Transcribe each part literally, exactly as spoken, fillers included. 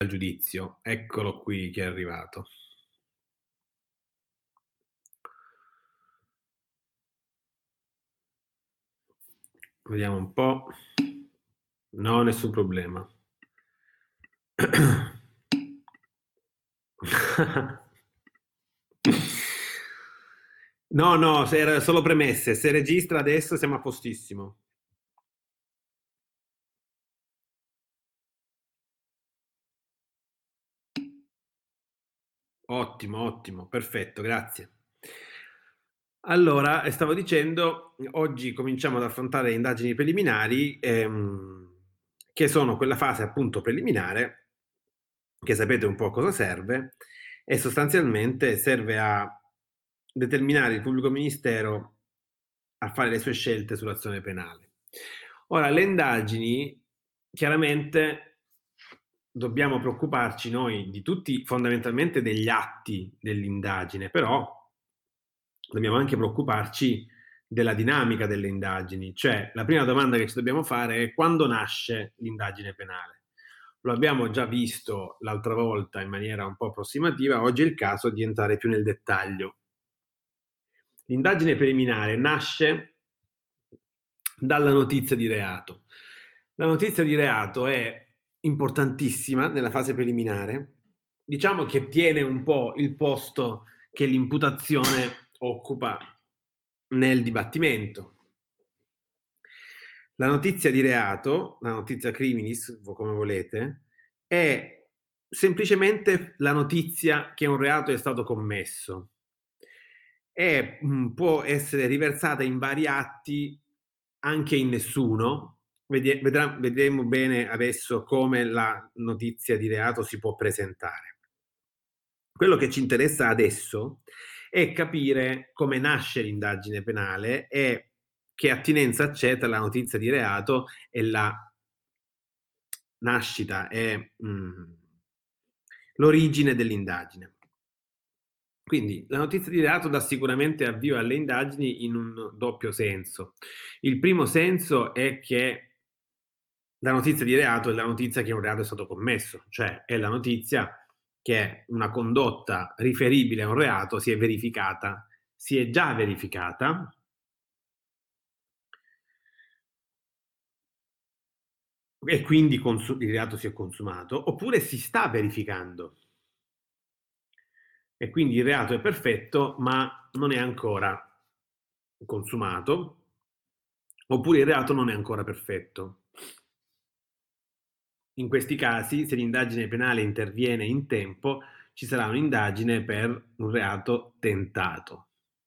al giudizio. Eccolo qui che è arrivato. Vediamo un po'. No, nessun problema. No, no, se era solo premesse. Se registra adesso siamo a postissimo. Ottimo, ottimo, perfetto, grazie. Allora, stavo dicendo, oggi cominciamo ad affrontare le indagini preliminari, ehm, che sono quella fase appunto preliminare, che sapete un po' cosa serve, e sostanzialmente serve a determinare il pubblico ministero a fare le sue scelte sull'azione penale. Ora, le indagini, chiaramente dobbiamo preoccuparci noi di tutti, fondamentalmente degli atti dell'indagine, però dobbiamo anche preoccuparci della dinamica delle indagini. Cioè, la prima domanda che ci dobbiamo fare è: quando nasce l'indagine penale? Lo abbiamo già visto l'altra volta in maniera un po' approssimativa, oggi è il caso di entrare più nel dettaglio. L'indagine preliminare nasce dalla notizia di reato. La notizia di reato è importantissima nella fase preliminare, diciamo che tiene un po' il posto che l'imputazione occupa nel dibattimento. La notizia di reato, la notizia criminis, come volete, è semplicemente la notizia che un reato è stato commesso e mh, può essere riversata in vari atti, anche in nessuno. Vedi- vedrà- vedremo bene adesso come la notizia di reato si può presentare. Quello che ci interessa adesso è capire come nasce l'indagine penale e che attinenza c'è tra la notizia di reato e la nascita e mh, l'origine dell'indagine. Quindi la notizia di reato dà sicuramente avvio alle indagini in un doppio senso. Il primo senso è che la notizia di reato è la notizia che un reato è stato commesso, cioè è la notizia che una condotta riferibile a un reato si è verificata, si è già verificata e quindi consu- il reato si è consumato, oppure si sta verificando e quindi il reato è perfetto ma non è ancora consumato, oppure il reato non è ancora perfetto. In questi casi, se l'indagine penale interviene in tempo, ci sarà un'indagine per un reato tentato.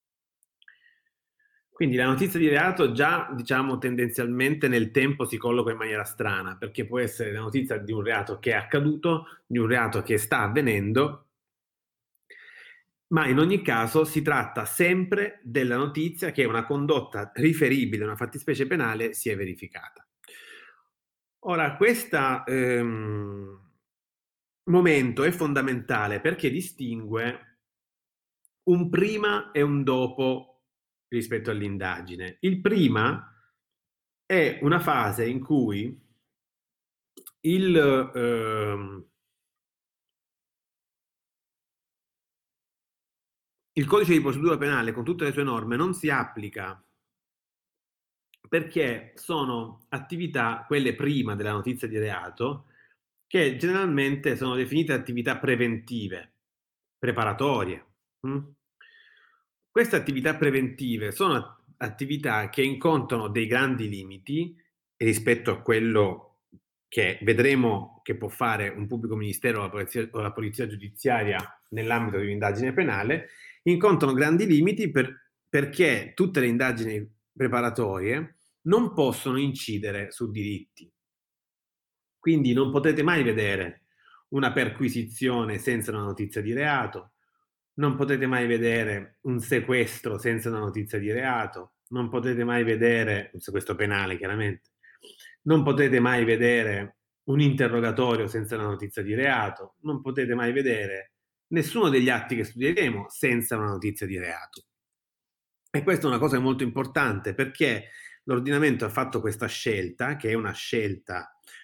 Quindi la notizia di reato già, diciamo, tendenzialmente nel tempo si colloca in maniera strana, perché può essere la notizia di un reato che è accaduto, di un reato che sta avvenendo, ma in ogni caso si tratta sempre della notizia che una condotta riferibile a una fattispecie penale si è verificata. Ora, questo ehm, momento è fondamentale perché distingue un prima e un dopo rispetto all'indagine. Il prima è una fase in cui il, ehm, il codice di procedura penale con tutte le sue norme non si applica perché sono attività, quelle prima della notizia di reato, che generalmente sono definite attività preventive, preparatorie. Mm? Queste attività preventive sono attività che incontrano dei grandi limiti rispetto a quello che vedremo che può fare un pubblico ministero o la polizia, o la polizia giudiziaria nell'ambito di un'indagine penale, incontrano grandi limiti per, perché tutte le indagini preparatorie non possono incidere su diritti. Quindi non potete mai vedere una perquisizione senza una notizia di reato, non potete mai vedere un sequestro senza una notizia di reato, non potete mai vedere un sequestro penale, chiaramente, non potete mai vedere un interrogatorio senza una notizia di reato, non potete mai vedere nessuno degli atti che studieremo senza una notizia di reato. E questa è una cosa molto importante perché l'ordinamento ha fatto questa scelta, che è una scelta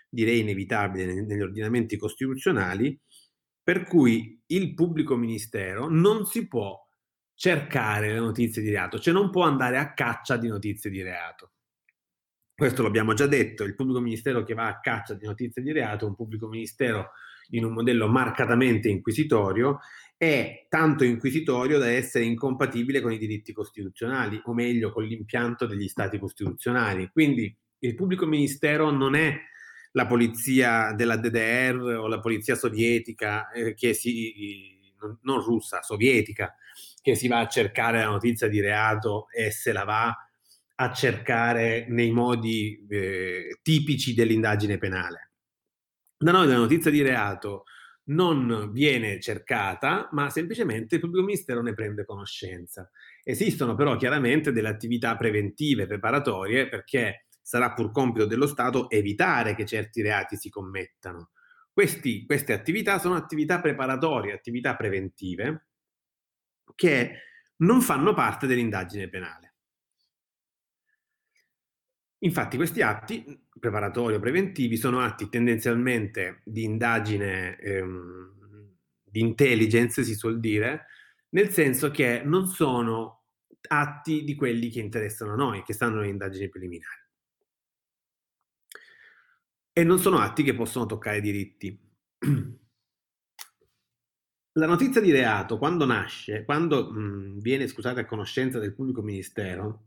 direi inevitabile negli ordinamenti costituzionali, per cui il pubblico ministero non si può cercare le notizie di reato, cioè non può andare a caccia di notizie di reato. Questo l'abbiamo già detto, il pubblico ministero che va a caccia di notizie di reato è un pubblico ministero in un modello marcatamente inquisitorio, è tanto inquisitorio da essere incompatibile con i diritti costituzionali, o meglio con l'impianto degli stati costituzionali. Quindi il pubblico ministero non è la polizia della D D R o la polizia sovietica, eh, che si, non, non russa, sovietica, che si va a cercare la notizia di reato e se la va a cercare nei modi eh, tipici dell'indagine penale. Da noi la notizia di reato non viene cercata, ma semplicemente il pubblico ministero ne prende conoscenza. Esistono però chiaramente delle attività preventive, preparatorie, perché sarà pur compito dello Stato evitare che certi reati si commettano. Questi, queste attività sono attività preparatorie, attività preventive, che non fanno parte dell'indagine penale. Infatti questi atti preparatori o preventivi sono atti tendenzialmente di indagine, ehm, di intelligence, si suol dire, nel senso che non sono atti di quelli che interessano a noi, che stanno nelle indagini preliminari. E non sono atti che possono toccare diritti. La notizia di reato, quando nasce, quando mh, viene, scusate, a conoscenza del pubblico ministero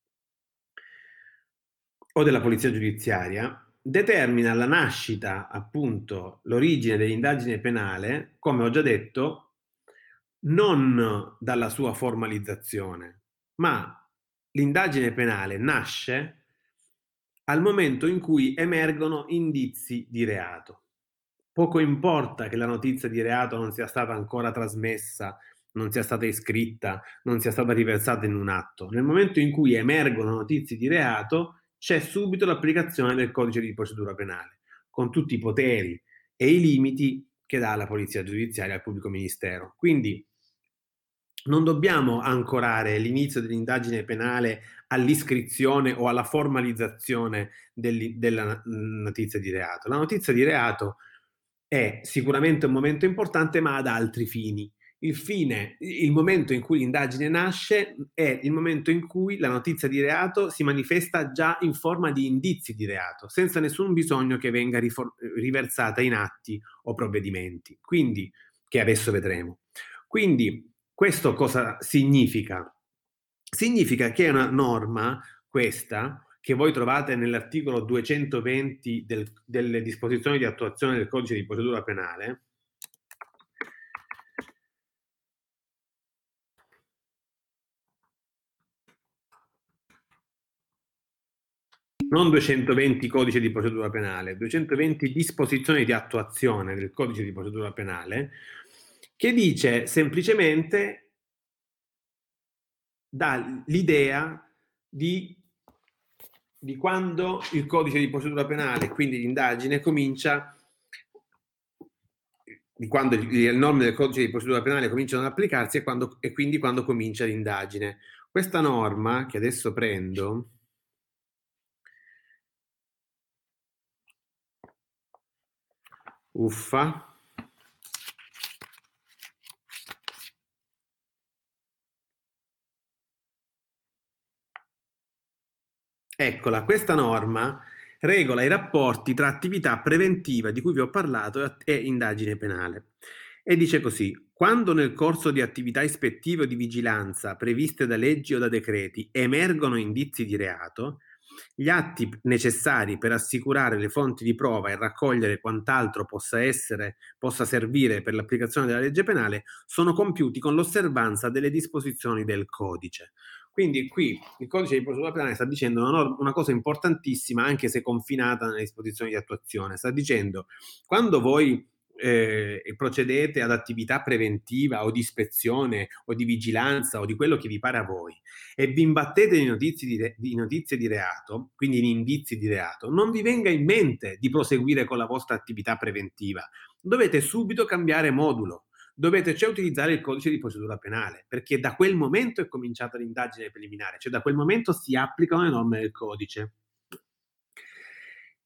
o della polizia giudiziaria, determina la nascita, appunto, l'origine dell'indagine penale, come ho già detto, non dalla sua formalizzazione, ma l'indagine penale nasce al momento in cui emergono indizi di reato. Poco importa che la notizia di reato non sia stata ancora trasmessa, non sia stata iscritta, non sia stata riversata in un atto. Nel momento in cui emergono notizie di reato, c'è subito l'applicazione del codice di procedura penale, con tutti i poteri e i limiti che dà la polizia giudiziaria al pubblico ministero. Quindi non dobbiamo ancorare l'inizio dell'indagine penale all'iscrizione o alla formalizzazione della notizia di reato. La notizia di reato è sicuramente un momento importante, ma ad altri fini. Il fine, il momento in cui l'indagine nasce è il momento in cui la notizia di reato si manifesta già in forma di indizi di reato, senza nessun bisogno che venga rifor- riversata in atti o provvedimenti, quindi, che adesso vedremo. Quindi, questo cosa significa? Significa che è una norma, questa, che voi trovate nell'articolo duecentoventi del, delle disposizioni di attuazione del codice di procedura penale, non duecentoventi codice di procedura penale, duecentoventi disposizioni di attuazione del codice di procedura penale, che dice semplicemente, dà l'idea di, di quando il codice di procedura penale, quindi l'indagine, comincia, di quando le norme del codice di procedura penale cominciano ad applicarsi e, quando, e quindi quando comincia l'indagine. Questa norma, che adesso prendo, uffa, eccola, questa norma regola i rapporti tra attività preventiva di cui vi ho parlato e indagine penale. E dice così: quando nel corso di attività ispettive o di vigilanza previste da leggi o da decreti emergono indizi di reato, gli atti necessari per assicurare le fonti di prova e raccogliere quant'altro possa essere, possa servire per l'applicazione della legge penale sono compiuti con l'osservanza delle disposizioni del codice. Quindi qui il codice di procedura penale sta dicendo una, norma, una cosa importantissima, anche se confinata nelle disposizioni di attuazione. Sta dicendo, quando voi eh, procedete ad attività preventiva o di ispezione o di vigilanza o di quello che vi pare a voi e vi imbattete di notizie di, re, di notizie di reato, quindi in indizi di reato, non vi venga in mente di proseguire con la vostra attività preventiva. Dovete subito cambiare modulo. Dovete cioè utilizzare il codice di procedura penale, perché da quel momento è cominciata l'indagine preliminare, cioè da quel momento si applicano le norme del codice.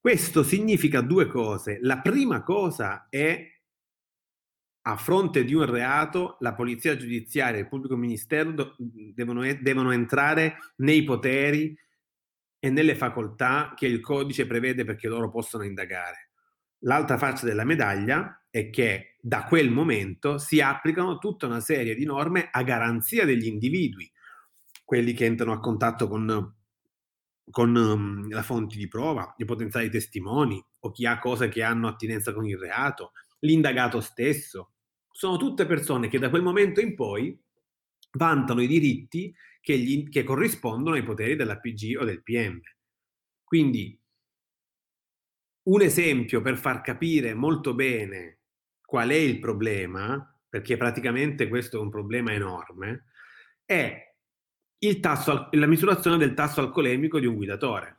Questo significa due cose. La prima cosa è, a fronte di un reato, la polizia giudiziaria e il pubblico ministero do- devono, devono entrare nei poteri e nelle facoltà che il codice prevede perché loro possano indagare. L'altra faccia della medaglia è che da quel momento si applicano tutta una serie di norme a garanzia degli individui, quelli che entrano a contatto con, con um, la fonte di prova, i potenziali testimoni o chi ha cose che hanno attinenza con il reato, l'indagato stesso. Sono tutte persone che da quel momento in poi vantano i diritti che, gli, che corrispondono ai poteri dell'A P G o del P M. Quindi un esempio per far capire molto bene qual è il problema, perché praticamente questo è un problema enorme, è il tasso, la misurazione del tasso alcolemico di un guidatore.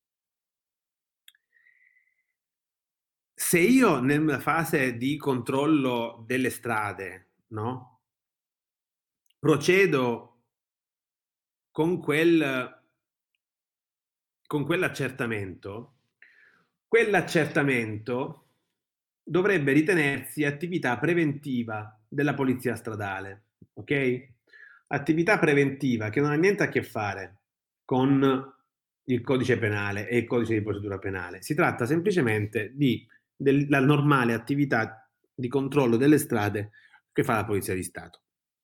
Se io nella fase di controllo delle strade, no, procedo con quel con quell'accertamento, quell'accertamento dovrebbe ritenersi attività preventiva della polizia stradale, ok? Attività preventiva che non ha niente a che fare con il codice penale e il codice di procedura penale. Si tratta semplicemente di della normale attività di controllo delle strade che fa la Polizia di Stato.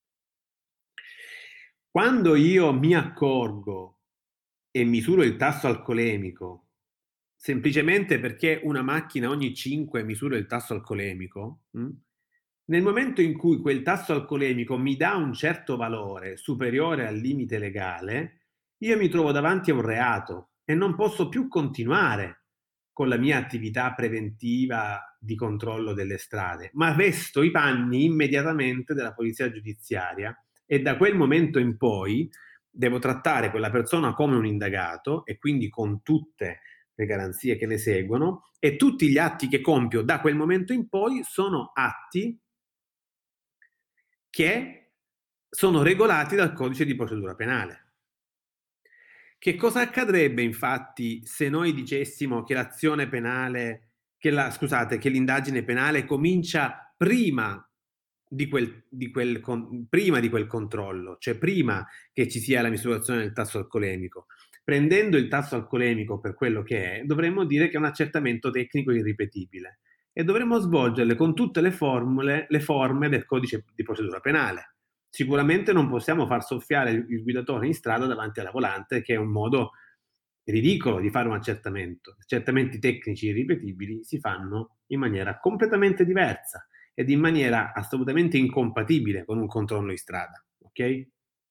Quando io mi accorgo e misuro il tasso alcolemico semplicemente perché una macchina ogni cinque misura il tasso alcolemico, mh? Nel momento in cui quel tasso alcolemico mi dà un certo valore superiore al limite legale, io mi trovo davanti a un reato e non posso più continuare con la mia attività preventiva di controllo delle strade, ma vesto i panni immediatamente della polizia giudiziaria e da quel momento in poi devo trattare quella persona come un indagato e quindi con tutte le garanzie che ne seguono, e tutti gli atti che compio da quel momento in poi sono atti che sono regolati dal codice di procedura penale. Che cosa accadrebbe infatti se noi dicessimo che l'azione penale, che la, scusate, che l'indagine penale comincia prima di quel, di quel, con, prima di quel controllo, cioè prima che ci sia la misurazione del tasso alcolemico? Prendendo il tasso alcolemico per quello che è, dovremmo dire che è un accertamento tecnico irripetibile e dovremmo svolgerle con tutte le formule, le forme del codice di procedura penale. Sicuramente non possiamo far soffiare il, il guidatore in strada davanti alla volante, che è un modo ridicolo di fare un accertamento. Accertamenti tecnici irripetibili si fanno in maniera completamente diversa ed in maniera assolutamente incompatibile con un controllo in strada, ok?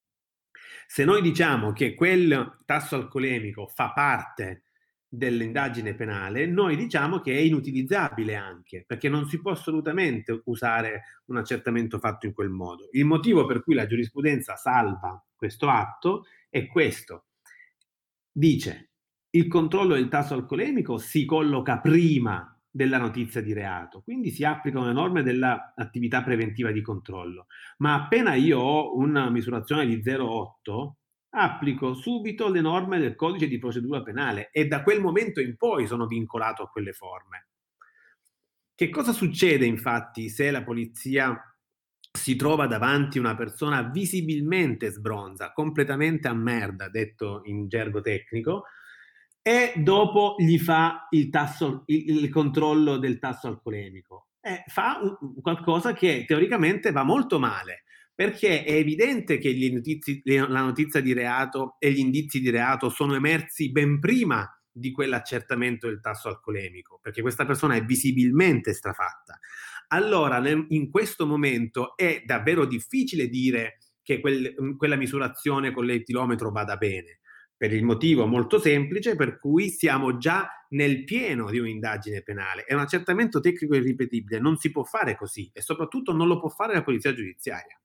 Se noi diciamo che quel tasso alcolemico fa parte dell'indagine penale, noi diciamo che è inutilizzabile anche, perché non si può assolutamente usare un accertamento fatto in quel modo. Il motivo per cui la giurisprudenza salva questo atto è questo. Dice, il controllo del tasso alcolemico si colloca prima della notizia di reato, quindi si applicano le norme dell'attività preventiva di controllo, ma appena io ho una misurazione di zero virgola otto, applico subito le norme del codice di procedura penale e da quel momento in poi sono vincolato a quelle forme. Che cosa succede infatti se la polizia si trova davanti una persona visibilmente sbronza, completamente a merda, detto in gergo tecnico, e dopo gli fa il, tasso, il, il controllo del tasso alcolemico? Eh, fa un, qualcosa che teoricamente va molto male, perché è evidente che gli notizi, la notizia di reato e gli indizi di reato sono emersi ben prima di quell'accertamento del tasso alcolemico, perché questa persona è visibilmente strafatta. Allora, nel, in questo momento è davvero difficile dire che quel, quella misurazione con l'etilometro vada bene, per il motivo molto semplice per cui siamo già nel pieno di un'indagine penale. È un accertamento tecnico irripetibile, non si può fare così e soprattutto non lo può fare la polizia giudiziaria.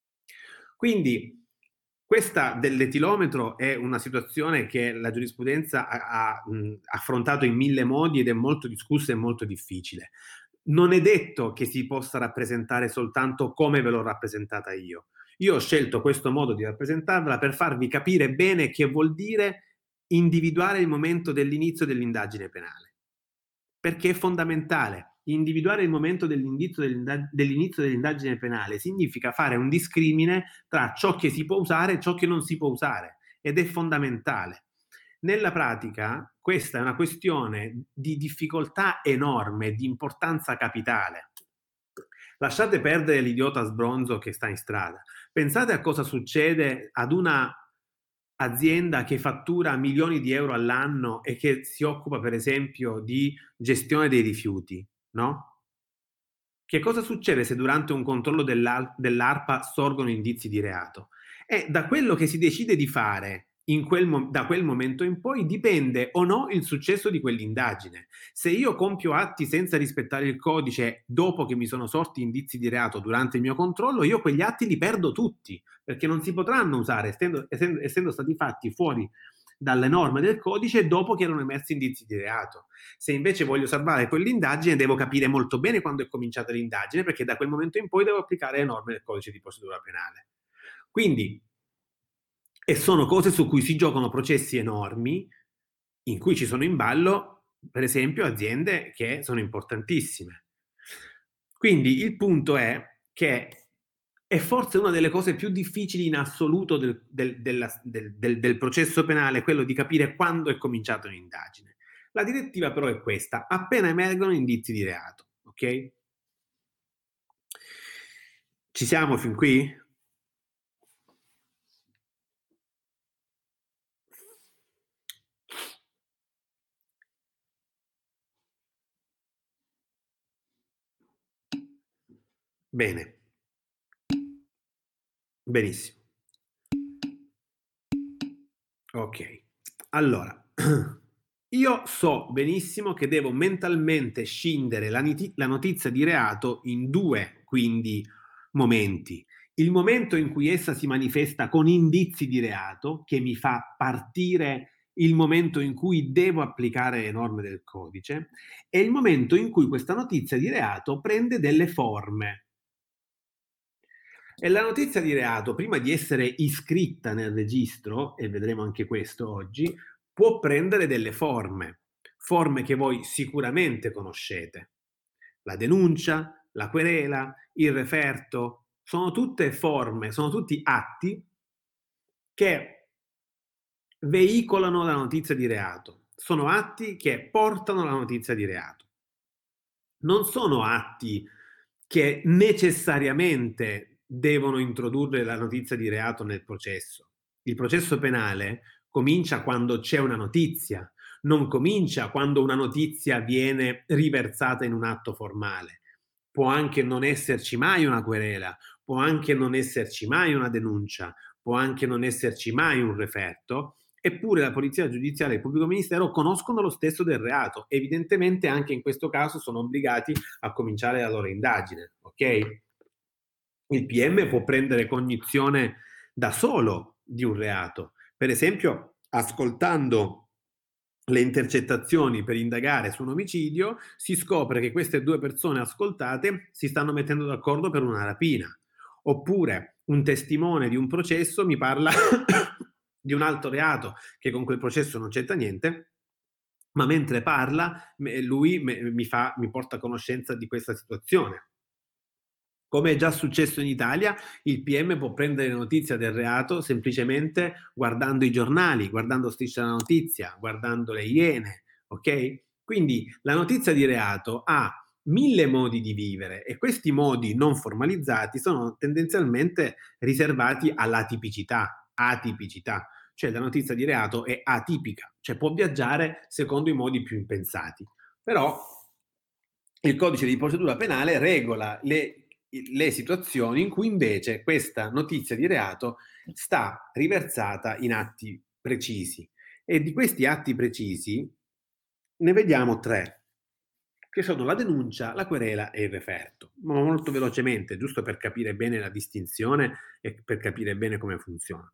Quindi questa dell'etilometro è una situazione che la giurisprudenza ha, ha mh, affrontato in mille modi ed è molto discussa e molto difficile. Non è detto che si possa rappresentare soltanto come ve l'ho rappresentata io. Io ho scelto questo modo di rappresentarla per farvi capire bene che vuol dire individuare il momento dell'inizio dell'indagine penale. perché è fondamentale. Individuare il momento dell'inizio dell'indag- dell'inizio dell'indagine penale significa fare un discrimine tra ciò che si può usare e ciò che non si può usare, ed è fondamentale. Nella pratica questa è una questione di difficoltà enorme, di importanza capitale. Lasciate perdere l'idiota sbronzo che sta in strada. Pensate a cosa succede ad una azienda che fattura milioni di euro all'anno e che si occupa, per esempio, di gestione dei rifiuti, no? Che cosa succede se durante un controllo dell'A- dell'ARPA sorgono indizi di reato? E da quello che si decide di fare in quel mo- da quel momento in poi dipende o no il successo di quell'indagine. Se io compio atti senza rispettare il codice dopo che mi sono sorti indizi di reato durante il mio controllo, io quegli atti li perdo tutti, perché non si potranno usare, essendo, essendo, essendo stati fatti fuori dalle norme del codice dopo che erano emersi indizi di reato. Se invece voglio salvare quell'indagine, devo capire molto bene quando è cominciata l'indagine, perché da quel momento in poi devo applicare le norme del codice di procedura penale. Quindi, e sono cose su cui si giocano processi enormi, in cui ci sono in ballo, per esempio, aziende che sono importantissime. Quindi il punto è che è forse una delle cose più difficili in assoluto del, del, della, del, del, del processo penale, quello di capire quando è cominciata un'indagine. La direttiva però è questa: appena emergono indizi di reato, ok? Ci siamo fin qui? Bene, benissimo. Ok, allora, io so benissimo che devo mentalmente scindere la, niti- la notizia di reato in due, quindi, momenti. Il momento in cui essa si manifesta con indizi di reato, che mi fa partire il momento in cui devo applicare le norme del codice, e il momento in cui questa notizia di reato prende delle forme. E la notizia di reato, prima di essere iscritta nel registro, e vedremo anche questo oggi, può prendere delle forme, forme che voi sicuramente conoscete. La denuncia, la querela, il referto, sono tutte forme, sono tutti atti che veicolano la notizia di reato, sono atti che portano la notizia di reato. Non sono atti che necessariamente devono introdurre la notizia di reato nel processo. Il processo penale comincia quando c'è una notizia, non comincia quando una notizia viene riversata in un atto formale. Può anche non esserci mai una querela, può anche non esserci mai una denuncia, può anche non esserci mai un referto, eppure la polizia giudiziaria e il pubblico ministero conoscono lo stesso del reato. Evidentemente anche in questo caso sono obbligati a cominciare la loro indagine, ok? Il P M può prendere cognizione da solo di un reato, per esempio ascoltando le intercettazioni per indagare su un omicidio, si scopre che queste due persone ascoltate si stanno mettendo d'accordo per una rapina. Oppure un testimone di un processo mi parla di un altro reato che con quel processo non c'entra niente, ma mentre parla lui mi, fa, mi porta a conoscenza di questa situazione. Come è già successo in Italia, il P M può prendere notizia del reato semplicemente guardando i giornali, guardando Striscia la Notizia, guardando le Iene, ok? Quindi la notizia di reato ha mille modi di vivere e questi modi non formalizzati sono tendenzialmente riservati all'atipicità, atipicità, cioè la notizia di reato è atipica, cioè può viaggiare secondo i modi più impensati. Però il codice di procedura penale regola le le situazioni in cui invece questa notizia di reato sta riversata in atti precisi. E di questi atti precisi ne vediamo tre, che sono la denuncia, la querela e il referto. Ma molto velocemente, giusto per capire bene la distinzione e per capire bene come funziona.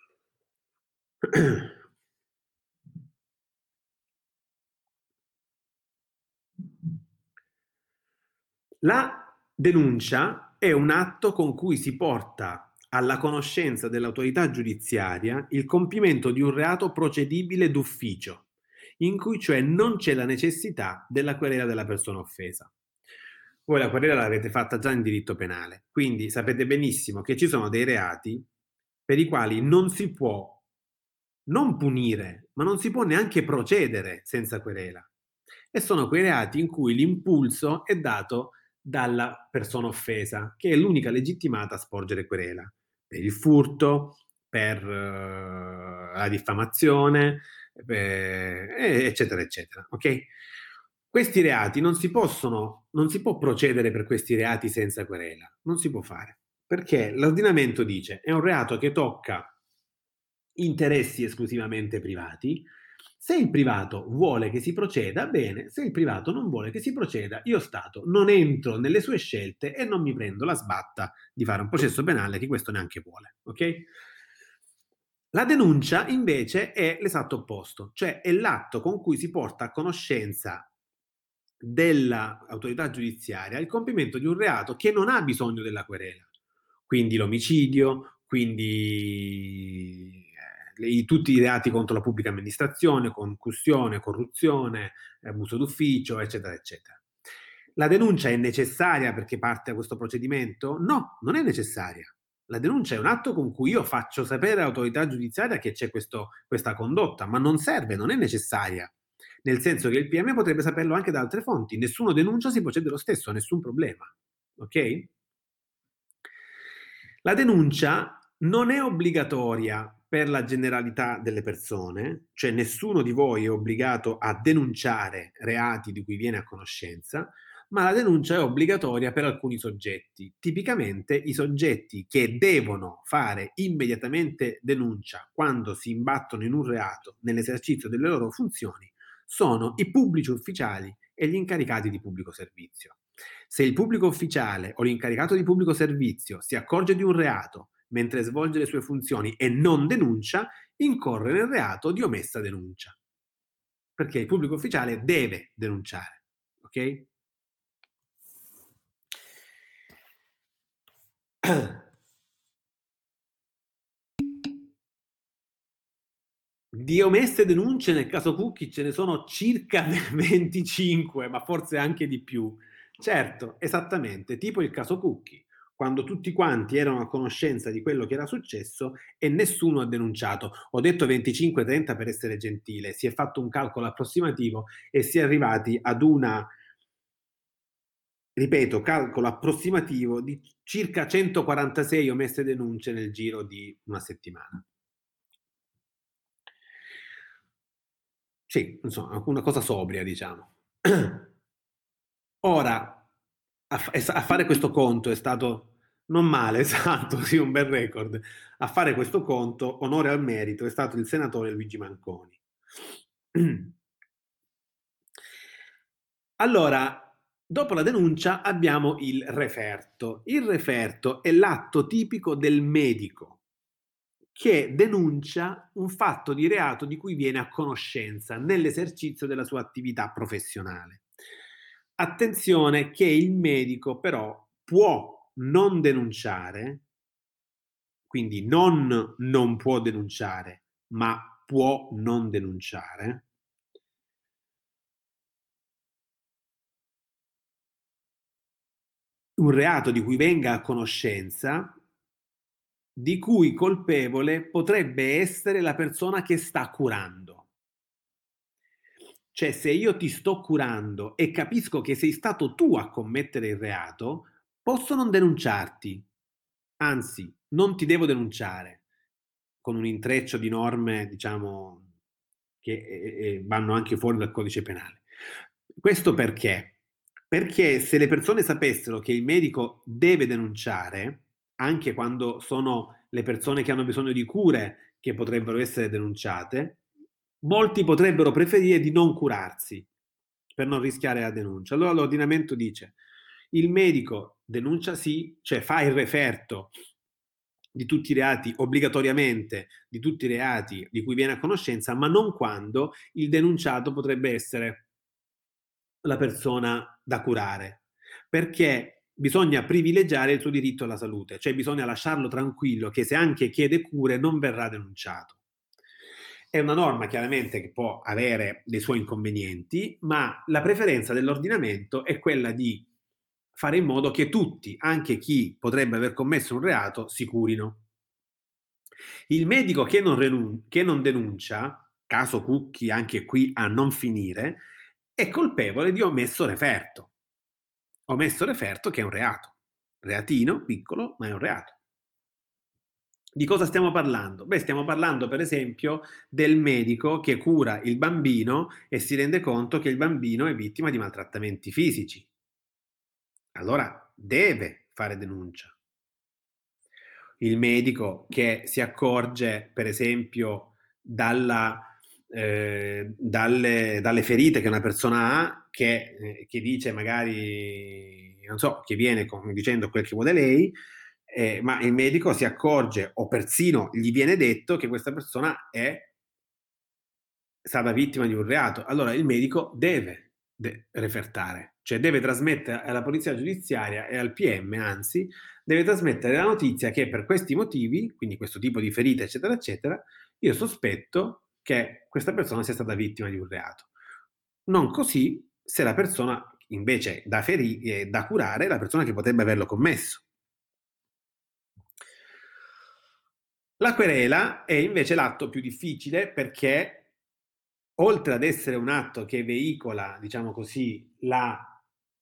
La denuncia è un atto con cui si porta alla conoscenza dell'autorità giudiziaria il compimento di un reato procedibile d'ufficio, in cui cioè non c'è la necessità della querela della persona offesa. Voi la querela l'avete fatta già in diritto penale, quindi sapete benissimo che ci sono dei reati per i quali non si può non punire, ma non si può neanche procedere senza querela. E sono quei reati in cui l'impulso è dato dalla persona offesa, che è l'unica legittimata a sporgere querela. Per il furto, per uh, la diffamazione, per, eccetera, eccetera. Ok? Questi reati non si possono, non si può procedere per questi reati senza querela, non si può fare, perché l'ordinamento dice è un reato che tocca interessi esclusivamente privati. Se il privato vuole che si proceda, bene; se il privato non vuole che si proceda, io Stato non entro nelle sue scelte e non mi prendo la sbatta di fare un processo penale che questo neanche vuole, ok? La denuncia invece è l'esatto opposto, cioè è l'atto con cui si porta a conoscenza dell'autorità giudiziaria il compimento di un reato che non ha bisogno della querela, quindi l'omicidio, quindi eh, tutti i reati contro la pubblica amministrazione, concussione, corruzione, abuso d'ufficio, eccetera, eccetera. La denuncia è necessaria perché parte da questo procedimento? No, non è necessaria. La denuncia è un atto con cui io faccio sapere all'autorità giudiziaria che c'è questo, questa condotta, ma non serve, non è necessaria. Nel senso che il P M potrebbe saperlo anche da altre fonti. Nessuno denuncia, si procede lo stesso, nessun problema. Ok? La denuncia non è obbligatoria per la generalità delle persone, cioè nessuno di voi è obbligato a denunciare reati di cui viene a conoscenza, ma la denuncia è obbligatoria per alcuni soggetti. Tipicamente i soggetti che devono fare immediatamente denuncia quando si imbattono in un reato nell'esercizio delle loro funzioni sono i pubblici ufficiali e gli incaricati di pubblico servizio. Se il pubblico ufficiale o l'incaricato di pubblico servizio si accorge di un reato mentre svolge le sue funzioni e non denuncia, incorre nel reato di omessa denuncia. Perché il pubblico ufficiale deve denunciare, ok? Di omesse denunce nel caso Cucchi ce ne sono circa venticinque, ma forse anche di più. Certo, esattamente, tipo il caso Cucchi, quando tutti quanti erano a conoscenza di quello che era successo e nessuno ha denunciato. Ho detto venticinque trenta per essere gentile, si è fatto un calcolo approssimativo e si è arrivati ad una, ripeto, calcolo approssimativo di circa centoquarantasei omesse denunce nel giro di una settimana. Sì, insomma, una cosa sobria, diciamo. Ora, a, fa- a fare questo conto è stato non male, esatto, sì, un bel record. A fare questo conto, onore al merito, è stato il senatore Luigi Manconi. Allora, dopo la denuncia abbiamo il referto. Il referto è l'atto tipico del medico che denuncia un fatto di reato di cui viene a conoscenza nell'esercizio della sua attività professionale. Attenzione che il medico però può non denunciare, quindi non non può denunciare, ma può non denunciare, un reato di cui venga a conoscenza di cui colpevole potrebbe essere la persona che sta curando. Cioè, se io ti sto curando e capisco che sei stato tu a commettere il reato, posso non denunciarti. Anzi, non ti devo denunciare con un intreccio di norme, diciamo, che eh, eh, vanno anche fuori dal codice penale. Questo perché? Perché se le persone sapessero che il medico deve denunciare, anche quando sono le persone che hanno bisogno di cure che potrebbero essere denunciate, molti potrebbero preferire di non curarsi per non rischiare la denuncia. Allora l'ordinamento dice: il medico denuncia sì, cioè fa il referto di tutti i reati obbligatoriamente, di tutti i reati di cui viene a conoscenza, ma non quando il denunciato potrebbe essere la persona da curare, perché bisogna privilegiare il suo diritto alla salute, cioè bisogna lasciarlo tranquillo che se anche chiede cure non verrà denunciato. È una norma chiaramente che può avere dei suoi inconvenienti, ma la preferenza dell'ordinamento è quella di fare in modo che tutti, anche chi potrebbe aver commesso un reato, si curino. Il medico che non, renun- che non denuncia, caso Cucchi anche qui a non finire, è colpevole di omesso referto. Omesso referto che è un reato. Reatino, piccolo, ma è un reato. Di cosa stiamo parlando? Beh, stiamo parlando per esempio del medico che cura il bambino e si rende conto che il bambino è vittima di maltrattamenti fisici. Allora deve fare denuncia. Il medico che si accorge, per esempio, dalla, eh, dalle, dalle ferite che una persona ha, che, eh, che dice magari, non so, che viene con, dicendo quel che vuole lei, eh, ma il medico si accorge o persino gli viene detto che questa persona è stata vittima di un reato. Allora il medico deve de- refertare, cioè deve trasmettere alla polizia giudiziaria e al P M, anzi, deve trasmettere la notizia che per questi motivi, quindi questo tipo di ferite, eccetera, eccetera, io sospetto che questa persona sia stata vittima di un reato. Non così se la persona invece da, feri- eh, da curare è la persona che potrebbe averlo commesso. La querela è invece l'atto più difficile perché, oltre ad essere un atto che veicola, diciamo così, la,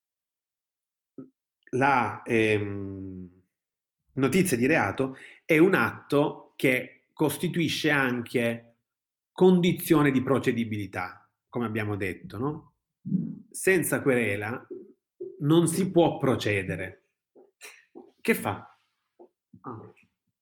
la ehm, notizia di reato, è un atto che costituisce anche condizione di procedibilità, come abbiamo detto, no? Senza querela non si può procedere. Che fa? Ah.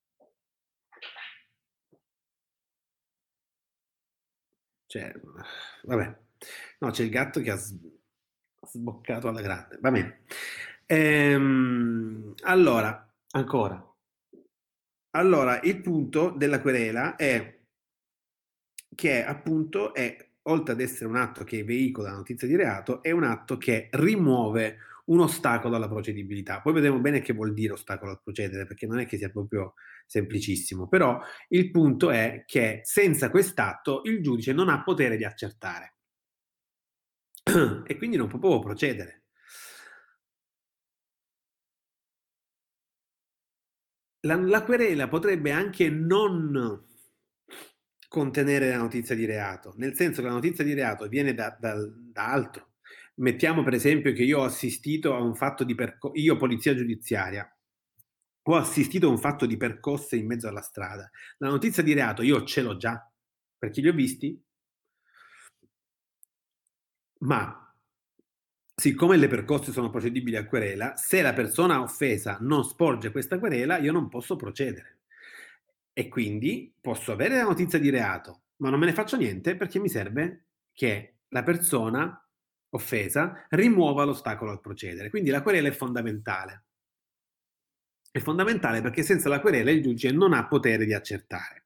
Cioè, vabbè. No, c'è il gatto che ha s- sboccato alla grande. Va bene. Ehm, allora, ancora. Allora, il punto della querela è che appunto è, oltre ad essere un atto che veicola la notizia di reato, è un atto che rimuove un ostacolo alla procedibilità. Poi vedremo bene che vuol dire ostacolo al procedere, perché non è che sia proprio semplicissimo, però il punto è che senza quest'atto il giudice non ha potere di accertare e quindi non può proprio procedere. La, la querela potrebbe anche non contenere la notizia di reato, nel senso che la notizia di reato viene da, da, da altro. Mettiamo per esempio che io ho assistito a un fatto di percosse, io polizia giudiziaria, ho assistito a un fatto di percosse in mezzo alla strada. La notizia di reato io ce l'ho già, perché li ho visti, ma siccome le percosse sono procedibili a querela, se la persona offesa non sporge questa querela, io non posso procedere. E quindi posso avere la notizia di reato, ma non me ne faccio niente perché mi serve che la persona offesa rimuova l'ostacolo al procedere. Quindi la querela è fondamentale. È fondamentale perché senza la querela il giudice non ha potere di accertare.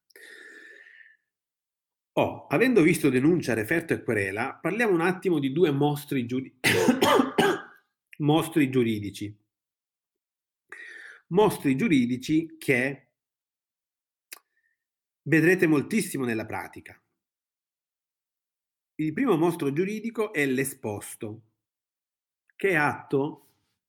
Oh, avendo visto denuncia, referto e querela, parliamo un attimo di due mostri, giuri- mostri giuridici. Mostri giuridici che vedrete moltissimo nella pratica. Il primo mostro giuridico è l'esposto, che è atto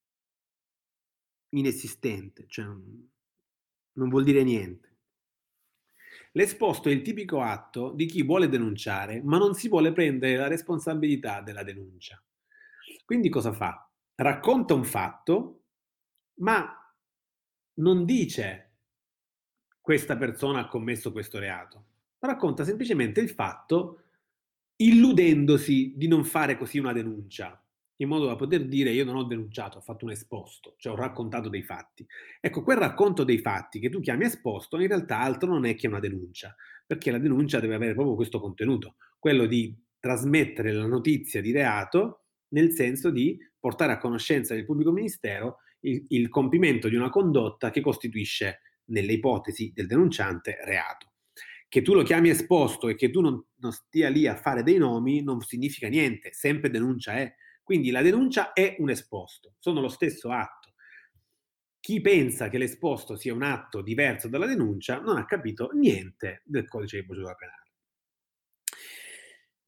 inesistente, cioè non, non vuol dire niente. L'esposto è il tipico atto di chi vuole denunciare, ma non si vuole prendere la responsabilità della denuncia. Quindi cosa fa? Racconta un fatto, ma non dice questa persona ha commesso questo reato. Racconta semplicemente il fatto illudendosi di non fare così una denuncia, in modo da poter dire io non ho denunciato, ho fatto un esposto, cioè ho raccontato dei fatti. Ecco, quel racconto dei fatti che tu chiami esposto in realtà altro non è che una denuncia, perché la denuncia deve avere proprio questo contenuto, quello di trasmettere la notizia di reato nel senso di portare a conoscenza del pubblico ministero il, il compimento di una condotta che costituisce, nelle ipotesi del denunciante, reato. Che tu lo chiami esposto e che tu non, non stia lì a fare dei nomi non significa niente, sempre denuncia è. Quindi la denuncia è un esposto, sono lo stesso atto. Chi pensa che l'esposto sia un atto diverso dalla denuncia non ha capito niente del codice di procedura penale.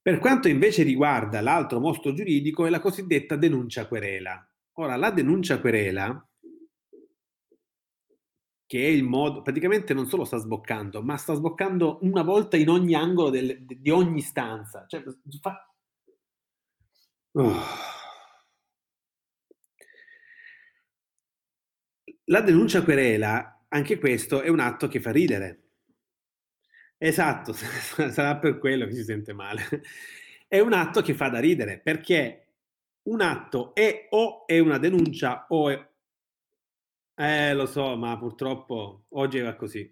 Per quanto invece riguarda l'altro mostro giuridico è la cosiddetta denuncia querela. Ora, la denuncia querela, che è il modo, praticamente non solo sta sboccando, ma sta sboccando una volta in ogni angolo del- di ogni stanza. Cioè, fa- Oh. La denuncia querela, anche questo è un atto che fa ridere. Esatto, sarà per quello che si sente male. È un atto che fa da ridere, perché un atto è o è una denuncia o è... Eh, lo so, ma purtroppo oggi va così.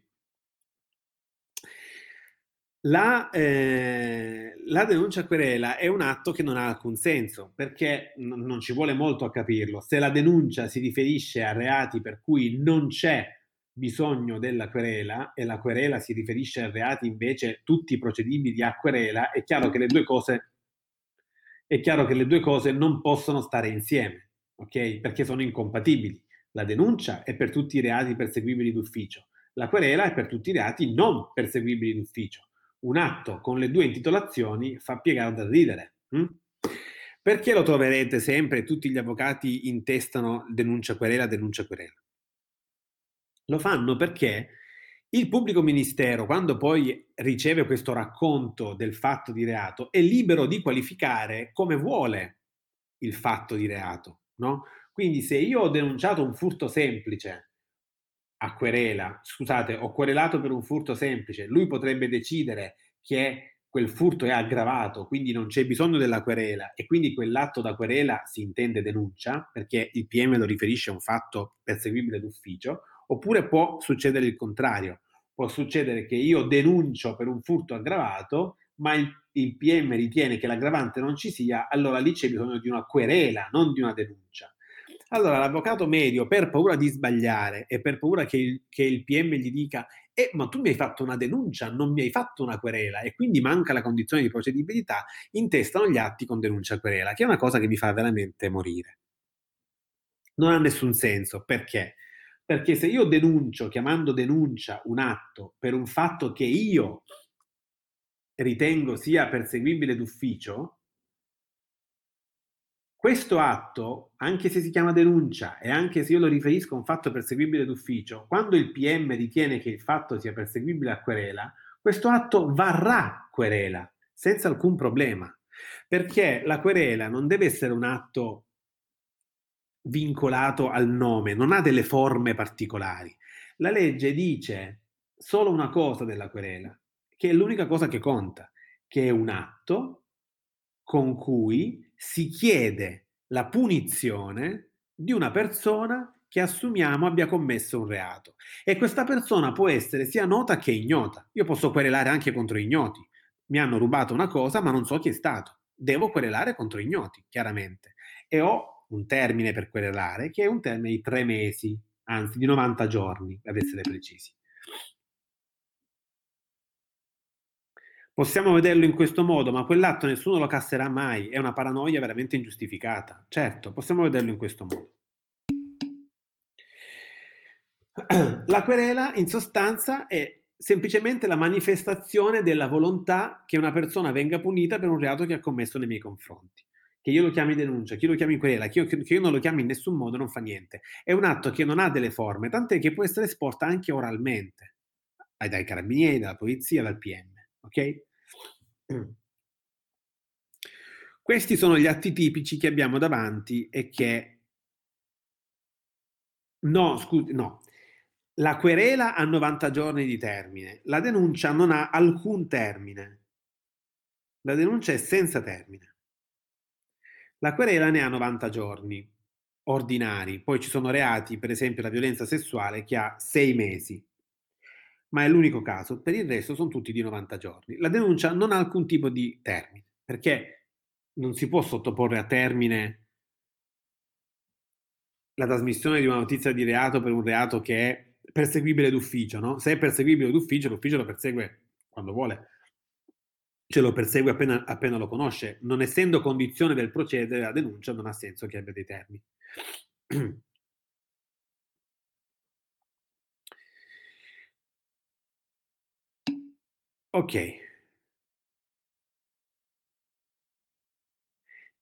La, eh, la denuncia querela è un atto che non ha alcun senso, perché n- non ci vuole molto a capirlo. Se la denuncia si riferisce a reati per cui non c'è bisogno della querela e la querela si riferisce a reati invece tutti procedibili a querela, è chiaro che le due cose, è chiaro che le due cose non possono stare insieme, ok? Perché sono incompatibili. La denuncia è per tutti i reati perseguibili d'ufficio, la querela è per tutti i reati non perseguibili d'ufficio. Un atto con le due intitolazioni fa piegare da ridere. Hm? Perché lo troverete sempre, tutti gli avvocati intestano denuncia querela, denuncia querela? Lo fanno perché il pubblico ministero, quando poi riceve questo racconto del fatto di reato, è libero di qualificare come vuole il fatto di reato, no? Quindi se io ho denunciato un furto semplice a querela, scusate, ho querelato per un furto semplice, lui potrebbe decidere che quel furto è aggravato, quindi non c'è bisogno della querela e quindi quell'atto da querela si intende denuncia, perché il P M lo riferisce a un fatto perseguibile d'ufficio, oppure può succedere il contrario. Può succedere che io denuncio per un furto aggravato, ma il, il P M ritiene che l'aggravante non ci sia, allora lì c'è bisogno di una querela, non di una denuncia. Allora, l'avvocato medio, per paura di sbagliare e per paura che il, che il P M gli dica eh, ma tu mi hai fatto una denuncia, non mi hai fatto una querela e quindi manca la condizione di procedibilità, intestano gli atti con denuncia querela, che è una cosa che mi fa veramente morire. Non ha nessun senso. Perché? Perché se io denuncio, chiamando denuncia, un atto per un fatto che io ritengo sia perseguibile d'ufficio, questo atto, anche se si chiama denuncia e anche se io lo riferisco a un fatto perseguibile d'ufficio, quando il P M ritiene che il fatto sia perseguibile a querela, questo atto varrà querela senza alcun problema, perché la querela non deve essere un atto vincolato al nome, non ha delle forme particolari. La legge dice solo una cosa della querela, che è l'unica cosa che conta, che è un atto con cui si chiede la punizione di una persona che assumiamo abbia commesso un reato. E questa persona può essere sia nota che ignota. Io posso querelare anche contro ignoti. Mi hanno rubato una cosa, ma non so chi è stato. Devo querelare contro ignoti, chiaramente. E ho un termine per querelare, che è un termine di tre mesi, anzi di novanta giorni, ad essere precisi. Possiamo vederlo in questo modo, ma quell'atto nessuno lo casserà mai, è una paranoia veramente ingiustificata. Certo, possiamo vederlo in questo modo. La querela, in sostanza, è semplicemente la manifestazione della volontà che una persona venga punita per un reato che ha commesso nei miei confronti. Che io lo chiami denuncia, che io lo chiami querela, che io, che io non lo chiami in nessun modo, non fa niente. È un atto che non ha delle forme, tant'è che può essere esposta anche oralmente dai carabinieri, dalla polizia, dal P M. Ok? Questi sono gli atti tipici che abbiamo davanti e che... No, scusi, no. La querela ha novanta giorni di termine, la denuncia non ha alcun termine. La denuncia è senza termine. La querela ne ha novanta giorni ordinari, poi ci sono reati, per esempio la violenza sessuale, che ha sei mesi, ma è l'unico caso, per il resto sono tutti di novanta giorni. La denuncia non ha alcun tipo di termine, perché non si può sottoporre a termine la trasmissione di una notizia di reato per un reato che è perseguibile d'ufficio, no? Se è perseguibile d'ufficio, l'ufficio lo persegue quando vuole, ce lo persegue appena, appena lo conosce. Non essendo condizione del procedere, la denuncia non ha senso che abbia dei termini. Ok,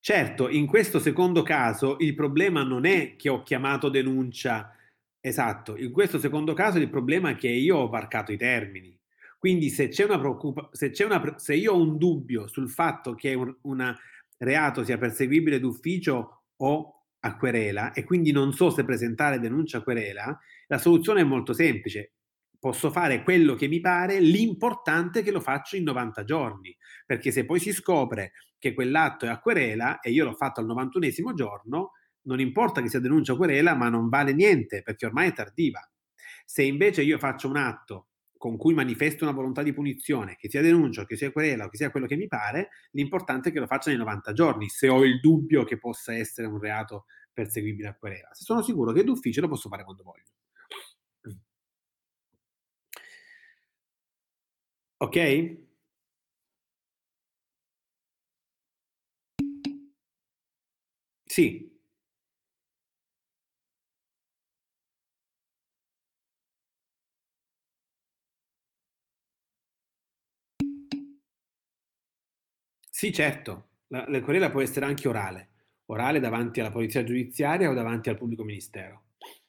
Certo, in questo secondo caso il problema non è che ho chiamato denuncia, esatto, in questo secondo caso il problema è che io ho varcato i termini. Quindi se c'è una preoccupa- se c'è una, se io ho un dubbio sul fatto che un una reato sia perseguibile d'ufficio o a querela e quindi non so se presentare denuncia a querela, la soluzione è molto semplice. Posso fare quello che mi pare, l'importante è che lo faccio in novanta giorni, perché se poi si scopre che quell'atto è a querela e io l'ho fatto al novantunesimo giorno, non importa che sia denuncia o querela, ma non vale niente perché ormai è tardiva. Se invece io faccio un atto con cui manifesto una volontà di punizione, che sia denuncia, che sia querela o che sia quello che mi pare, l'importante è che lo faccia nei novanta giorni, se ho il dubbio che possa essere un reato perseguibile a querela. Se sono sicuro che è d'ufficio lo posso fare quando voglio. Ok? Sì. Sì, certo. La, la querela può essere anche orale, orale davanti alla polizia giudiziaria o davanti al pubblico ministero.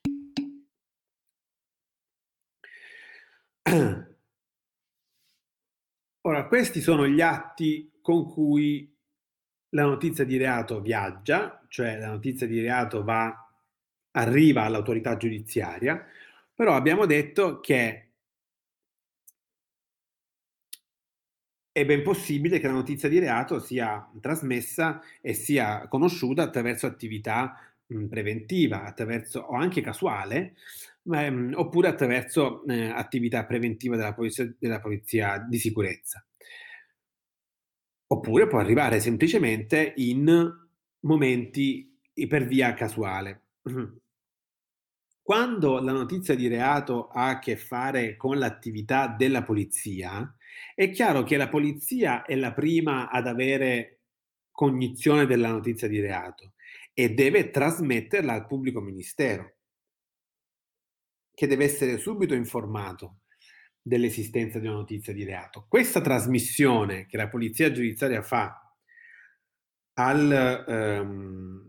Ora, questi sono gli atti con cui la notizia di reato viaggia, cioè la notizia di reato va, arriva all'autorità giudiziaria, però abbiamo detto che è ben possibile che la notizia di reato sia trasmessa e sia conosciuta attraverso attività mh, preventiva, attraverso, o anche casuale, ma, mh, oppure attraverso eh, attività preventiva della polizia, della polizia di sicurezza. Oppure può arrivare semplicemente in momenti per via casuale. Quando la notizia di reato ha a che fare con l'attività della polizia, è chiaro che la polizia è la prima ad avere cognizione della notizia di reato e deve trasmetterla al pubblico ministero, che deve essere subito informato dell'esistenza di una notizia di reato. Questa trasmissione che la polizia giudiziaria fa al, ehm,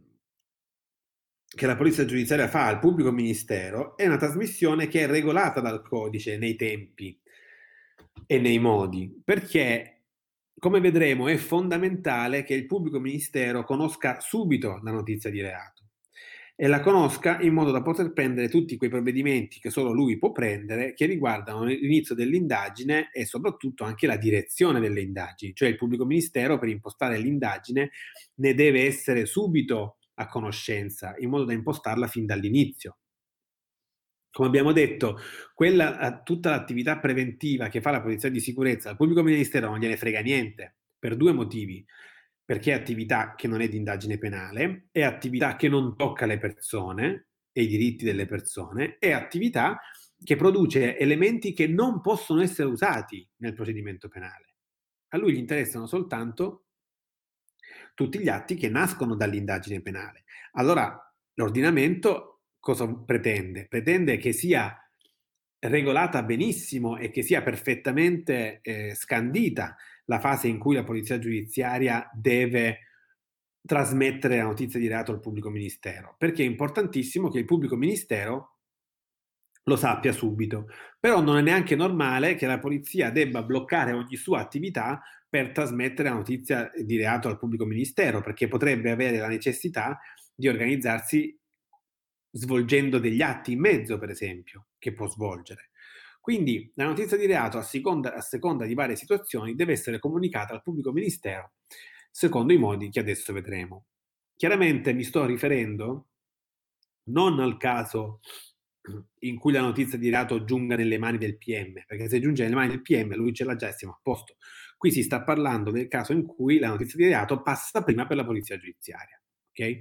che la polizia giudiziaria fa al pubblico ministero è una trasmissione che è regolata dal codice nei tempi e nei modi, perché come vedremo è fondamentale che il pubblico ministero conosca subito la notizia di reato e la conosca in modo da poter prendere tutti quei provvedimenti che solo lui può prendere, che riguardano l'inizio dell'indagine e soprattutto anche la direzione delle indagini, cioè il pubblico ministero per impostare l'indagine ne deve essere subito a conoscenza, in modo da impostarla fin dall'inizio. Come abbiamo detto, quella, tutta l'attività preventiva che fa la polizia di sicurezza, al pubblico ministero non gliene frega niente, per due motivi. Perché è attività che non è di indagine penale, è attività che non tocca le persone e i diritti delle persone, è attività che produce elementi che non possono essere usati nel procedimento penale. A lui gli interessano soltanto tutti gli atti che nascono dall'indagine penale. Allora, l'ordinamento cosa pretende? Pretende che sia regolata benissimo e che sia perfettamente eh, scandita la fase in cui la polizia giudiziaria deve trasmettere la notizia di reato al pubblico ministero, perché è importantissimo che il pubblico ministero lo sappia subito. Però non è neanche normale che la polizia debba bloccare ogni sua attività per trasmettere la notizia di reato al pubblico ministero, perché potrebbe avere la necessità di organizzarsi svolgendo degli atti in mezzo, per esempio, che può svolgere. Quindi la notizia di reato, a seconda, a seconda di varie situazioni, deve essere comunicata al pubblico ministero secondo i modi che adesso vedremo. Chiaramente mi sto riferendo non al caso in cui la notizia di reato giunga nelle mani del P M, perché se giunge nelle mani del P M lui ce l'ha già e siamo a posto. Qui si sta parlando del caso in cui la notizia di reato passa prima per la polizia giudiziaria, ok?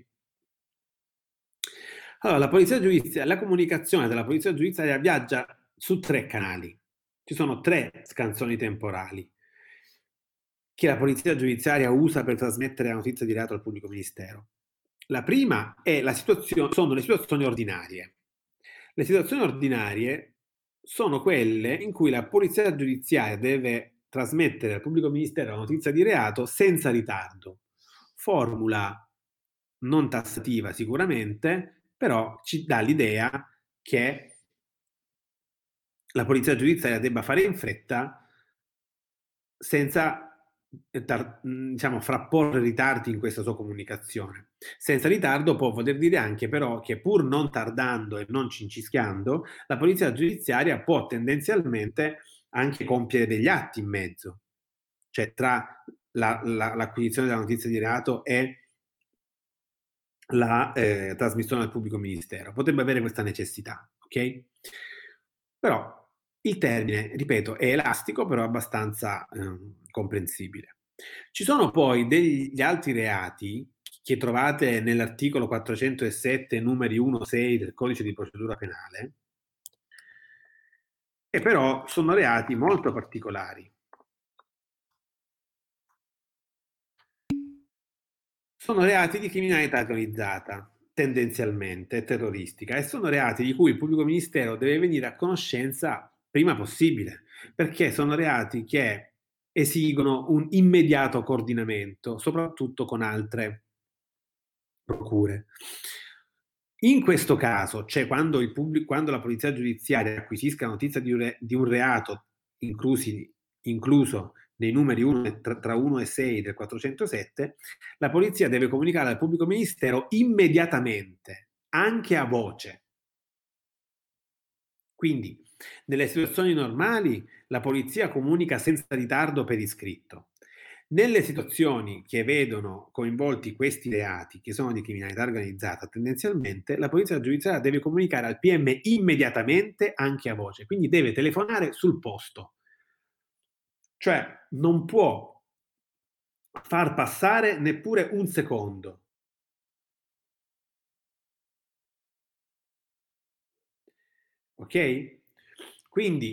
Allora, la polizia giudiziaria, la comunicazione della polizia giudiziaria viaggia su tre canali. Ci sono tre scansioni temporali che la polizia giudiziaria usa per trasmettere la notizia di reato al pubblico ministero. La prima è la situazione, sono le situazioni ordinarie. Le situazioni ordinarie sono quelle in cui la polizia giudiziaria deve trasmettere al pubblico ministero la notizia di reato senza ritardo. formula non tassativa sicuramente, però ci dà l'idea che la polizia giudiziaria debba fare in fretta senza tar- diciamo, frapporre ritardi in questa sua comunicazione. Senza ritardo può voler dire anche però che pur non tardando e non cincischiando, la polizia giudiziaria può tendenzialmente anche compiere degli atti in mezzo, cioè tra la, la, l'acquisizione della notizia di reato e la eh, trasmissione al pubblico ministero. Potrebbe avere questa necessità, ok? Però il termine, ripeto, è elastico, però abbastanza eh, comprensibile. Ci sono poi degli altri reati che trovate nell'articolo quattrocentosette numeri uno sei del codice di procedura penale, che però sono reati molto particolari. Sono reati di criminalità organizzata, tendenzialmente terroristica, e sono reati di cui il pubblico ministero deve venire a conoscenza prima possibile, perché sono reati che esigono un immediato coordinamento, soprattutto con altre procure. In questo caso, cioè quando, il pubblico, quando la polizia giudiziaria acquisisca notizia di un, re, di un reato inclusi, incluso nei numeri uno, tra, tra uno e sei del quattrocentosette, la polizia deve comunicare al pubblico ministero immediatamente, anche a voce. Quindi, nelle situazioni normali, la polizia comunica senza ritardo per iscritto. Nelle situazioni che vedono coinvolti questi reati, che sono di criminalità organizzata, tendenzialmente la polizia giudiziaria deve comunicare al P M immediatamente, anche a voce, quindi deve telefonare sul posto. Cioè non può far passare neppure un secondo. Ok? Quindi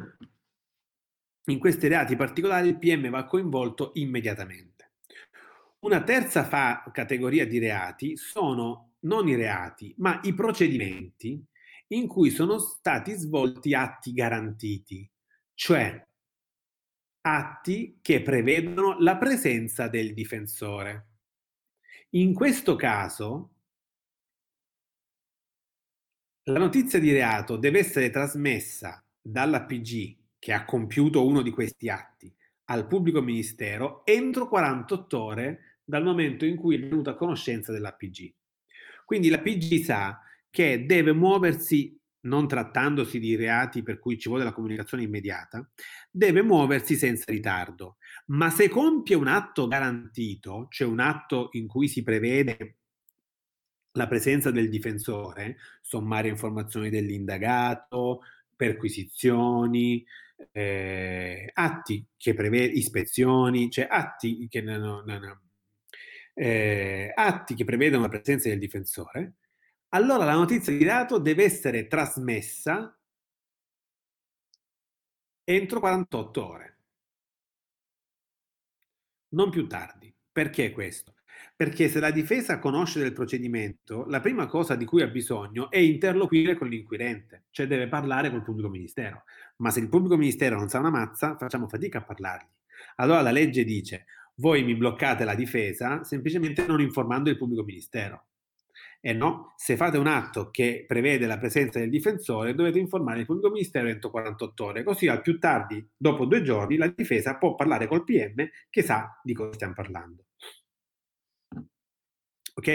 in questi reati particolari il P M va coinvolto immediatamente. Una terza fa- categoria di reati sono non i reati, ma i procedimenti in cui sono stati svolti atti garantiti, cioè atti che prevedono la presenza del difensore. In questo caso, la notizia di reato deve essere trasmessa dall'A P G che ha compiuto uno di questi atti al pubblico ministero entro quarantotto ore dal momento in cui è venuta a conoscenza dell'A P G. Quindi l'A P G sa che deve muoversi, non trattandosi di reati per cui ci vuole la comunicazione immediata, deve muoversi senza ritardo. Ma se compie un atto garantito, cioè un atto in cui si prevede la presenza del difensore, sommare informazioni dell'indagato, perquisizioni, eh, atti che prevedono ispezioni, cioè atti che, no, no, no, eh, atti che prevedono la presenza del difensore, allora la notizia di reato deve essere trasmessa entro quarantotto ore, non più tardi. Perché questo? Perché se la difesa conosce del procedimento, la prima cosa di cui ha bisogno è interloquire con l'inquirente, cioè deve parlare col pubblico ministero. Ma se il pubblico ministero non sa una mazza, facciamo fatica a parlargli. Allora la legge dice: voi mi bloccate la difesa semplicemente non informando il pubblico ministero. E no, se fate un atto che prevede la presenza del difensore, dovete informare il pubblico ministero entro quarantotto ore, così al più tardi, dopo due giorni, la difesa può parlare col P M che sa di cosa stiamo parlando. Ok?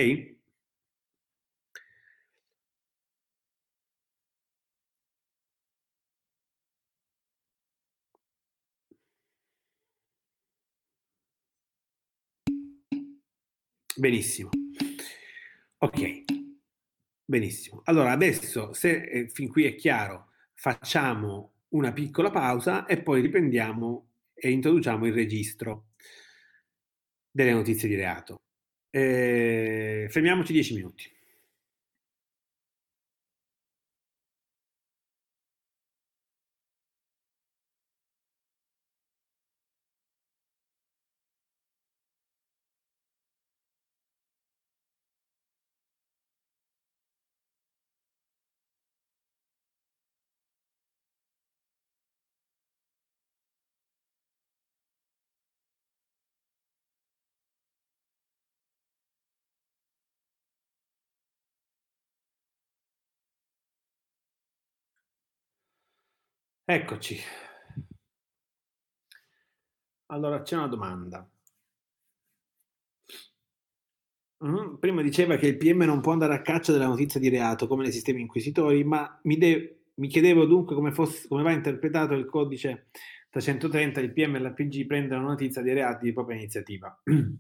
Benissimo. Ok, benissimo. Allora adesso, se eh, fin qui è chiaro, facciamo una piccola pausa e poi riprendiamo e introduciamo il registro delle notizie di reato. Eh, fermiamoci dieci minuti. Eccoci. Allora c'è una domanda. Mh, prima diceva che il P M non può andare a caccia della notizia di reato come nei sistemi inquisitori, ma mi, de- mi chiedevo dunque come, fosse, come va interpretato il codice trecentotrenta, il P M e l'A P G prendono notizia dei reati di propria iniziativa.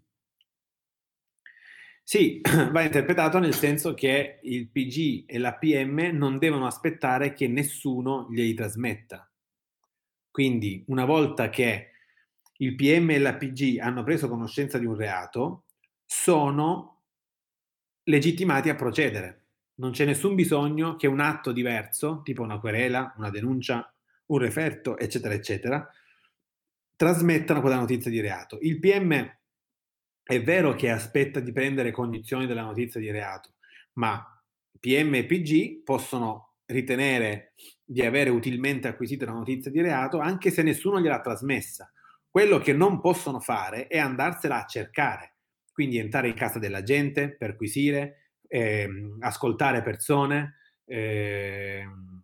Sì, va interpretato nel senso che il P G e l'A P M non devono aspettare che nessuno glieli trasmetta. Quindi, una volta che il P M e l'A P G hanno preso conoscenza di un reato, sono legittimati a procedere. Non c'è nessun bisogno che un atto diverso, tipo una querela, una denuncia, un referto, eccetera, eccetera, trasmettano quella notizia di reato. Il P M è vero che aspetta di prendere cognizione della notizia di reato, ma P M e P G possono ritenere di avere utilmente acquisito la notizia di reato anche se nessuno gliel'ha trasmessa. Quello che non possono fare è andarsela a cercare, quindi entrare in casa della gente, perquisire, ehm, ascoltare persone, ehm,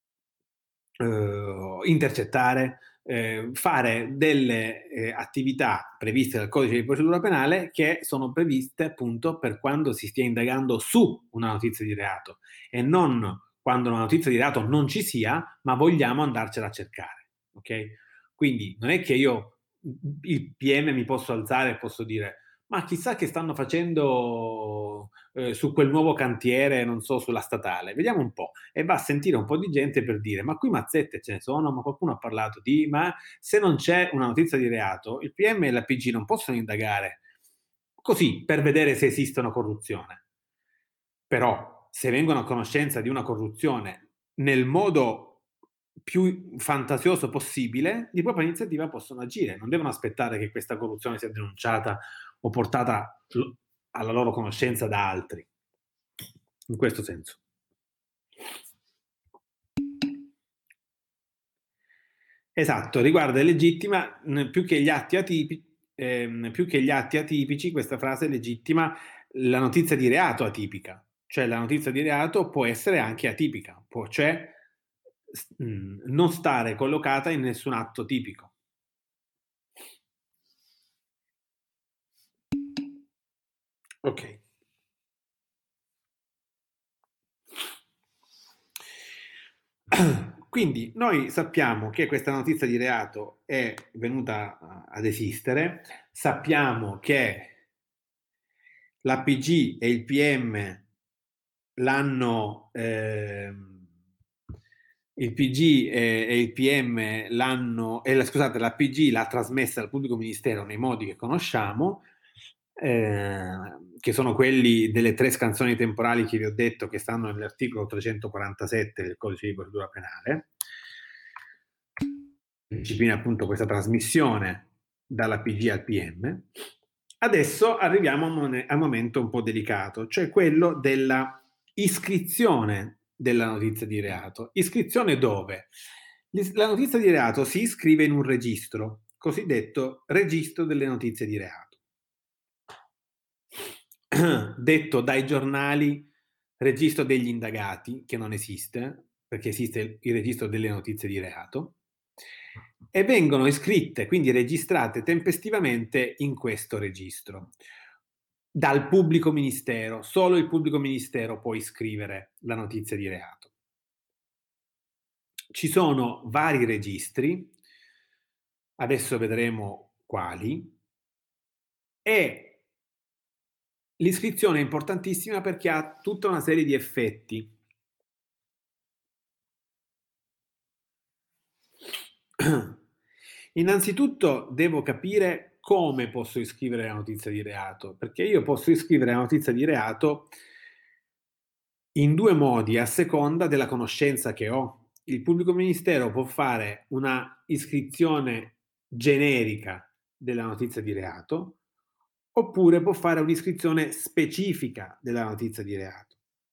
eh, intercettare, eh, fare delle eh, attività previste dal codice di procedura penale che sono previste appunto per quando si stia indagando su una notizia di reato e non quando una notizia di reato non ci sia, ma vogliamo andarcela a cercare. Ok? Quindi non è che io, il P M, mi posso alzare e posso dire ma chissà che stanno facendo eh, su quel nuovo cantiere, non so, sulla statale. Vediamo un po'. E va a sentire un po' di gente per dire, ma qui mazzette ce ne sono, ma qualcuno ha parlato di, ma se non c'è una notizia di reato, il P M e la P G non possono indagare così per vedere se esistono corruzione. Però, se vengono a conoscenza di una corruzione nel modo più fantasioso possibile, di propria iniziativa possono agire, non devono aspettare che questa corruzione sia denunciata o portata alla loro conoscenza da altri. In questo senso. Esatto, riguarda è legittima più che gli atti atipici, ehm, più che gli atti atipici, questa frase legittima la notizia di reato atipica, cioè la notizia di reato può essere anche atipica, può cioè mh, non stare collocata in nessun atto tipico. Ok. Quindi noi sappiamo che questa notizia di reato è venuta ad esistere, sappiamo che l'A P G e il P M l'hanno, ehm, il P G e, e il P M l'hanno, e la, scusate, l'A P G l'ha trasmessa al pubblico ministero nei modi che conosciamo, eh, che sono quelli delle tre scansioni temporali che vi ho detto che stanno nell'articolo trecentoquarantasette del codice di procedura penale. Disciplina appunto questa trasmissione dalla P G al P M. Adesso arriviamo a un, a un momento un po' delicato, cioè quello della iscrizione della notizia di reato. Iscrizione dove? La notizia di reato si iscrive in un registro, cosiddetto registro delle notizie di reato. Detto dai giornali registro degli indagati, che non esiste, perché esiste il registro delle notizie di reato, e vengono iscritte, quindi registrate tempestivamente in questo registro dal pubblico ministero. Solo il pubblico ministero può iscrivere la notizia di reato. Ci sono vari registri, adesso vedremo quali, e l'iscrizione è importantissima perché ha tutta una serie di effetti. Innanzitutto devo capire come posso iscrivere la notizia di reato, perché io posso iscrivere la notizia di reato in due modi a seconda della conoscenza che ho. Il pubblico ministero può fare una iscrizione generica della notizia di reato oppure può fare un'iscrizione specifica della notizia di reato.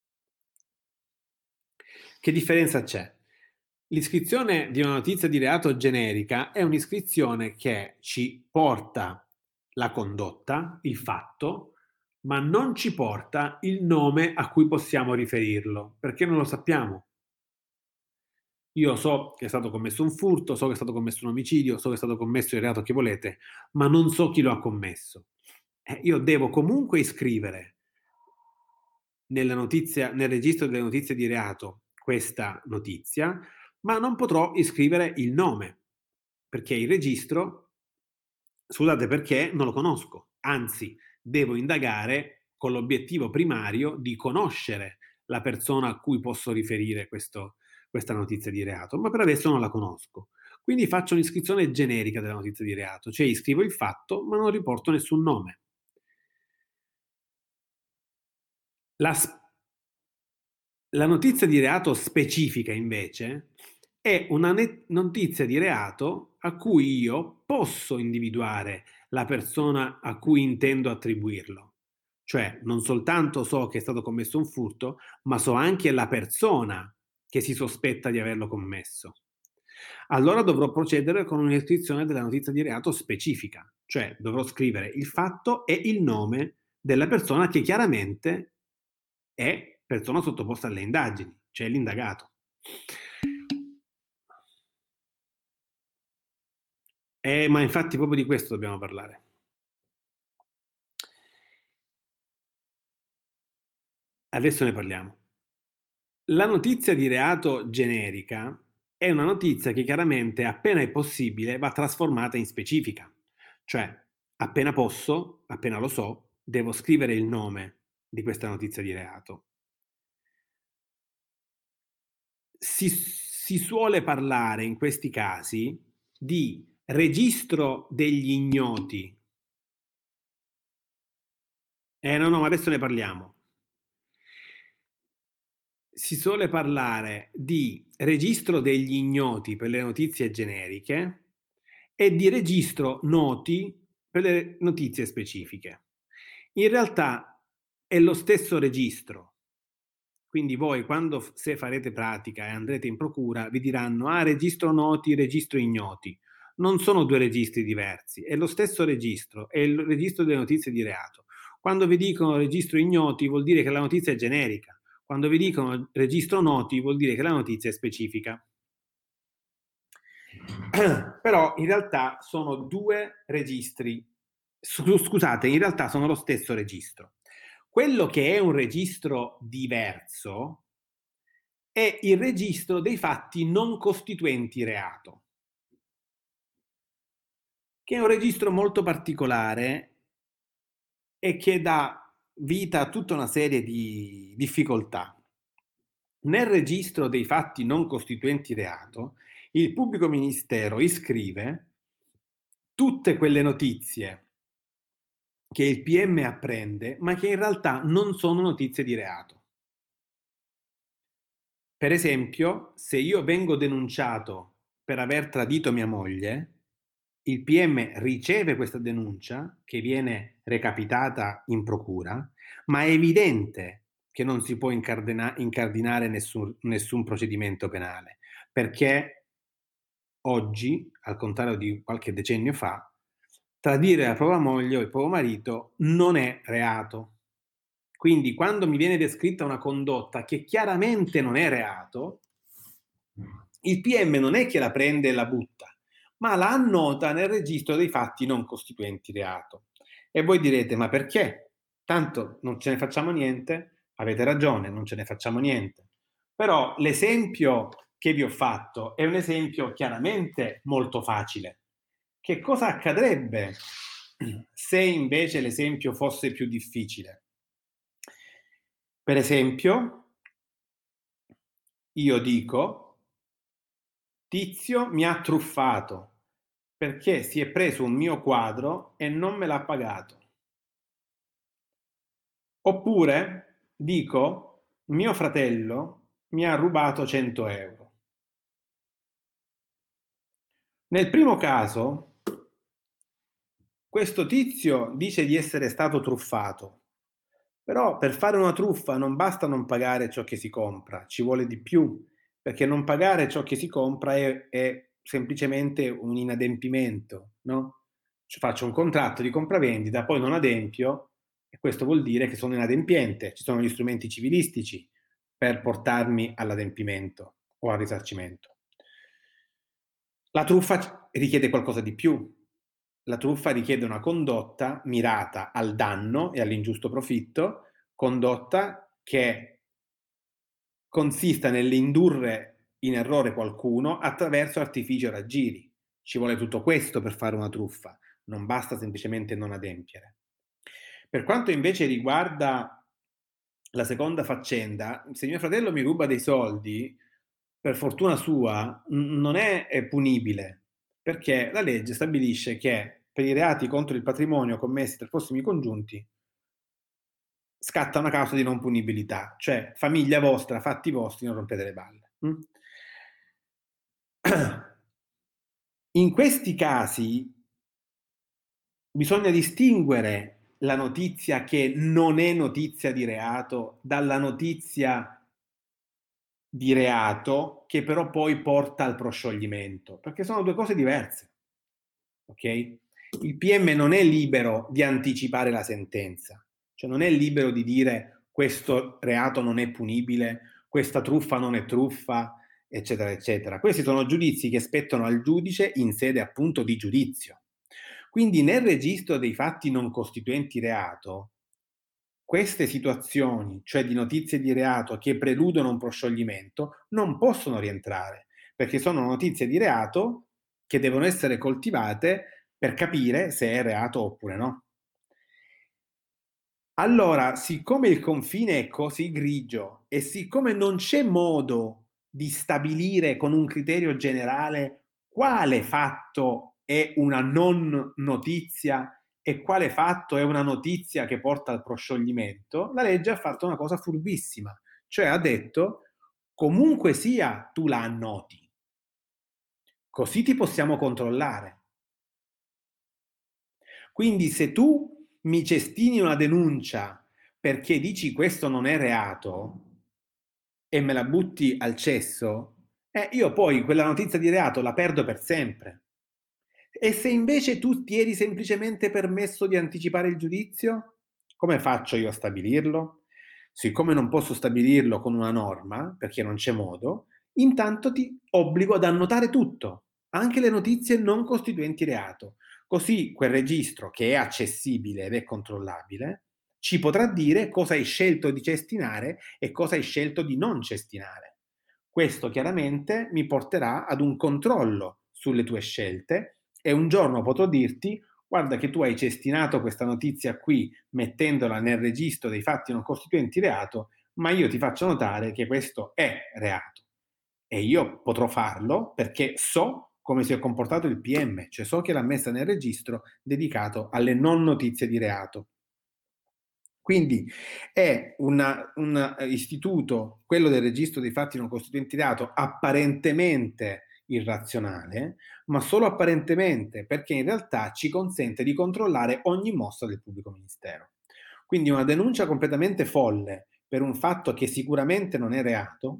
Che differenza c'è? L'iscrizione di una notizia di reato generica è un'iscrizione che ci porta la condotta, il fatto, ma non ci porta il nome a cui possiamo riferirlo, perché non lo sappiamo. Io so che è stato commesso un furto, so che è stato commesso un omicidio, so che è stato commesso il reato che volete, ma non so chi lo ha commesso. Eh, io devo comunque iscrivere nella notizia, nel registro delle notizie di reato questa notizia, ma non potrò iscrivere il nome, perché il registro, scusate, perché non lo conosco, anzi devo indagare con l'obiettivo primario di conoscere la persona a cui posso riferire questo, questa notizia di reato, ma per adesso non la conosco. Quindi faccio un'iscrizione generica della notizia di reato, cioè iscrivo il fatto ma non riporto nessun nome. La, la notizia di reato specifica invece è una notizia di reato a cui io posso individuare la persona a cui intendo attribuirlo. Cioè, non soltanto so che è stato commesso un furto, ma so anche la persona che si sospetta di averlo commesso. Allora dovrò procedere con un'iscrizione della notizia di reato specifica, cioè dovrò scrivere il fatto e il nome della persona che chiaramente è persona sottoposta alle indagini, cioè l'indagato. Eh, ma infatti proprio di questo dobbiamo parlare. Adesso ne parliamo. La notizia di reato generica è una notizia che chiaramente appena è possibile va trasformata in specifica. Cioè, appena posso, appena lo so, devo scrivere il nome di questa notizia di reato. Si, si suole parlare in questi casi di registro degli ignoti. Eh no, no, ma adesso ne parliamo. Si suole parlare di registro degli ignoti per le notizie generiche e di registro noti per le notizie specifiche. In realtà è lo stesso registro. Quindi voi quando se farete pratica e andrete in procura vi diranno ah, registro noti, registro ignoti. Non sono due registri diversi, è lo stesso registro, è il registro delle notizie di reato. Quando vi dicono registro ignoti vuol dire che la notizia è generica. Quando vi dicono registro noti vuol dire che la notizia è specifica. Però in realtà sono due registri. Scusate, in realtà sono lo stesso registro. Quello che è un registro diverso è il registro dei fatti non costituenti reato, che è un registro molto particolare e che dà vita a tutta una serie di difficoltà. Nel registro dei fatti non costituenti reato, il pubblico ministero iscrive tutte quelle notizie che il P M apprende, ma che in realtà non sono notizie di reato. Per esempio, se io vengo denunciato per aver tradito mia moglie, il P M riceve questa denuncia che viene recapitata in procura, ma è evidente che non si può incardina- incardinare nessun, nessun procedimento penale, perché oggi, al contrario di qualche decennio fa, tradire la propria moglie o il proprio marito non è reato. Quindi quando mi viene descritta una condotta che chiaramente non è reato, il P M non è che la prende e la butta, ma la annota nel registro dei fatti non costituenti reato. E voi direte, ma perché? Tanto non ce ne facciamo niente? Avete ragione, non ce ne facciamo niente. Però l'esempio che vi ho fatto è un esempio chiaramente molto facile. Che cosa accadrebbe se invece l'esempio fosse più difficile? Per esempio, io dico, Tizio mi ha truffato perché si è preso un mio quadro e non me l'ha pagato. Oppure dico, mio fratello mi ha rubato cento euro. Nel primo caso, questo tizio dice di essere stato truffato, però per fare una truffa non basta non pagare ciò che si compra, ci vuole di più, perché non pagare ciò che si compra è, è semplicemente un inadempimento, no? Cioè, faccio un contratto di compravendita, poi non adempio, e questo vuol dire che sono inadempiente. Ci sono gli strumenti civilistici per portarmi all'adempimento o al risarcimento. La truffa richiede qualcosa di più. La truffa richiede una condotta mirata al danno e all'ingiusto profitto, condotta che consista nell'indurre in errore qualcuno attraverso artifici o raggiri. Ci vuole tutto questo per fare una truffa, non basta semplicemente non adempiere. Per quanto invece riguarda la seconda faccenda, se mio fratello mi ruba dei soldi, per fortuna sua, n- non è, è punibile, perché la legge stabilisce che per i reati contro il patrimonio commessi tra prossimi congiunti scatta una causa di non punibilità, cioè famiglia vostra, fatti vostri, non rompete le balle. Mm? In questi casi bisogna distinguere la notizia che non è notizia di reato dalla notizia di reato che però poi porta al proscioglimento, perché sono due cose diverse. Ok? Il P M non è libero di anticipare la sentenza, cioè non è libero di dire questo reato non è punibile, questa truffa non è truffa, eccetera, eccetera. Questi sono giudizi che spettano al giudice in sede appunto di giudizio. Quindi nel registro dei fatti non costituenti reato, queste situazioni, cioè di notizie di reato che preludono un proscioglimento, non possono rientrare, perché sono notizie di reato che devono essere coltivate per capire se è reato oppure no. Allora, siccome il confine è così grigio e siccome non c'è modo di stabilire con un criterio generale quale fatto è una non notizia e quale fatto è una notizia che porta al proscioglimento, la legge ha fatto una cosa furbissima, cioè ha detto comunque sia tu la annoti, così ti possiamo controllare. Quindi se tu mi cestini una denuncia perché dici questo non è reato e me la butti al cesso, eh, io poi quella notizia di reato la perdo per sempre. E se invece tu ti eri semplicemente permesso di anticipare il giudizio, come faccio io a stabilirlo? Siccome non posso stabilirlo con una norma, perché non c'è modo, intanto ti obbligo ad annotare tutto, anche le notizie non costituenti reato. Così quel registro, che è accessibile ed è controllabile, ci potrà dire cosa hai scelto di cestinare e cosa hai scelto di non cestinare. Questo chiaramente mi porterà ad un controllo sulle tue scelte e un giorno potrò dirti: guarda che tu hai cestinato questa notizia qui mettendola nel registro dei fatti non costituenti reato, ma io ti faccio notare che questo è reato. E io potrò farlo perché so come si è comportato il P M, cioè so che l'ha messa nel registro dedicato alle non notizie di reato. Quindi è una, un istituto, quello del registro dei fatti non costituenti reato, apparentemente irrazionale, ma solo apparentemente, perché in realtà ci consente di controllare ogni mossa del pubblico ministero. Quindi una denuncia completamente folle per un fatto che sicuramente non è reato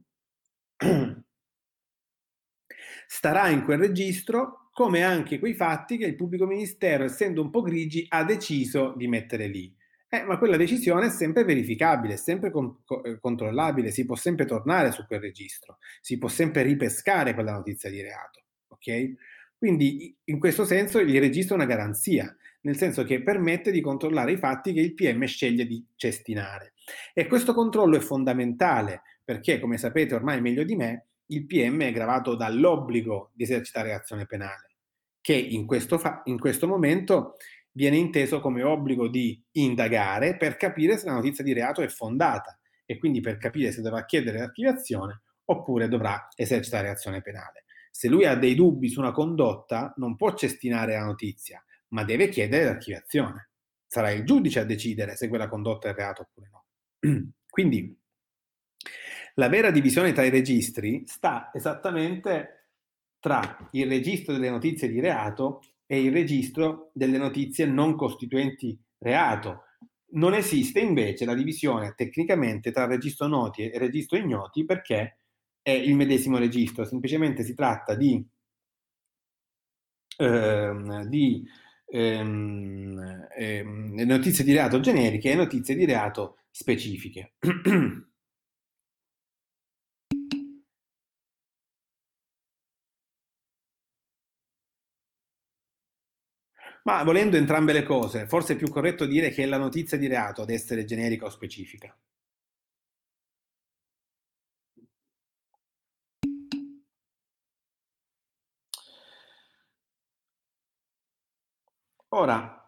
starà in quel registro, come anche quei fatti che il pubblico ministero, essendo un po' grigi, ha deciso di mettere lì. Eh, ma quella decisione è sempre verificabile, è sempre con- co- eh, controllabile, si può sempre tornare su quel registro, si può sempre ripescare quella notizia di reato, ok? Quindi in questo senso il registro è una garanzia, nel senso che permette di controllare i fatti che il P M sceglie di cestinare. E questo controllo è fondamentale perché, come sapete ormai meglio di me, il P M è gravato dall'obbligo di esercitare azione penale, che in questo, fa- in questo momento viene inteso come obbligo di indagare per capire se la notizia di reato è fondata e quindi per capire se dovrà chiedere l'archiviazione oppure dovrà esercitare azione penale. Se lui ha dei dubbi su una condotta, non può cestinare la notizia, ma deve chiedere l'archiviazione. Sarà il giudice a decidere se quella condotta è reato oppure no. Quindi la vera divisione tra i registri sta esattamente tra il registro delle notizie di reato e il registro delle notizie non costituenti reato. Non esiste invece la divisione tecnicamente tra registro noti e registro ignoti perché è il medesimo registro, semplicemente si tratta di, ehm, di ehm, ehm, notizie di reato generiche e notizie di reato specifiche. Ma volendo entrambe le cose, forse è più corretto dire che è la notizia di reato ad essere generica o specifica. Ora,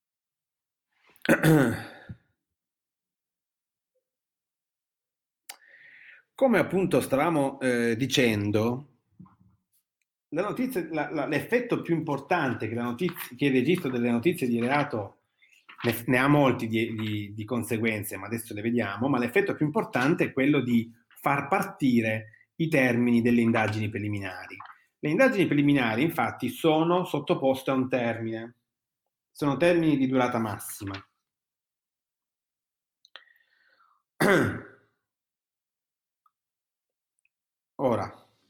come appunto stavamo eh, dicendo, la notizia, la- la- l'effetto più importante che, la notizia, che il registro delle notizie di reato ne, ne ha molti di, di- di conseguenze, ma adesso le vediamo, ma l'effetto più importante è quello di far partire i termini delle indagini preliminari. Le indagini preliminari, infatti, sono sottoposte a un termine, sono termini di durata massima. Ora,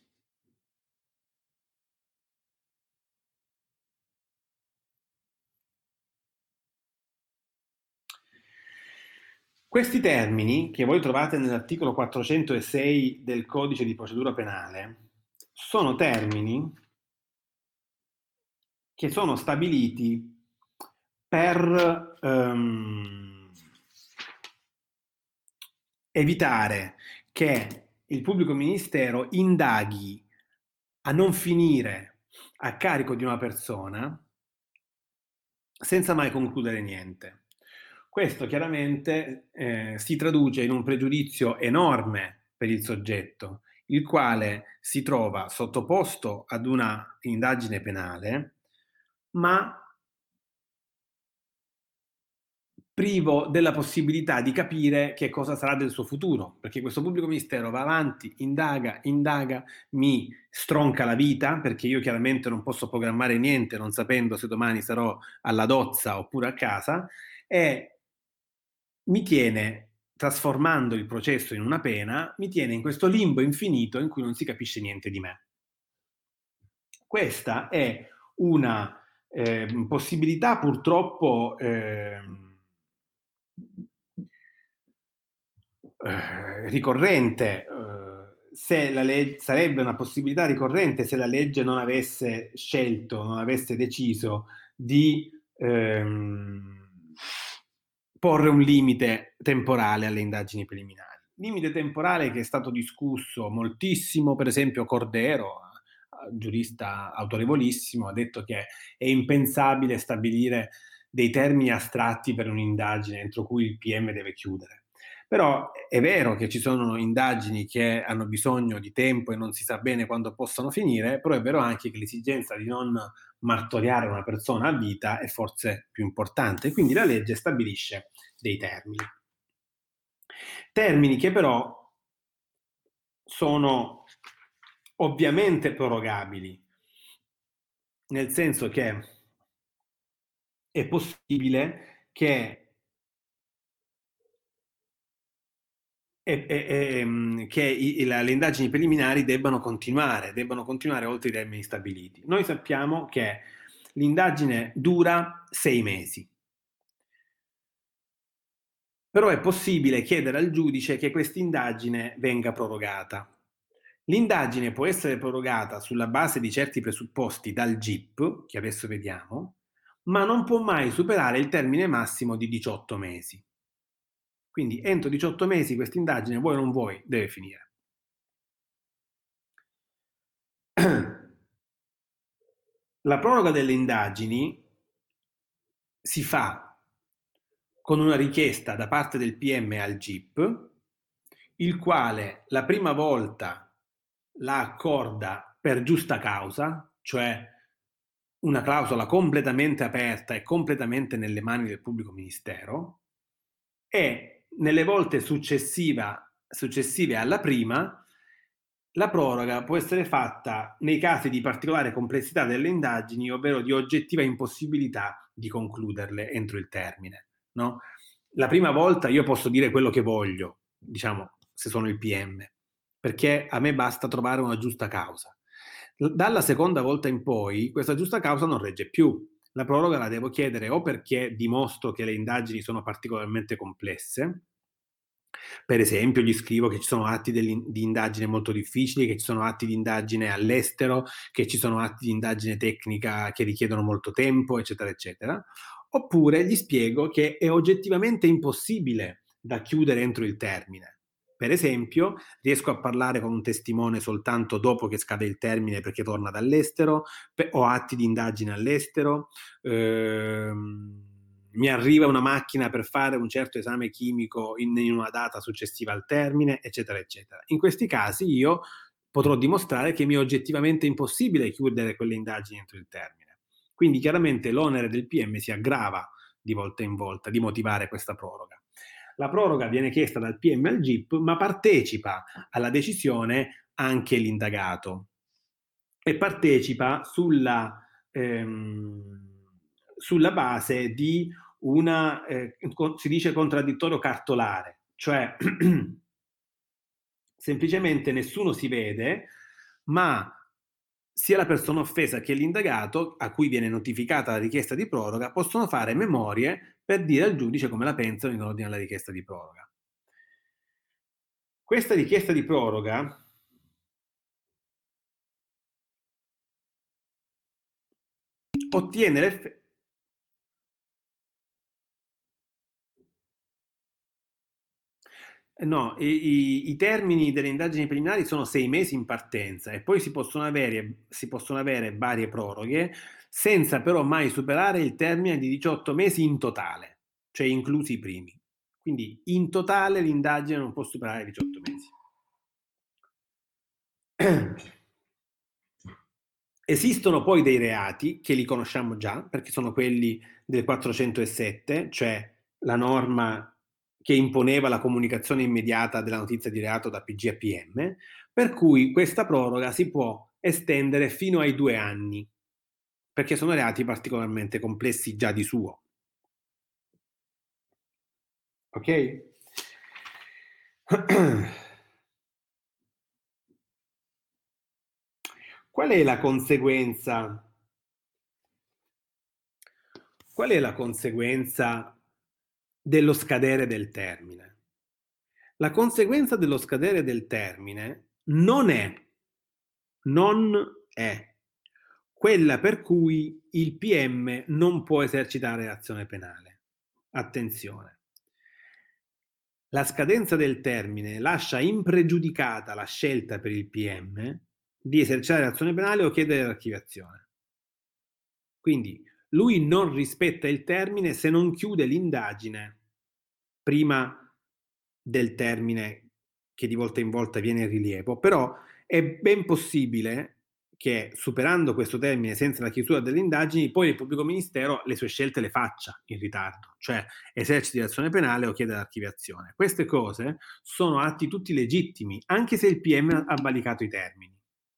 questi termini, che voi trovate nell'articolo quattrocentosei del Codice di procedura penale, sono termini che sono stabiliti per ehm, evitare che il pubblico ministero indaghi a non finire a carico di una persona senza mai concludere niente. Questo chiaramente eh, si traduce in un pregiudizio enorme per il soggetto, il quale si trova sottoposto ad una indagine penale, ma privo della possibilità di capire che cosa sarà del suo futuro, perché questo pubblico ministero va avanti, indaga, indaga, mi stronca la vita, perché io chiaramente non posso programmare niente non sapendo se domani sarò alla dozza oppure a casa, e mi tiene, trasformando il processo in una pena, mi tiene in questo limbo infinito in cui non si capisce niente di me. Questa è una eh, possibilità purtroppo eh, eh, ricorrente, eh, se la legge sarebbe una possibilità ricorrente se la legge non avesse scelto, non avesse deciso di ehm, porre un limite temporale alle indagini preliminari. Limite temporale che è stato discusso moltissimo, per esempio Cordero, giurista autorevolissimo, ha detto che è impensabile stabilire dei termini astratti per un'indagine entro cui il P M deve chiudere. Però è vero che ci sono indagini che hanno bisogno di tempo e non si sa bene quando possano finire, però è vero anche che l'esigenza di non martoriare una persona a vita è forse più importante. Quindi la legge stabilisce dei termini. Termini che però sono ovviamente prorogabili, nel senso che è possibile che E, e- e, che i- la- le indagini preliminari debbano continuare, debbano continuare oltre i termini stabiliti. Noi sappiamo che l'indagine dura sei mesi, però è possibile chiedere al giudice che questa indagine venga prorogata. L'indagine può essere prorogata sulla base di certi presupposti dal G I P, che adesso vediamo, ma non può mai superare il termine massimo di diciotto mesi. Quindi entro diciotto mesi questa indagine, vuoi o non vuoi, deve finire. La proroga delle indagini si fa con una richiesta da parte del P M al G I P, il quale la prima volta la accorda per giusta causa, cioè una clausola completamente aperta e completamente nelle mani del pubblico ministero, e nelle volte successiva, successive alla prima la proroga può essere fatta nei casi di particolare complessità delle indagini, ovvero di oggettiva impossibilità di concluderle entro il termine, no? La prima volta io posso dire quello che voglio, diciamo, se sono il P M, perché a me basta trovare una giusta causa. Dalla seconda volta in poi questa giusta causa non regge più. La proroga la devo chiedere o perché dimostro che le indagini sono particolarmente complesse, Per esempio, gli scrivo che ci sono atti di indagine molto difficili, che ci sono atti di indagine all'estero, che ci sono atti di indagine tecnica che richiedono molto tempo, eccetera, eccetera. Oppure gli spiego che è oggettivamente impossibile da chiudere entro il termine. Per esempio, riesco a parlare con un testimone soltanto dopo che scade il termine perché torna dall'estero, ho atti di indagine all'estero, ehm, mi arriva una macchina per fare un certo esame chimico in, in una data successiva al termine, eccetera, eccetera. In questi casi io potrò dimostrare che mi è oggettivamente impossibile chiudere quelle indagini entro il termine. Quindi chiaramente l'onere del P M si aggrava di volta in volta di motivare questa proroga. La proroga viene chiesta dal P M al G I P, ma partecipa alla decisione anche l'indagato e partecipa sulla, ehm, sulla base di una, eh, si dice contraddittorio cartolare, cioè semplicemente nessuno si vede, ma sia la persona offesa che l'indagato, a cui viene notificata la richiesta di proroga, possono fare memorie per dire al giudice come la pensano in ordine alla richiesta di proroga. Questa richiesta di proroga ottiene l'effetto. No, i, i- i termini delle indagini preliminari sono sei mesi in partenza e poi si possono avere, si possono avere varie proroghe senza però mai superare il termine di diciotto mesi in totale, cioè inclusi i primi. Quindi in totale l'indagine non può superare i diciotto mesi. Esistono poi dei reati che li conosciamo già, perché sono quelli del quattrocentosette, cioè la norma che imponeva la comunicazione immediata della notizia di reato da P G a P M, per cui questa proroga si può estendere fino ai due anni, perché sono reati particolarmente complessi già di suo. Ok? Qual è la conseguenza? Qual è la conseguenza dello scadere del termine? La conseguenza dello scadere del termine non è, non è quella per cui il P M non può esercitare l'azione penale. Attenzione. La scadenza del termine lascia impregiudicata la scelta per il P M di esercitare l'azione penale o chiedere l'archiviazione. Quindi lui non rispetta il termine se non chiude l'indagine prima del termine che di volta in volta viene in rilievo, però è ben possibile che superando questo termine senza la chiusura delle indagini, poi il pubblico ministero le sue scelte le faccia in ritardo, cioè eserciti l'azione penale o chiede l'archiviazione. Queste cose sono atti tutti legittimi, anche se il P M ha valicato i termini.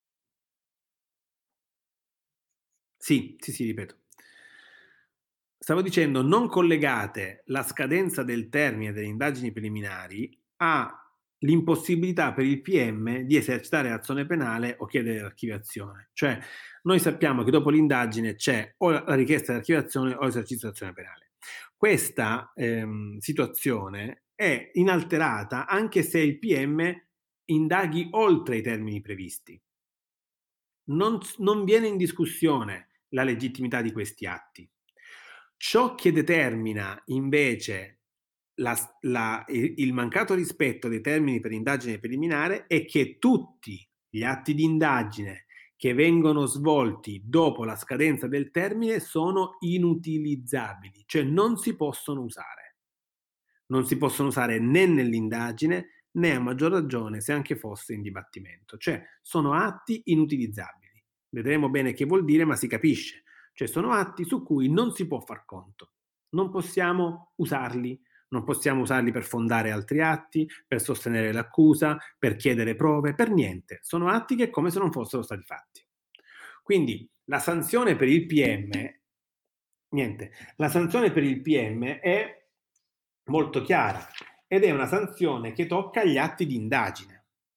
Sì, sì, sì, ripeto. Stavo dicendo, non collegate la scadenza del termine delle indagini preliminari all'impossibilità per il P M di esercitare l'azione penale o chiedere l'archiviazione. Cioè, noi sappiamo che dopo l'indagine c'è o la richiesta di archiviazione o l'esercizio dell'azione penale. Questa ehm, situazione è inalterata anche se il P M indaghi oltre i termini previsti. Non, non viene in discussione la legittimità di questi atti. Ciò che determina invece la, la, il mancato rispetto dei termini per indagine preliminare è che tutti gli atti di indagine che vengono svolti dopo la scadenza del termine sono inutilizzabili, cioè non si possono usare. Non si possono usare né nell'indagine né a maggior ragione se anche fosse in dibattimento, cioè sono atti inutilizzabili. Vedremo bene che vuol dire, ma si capisce. Cioè sono atti su cui non si può far conto, non possiamo usarli, non possiamo usarli per fondare altri atti, per sostenere l'accusa, per chiedere prove, per niente. Sono atti che è come se non fossero stati fatti. Quindi la sanzione per il P M, niente, la sanzione per il P M è molto chiara ed è una sanzione che tocca gli atti di indagine.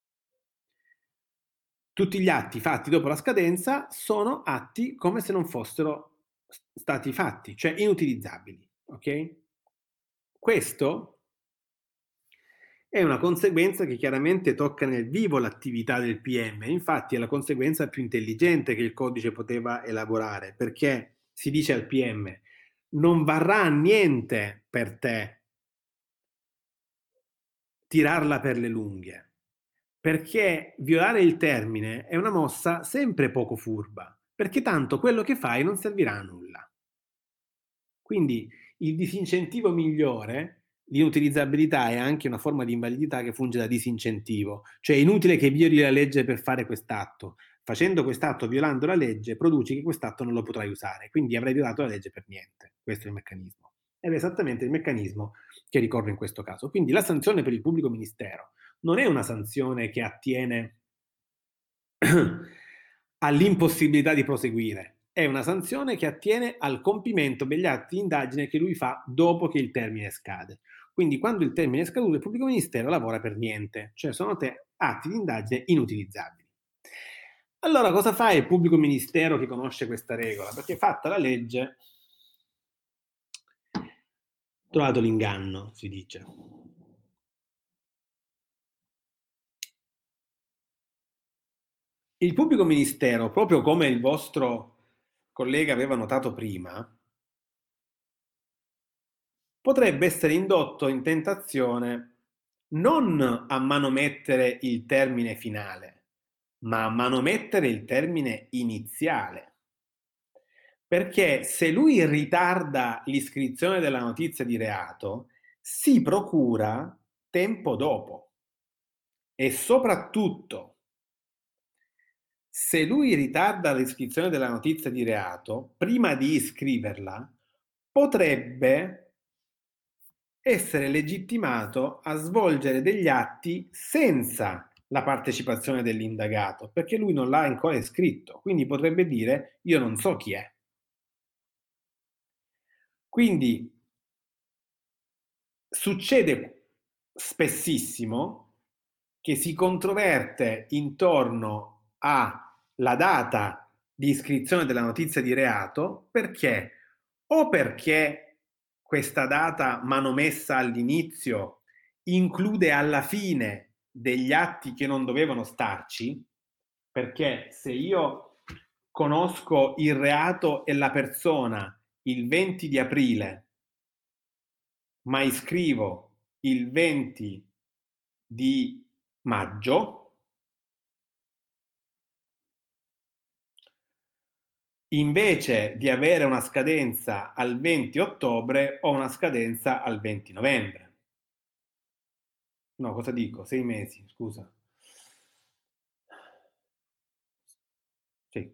Tutti gli atti fatti dopo la scadenza sono atti come se non fossero stati fatti, cioè inutilizzabili, ok? Questo È una conseguenza che chiaramente tocca nel vivo l'attività del P M, infatti è la conseguenza più intelligente che il codice poteva elaborare, perché si dice al P M non varrà a niente per te tirarla per le lunghe, perché violare il termine è una mossa sempre poco furba, perché tanto quello che fai non servirà a nulla. Quindi il disincentivo migliore, l'inutilizzabilità è anche una forma di invalidità che funge da disincentivo, cioè è inutile che violi la legge per fare quest'atto. Facendo quest'atto, violando la legge, produci che quest'atto non lo potrai usare, quindi avrai violato la legge per niente. Questo è il meccanismo. Ed è esattamente il meccanismo che ricorre in questo caso. Quindi la sanzione per il pubblico ministero non è una sanzione che attiene all'impossibilità di proseguire, è una sanzione che attiene al compimento degli atti di indagine che lui fa dopo che il termine scade. Quindi quando il termine è scaduto il pubblico ministero lavora per niente, cioè sono te atti di indagine inutilizzabili. Allora cosa fa il pubblico ministero che conosce questa regola? Perché fatta la legge, trovato l'inganno, si dice. Il pubblico ministero, proprio come il vostro collega aveva notato prima, potrebbe essere indotto in tentazione non a manomettere il termine finale, ma a manomettere il termine iniziale. Perché se lui ritarda l'iscrizione della notizia di reato, si procura tempo dopo. E soprattutto, se lui ritarda l'iscrizione della notizia di reato, prima di iscriverla, potrebbe essere legittimato a svolgere degli atti senza la partecipazione dell'indagato, perché lui non l'ha ancora iscritto, quindi potrebbe dire io non so chi è. Quindi succede spessissimo che si controverte intorno alla data di iscrizione della notizia di reato perché o perché questa data manomessa all'inizio include alla fine degli atti che non dovevano starci, perché se io conosco il reato e la persona il venti di aprile, ma iscrivo il venti di maggio, invece di avere una scadenza al venti ottobre ho una scadenza al venti novembre. No, cosa dico? Sei mesi, scusa. Sì.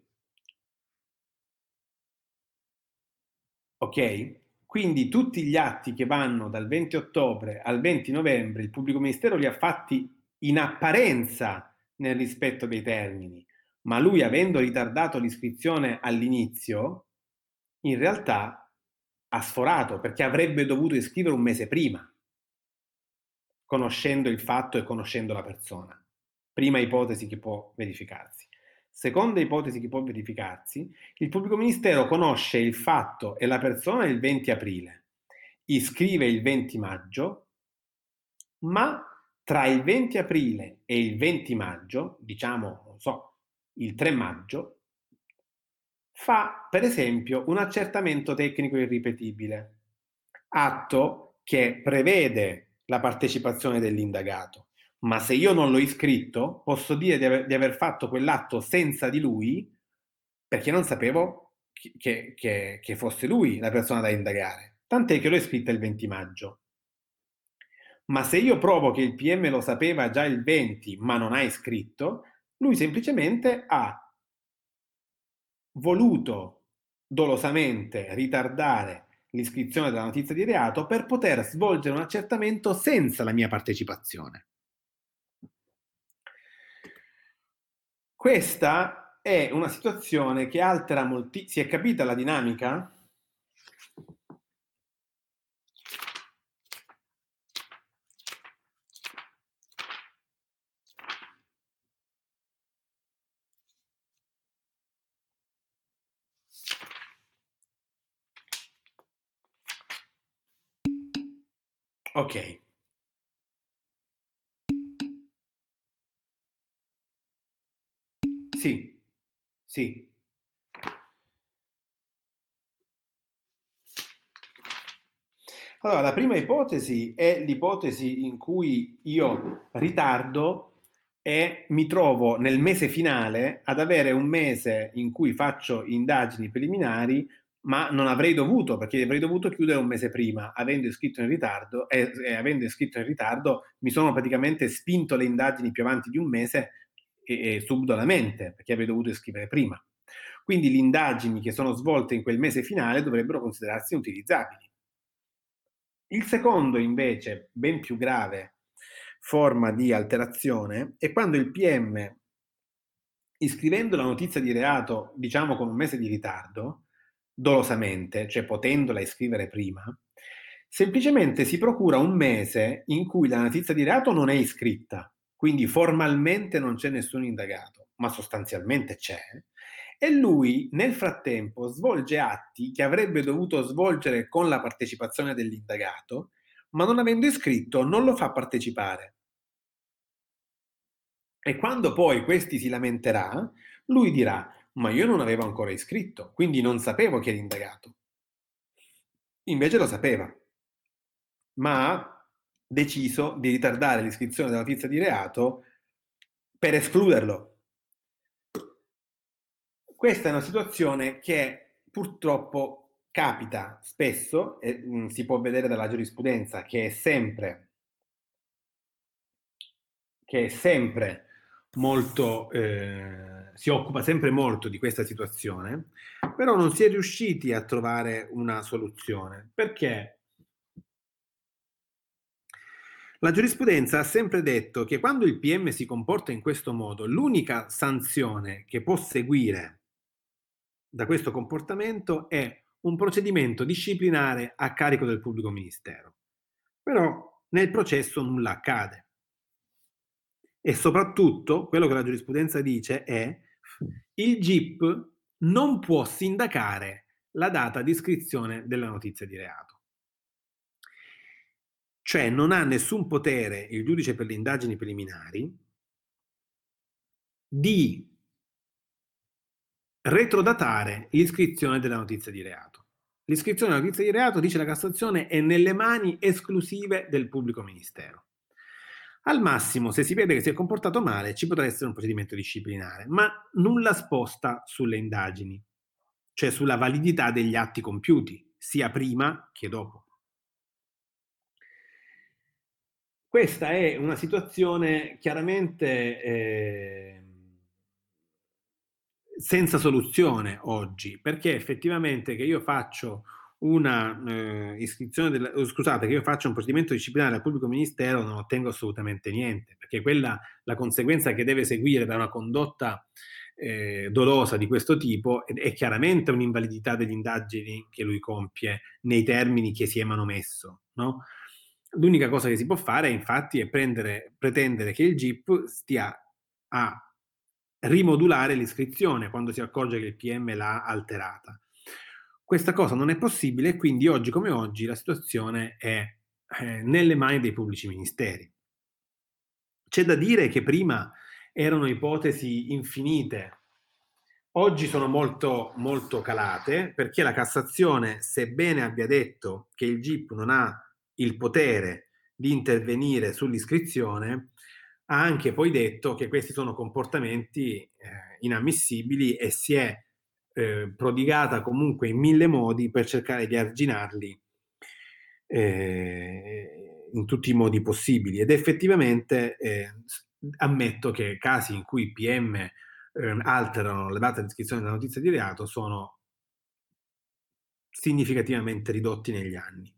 Ok? Quindi tutti gli atti che vanno dal venti ottobre al venti novembre il pubblico ministero li ha fatti in apparenza nel rispetto dei termini, ma lui avendo ritardato l'iscrizione all'inizio, in realtà ha sforato perché avrebbe dovuto iscrivere un mese prima, conoscendo il fatto e conoscendo la persona. Prima ipotesi che può verificarsi. Seconda ipotesi che può verificarsi, il pubblico ministero conosce il fatto e la persona il venti aprile, iscrive il venti maggio, ma tra il venti aprile e il venti maggio, diciamo, non so, il tre maggio, fa per esempio un accertamento tecnico irripetibile, atto che prevede la partecipazione dell'indagato. Ma se io non l'ho iscritto, posso dire di aver, di aver fatto quell'atto senza di lui perché non sapevo che, che, che fosse lui la persona da indagare. Tant'è che l'ho iscritta il venti maggio. Ma se io provo che il P M lo sapeva già il venti, ma non ha iscritto, lui semplicemente ha voluto dolosamente ritardare l'iscrizione della notizia di reato per poter svolgere un accertamento senza la mia partecipazione. Questa è una situazione che altera molti... Si è capita la dinamica? Ok. Sì, sì. Allora, la prima ipotesi è l'ipotesi in cui io ritardo e mi trovo nel mese finale ad avere un mese in cui faccio indagini preliminari, ma non avrei dovuto, perché avrei dovuto chiudere un mese prima, avendo iscritto in ritardo, e, e avendo iscritto in ritardo mi sono praticamente spinto le indagini più avanti di un mese e, e subdolamente, perché avrei dovuto iscrivere prima. Quindi le indagini che sono svolte in quel mese finale dovrebbero considerarsi utilizzabili. Il secondo, invece, ben più grave forma di alterazione è quando il P M, iscrivendo la notizia di reato, diciamo con un mese di ritardo, dolosamente, cioè potendola iscrivere prima, semplicemente si procura un mese in cui la notizia di reato non è iscritta, quindi formalmente non c'è nessun indagato, ma sostanzialmente c'è, e lui nel frattempo svolge atti che avrebbe dovuto svolgere con la partecipazione dell'indagato, ma non avendo iscritto non lo fa partecipare. E quando poi questi si lamenterà, lui dirà: ma io non avevo ancora iscritto, quindi non sapevo chi era indagato. Invece lo sapeva, ma ha deciso di ritardare l'iscrizione della notizia di reato per escluderlo. Questa è una situazione che purtroppo capita spesso e mh, si può vedere dalla giurisprudenza che è sempre, che è sempre molto, eh, si occupa sempre molto di questa situazione, però non si è riusciti a trovare una soluzione. Perché? La giurisprudenza ha sempre detto che quando il P M si comporta in questo modo, l'unica sanzione che può seguire da questo comportamento è un procedimento disciplinare a carico del pubblico ministero. Però nel processo nulla accade. E soprattutto quello che la giurisprudenza dice è il G I P non può sindacare la data di iscrizione della notizia di reato. Cioè non ha nessun potere il giudice per le indagini preliminari di retrodatare l'iscrizione della notizia di reato. L'iscrizione della notizia di reato, dice la Cassazione, è nelle mani esclusive del pubblico ministero. Al massimo, se si vede che si è comportato male, ci potrà essere un procedimento disciplinare, ma nulla sposta sulle indagini, cioè sulla validità degli atti compiuti, sia prima che dopo. Questa è una situazione chiaramente eh, senza soluzione oggi, perché effettivamente che io faccio una eh, iscrizione del, oh, scusate, che io faccio un procedimento disciplinare al pubblico ministero non ottengo assolutamente niente, perché quella la conseguenza che deve seguire da una condotta eh, dolosa di questo tipo è, è chiaramente un'invalidità delle indagini che lui compie nei termini che si è manomesso, no? L'unica cosa che si può fare, infatti, è prendere, pretendere che il G I P stia a rimodulare l'iscrizione quando si accorge che il P M l'ha alterata. Questa cosa non è possibile e quindi oggi come oggi la situazione è eh, nelle mani dei pubblici ministeri. C'è da dire che prima erano ipotesi infinite, oggi sono molto, molto calate, perché la Cassazione, sebbene abbia detto che il G I P non ha il potere di intervenire sull'iscrizione, ha anche poi detto che questi sono comportamenti eh, inammissibili e si è eh, prodigata comunque in mille modi per cercare di arginarli eh, in tutti i modi possibili. Ed effettivamente eh, ammetto che casi in cui i P M eh, alterano la data di iscrizione della notizia di reato sono significativamente ridotti negli anni.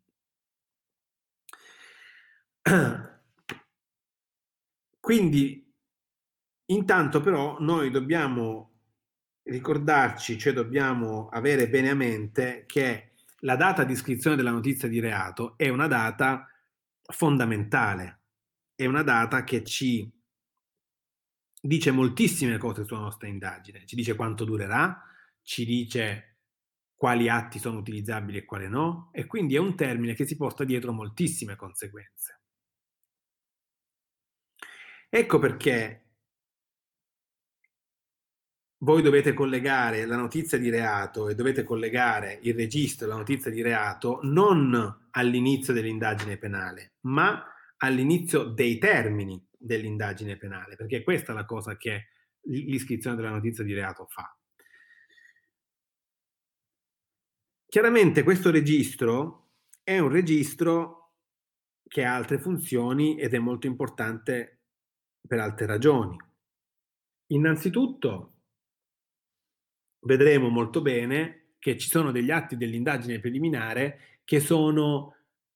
Quindi, intanto però noi dobbiamo ricordarci, cioè dobbiamo avere bene a mente che la data di iscrizione della notizia di reato è una data fondamentale, è una data che ci dice moltissime cose sulla nostra indagine, ci dice quanto durerà, ci dice quali atti sono utilizzabili e quali no, e quindi è un termine che si porta dietro moltissime conseguenze. Ecco perché voi dovete collegare la notizia di reato e dovete collegare il registro della notizia di reato non all'inizio dell'indagine penale, ma all'inizio dei termini dell'indagine penale, perché questa è la cosa che l'iscrizione della notizia di reato fa. Chiaramente questo registro è un registro che ha altre funzioni ed è molto importante per altre ragioni. Innanzitutto, vedremo molto bene che ci sono degli atti dell'indagine preliminare che sono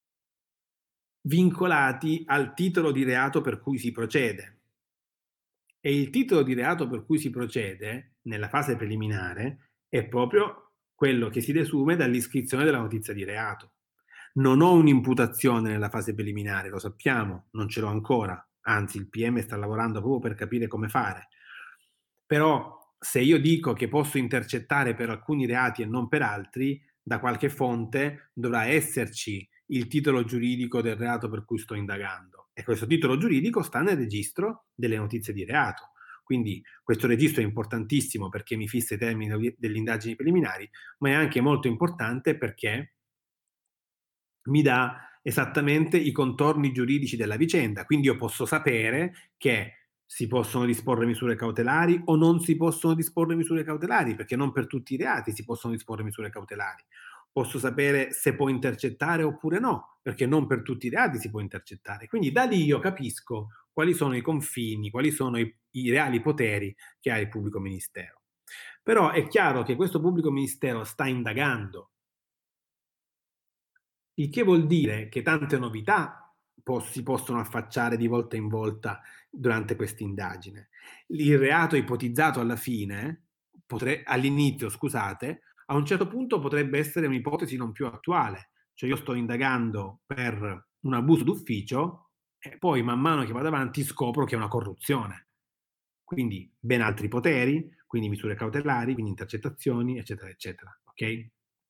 vincolati al titolo di reato per cui si procede. E il titolo di reato per cui si procede nella fase preliminare è proprio quello che si desume dall'iscrizione della notizia di reato. Non ho un'imputazione nella fase preliminare, lo sappiamo, non ce l'ho ancora, anzi il P M sta lavorando proprio per capire come fare. Però se io dico che posso intercettare per alcuni reati e non per altri, da qualche fonte dovrà esserci il titolo giuridico del reato per cui sto indagando. E questo titolo giuridico sta nel registro delle notizie di reato. Quindi questo registro è importantissimo perché mi fissa i termini delle indagini preliminari, ma è anche molto importante perché mi dà esattamente i contorni giuridici della vicenda. Quindi io posso sapere che si possono disporre misure cautelari o non si possono disporre misure cautelari, perché non per tutti i reati si possono disporre misure cautelari. Posso sapere se può intercettare oppure no, perché non per tutti i reati si può intercettare. Quindi da lì io capisco quali sono i confini, quali sono i, i reali poteri che ha il pubblico ministero. Però è chiaro che questo pubblico ministero sta indagando, il che vuol dire che tante novità po- si possono affacciare di volta in volta durante questa indagine. Il reato ipotizzato alla fine, potre- all'inizio, scusate, a un certo punto potrebbe essere un'ipotesi non più attuale. Cioè io sto indagando per un abuso d'ufficio e poi man mano che vado avanti scopro che è una corruzione. Quindi ben altri poteri, quindi misure cautelari, quindi intercettazioni, eccetera, eccetera. Ok?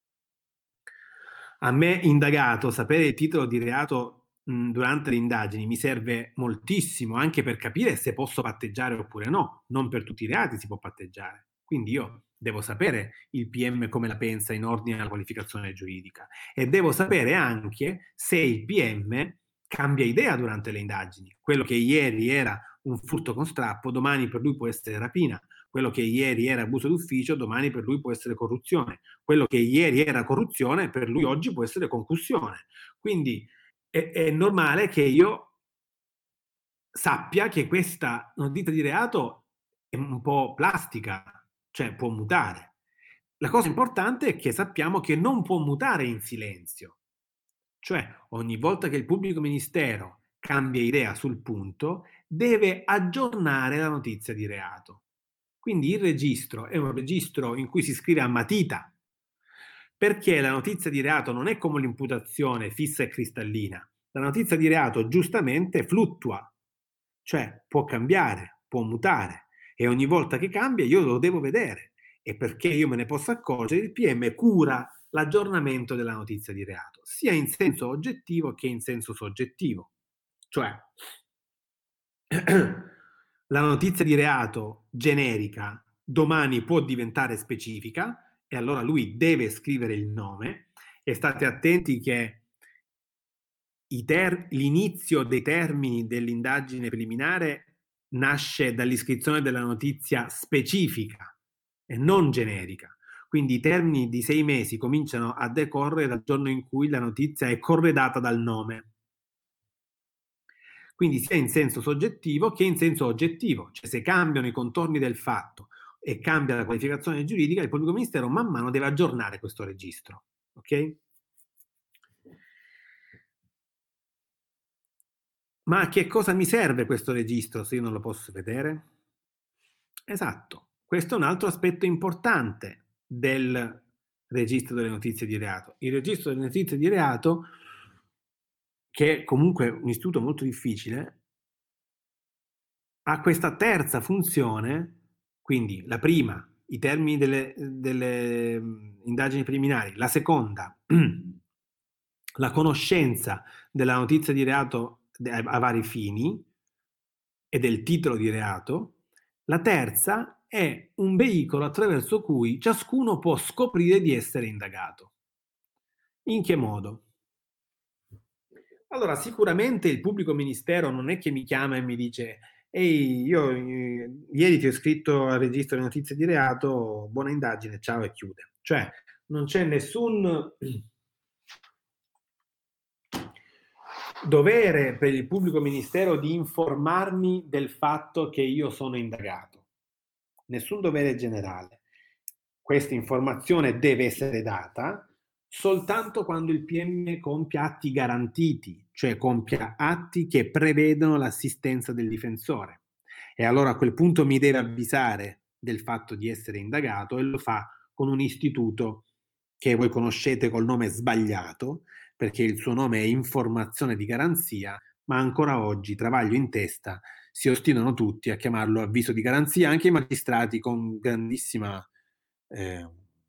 A me indagato sapere il titolo di reato mh, durante le indagini mi serve moltissimo anche per capire se posso patteggiare oppure no. Non per tutti i reati si può patteggiare. Quindi io devo sapere il P M come la pensa in ordine alla qualificazione giuridica e devo sapere anche se il P M cambia idea durante le indagini. Quello che ieri era un furto con strappo, domani per lui può essere rapina. Quello che ieri era abuso d'ufficio, domani per lui può essere corruzione. Quello che ieri era corruzione, per lui oggi può essere concussione. Quindi è, è normale che io sappia che questa notizia di reato è un po' plastica, cioè può mutare. La cosa importante è che sappiamo che non può mutare in silenzio. Cioè, ogni volta che il pubblico ministero cambia idea sul punto, deve aggiornare la notizia di reato. Quindi il registro è un registro in cui si scrive a matita, perché la notizia di reato non è come l'imputazione fissa e cristallina. La notizia di reato giustamente fluttua, cioè può cambiare, può mutare e ogni volta che cambia io lo devo vedere e perché io me ne possa accorgere il P M cura l'aggiornamento della notizia di reato, sia in senso oggettivo che in senso soggettivo. Cioè, la notizia di reato generica domani può diventare specifica e allora lui deve scrivere il nome e state attenti che i ter- l'inizio dei termini dell'indagine preliminare nasce dall'iscrizione della notizia specifica e non generica. Quindi i termini di sei mesi cominciano a decorrere dal giorno in cui la notizia è corredata dal nome. Quindi sia in senso soggettivo che in senso oggettivo, cioè se cambiano i contorni del fatto e cambia la qualificazione giuridica, il pubblico ministero man mano deve aggiornare questo registro. Ok? Ma a che cosa mi serve questo registro se io non lo posso vedere? Esatto, questo è un altro aspetto importante del registro delle notizie di reato. Il registro delle notizie di reato, che è comunque un istituto molto difficile, ha questa terza funzione, quindi la prima, i termini delle, delle indagini preliminari, la seconda, la conoscenza della notizia di reato a vari fini e del titolo di reato, la terza è un veicolo attraverso cui ciascuno può scoprire di essere indagato. In che modo? Allora, sicuramente il pubblico ministero non è che mi chiama e mi dice: ehi, io eh, ieri ti ho iscritto al registro di notizie di reato, buona indagine, ciao, e chiude. Cioè, non c'è nessun dovere per il pubblico ministero di informarmi del fatto che io sono indagato. Nessun dovere generale. Questa informazione deve essere data soltanto quando il P M compia atti garantiti, cioè compia atti che prevedono l'assistenza del difensore. E allora a quel punto mi deve avvisare del fatto di essere indagato, e lo fa con un istituto che voi conoscete col nome sbagliato, perché il suo nome è informazione di garanzia, ma ancora oggi, travaglio in testa, si ostinano tutti a chiamarlo avviso di garanzia, anche i magistrati con grandissima eh,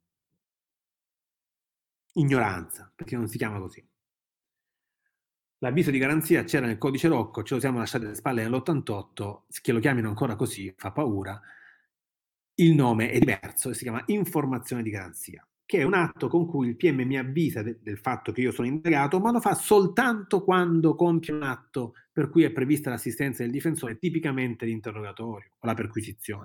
ignoranza, perché non si chiama così. L'avviso di garanzia c'era nel codice Rocco, ce lo siamo lasciati alle spalle nell'ottantotto, che lo chiamino ancora così fa paura. Il nome è diverso e si chiama informazione di garanzia, che è un atto con cui il P M mi avvisa de- del fatto che io sono indagato, ma lo fa soltanto quando compie un atto per cui è prevista l'assistenza del difensore, tipicamente l'interrogatorio o la perquisizione.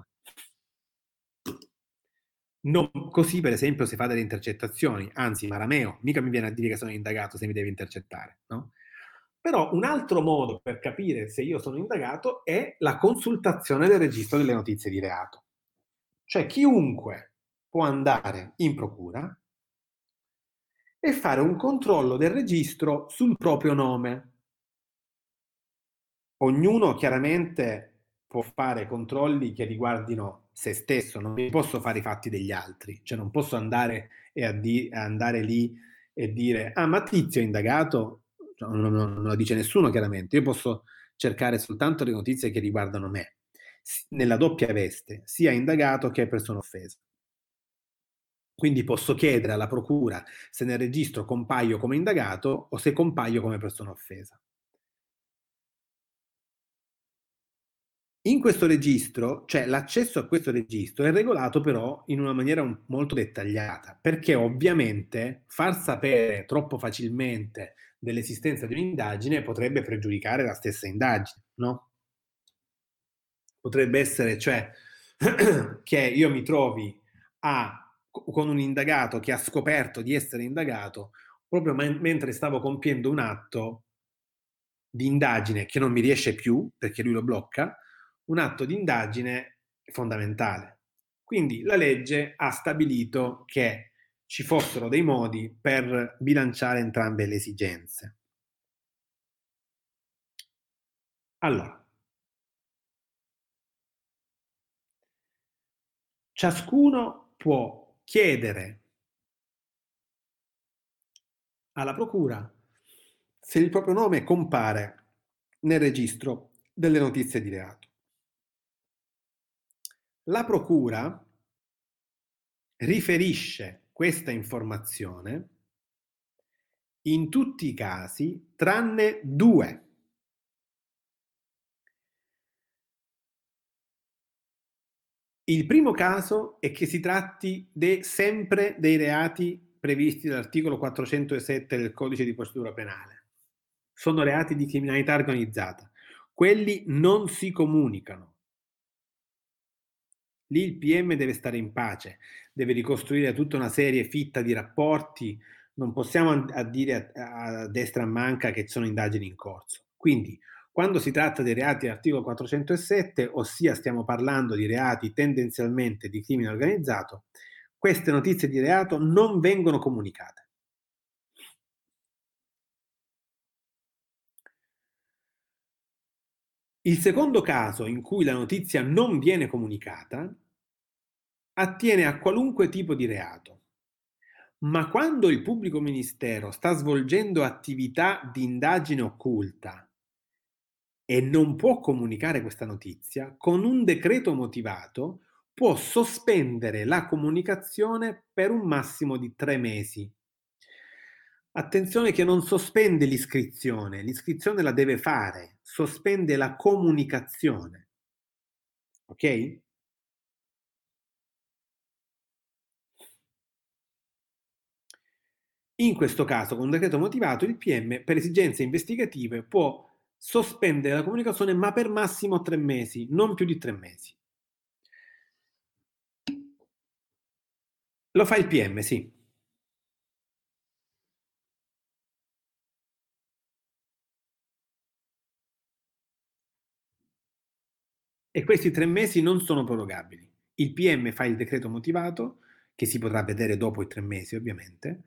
Non così, per esempio, si fa delle intercettazioni, anzi, Marameo, mica mi viene a dire che sono indagato se mi deve intercettare, no? Però un altro modo per capire se io sono indagato è la consultazione del registro delle notizie di reato. Cioè chiunque può andare in procura e fare un controllo del registro sul proprio nome. Ognuno chiaramente può fare controlli che riguardino se stesso, non mi posso fare i fatti degli altri, cioè non posso andare, e a di- andare lì e dire ah, ma Tizio è indagato, no, non, non- non lo dice nessuno chiaramente, io posso cercare soltanto le notizie che riguardano me, s- nella doppia veste, sia indagato che persona offesa. Quindi posso chiedere alla procura se nel registro compaio come indagato o se compaio come persona offesa. In questo registro, cioè l'accesso a questo registro è regolato però in una maniera un- molto dettagliata, perché ovviamente far sapere troppo facilmente dell'esistenza di un'indagine potrebbe pregiudicare la stessa indagine, no? Potrebbe essere, cioè, che io mi trovi a, con un indagato che ha scoperto di essere indagato proprio men- mentre stavo compiendo un atto di indagine che non mi riesce più, perché lui lo blocca, un atto di indagine fondamentale. Quindi la legge ha stabilito che ci fossero dei modi per bilanciare entrambe le esigenze. Allora, ciascuno può chiedere alla procura se il proprio nome compare nel registro delle notizie di reato. La procura riferisce questa informazione in tutti i casi tranne due. Il primo caso è che si tratti de, sempre dei reati previsti dall'articolo quattrocentosette del Codice di procedura penale. Sono reati di criminalità organizzata. Quelli non si comunicano. Lì il P M deve stare in pace, deve ricostruire tutta una serie fitta di rapporti, non possiamo a dire a, a destra e a manca che sono indagini in corso. Quindi, quando si tratta dei reati dell'articolo quattrocentosette, ossia stiamo parlando di reati tendenzialmente di crimine organizzato, queste notizie di reato non vengono comunicate. Il secondo caso in cui la notizia non viene comunicata attiene a qualunque tipo di reato. Ma quando il pubblico ministero sta svolgendo attività di indagine occulta e non può comunicare questa notizia, con un decreto motivato può sospendere la comunicazione per un massimo di tre mesi. Attenzione che non sospende l'iscrizione, l'iscrizione la deve fare, sospende la comunicazione. Ok? In questo caso, con un decreto motivato, il P M, per esigenze investigative, può sospendere la comunicazione, ma per massimo tre mesi, non più di tre mesi. Lo fa il P M, sì. E questi tre mesi non sono prorogabili. Il P M fa il decreto motivato, che si potrà vedere dopo i tre mesi ovviamente,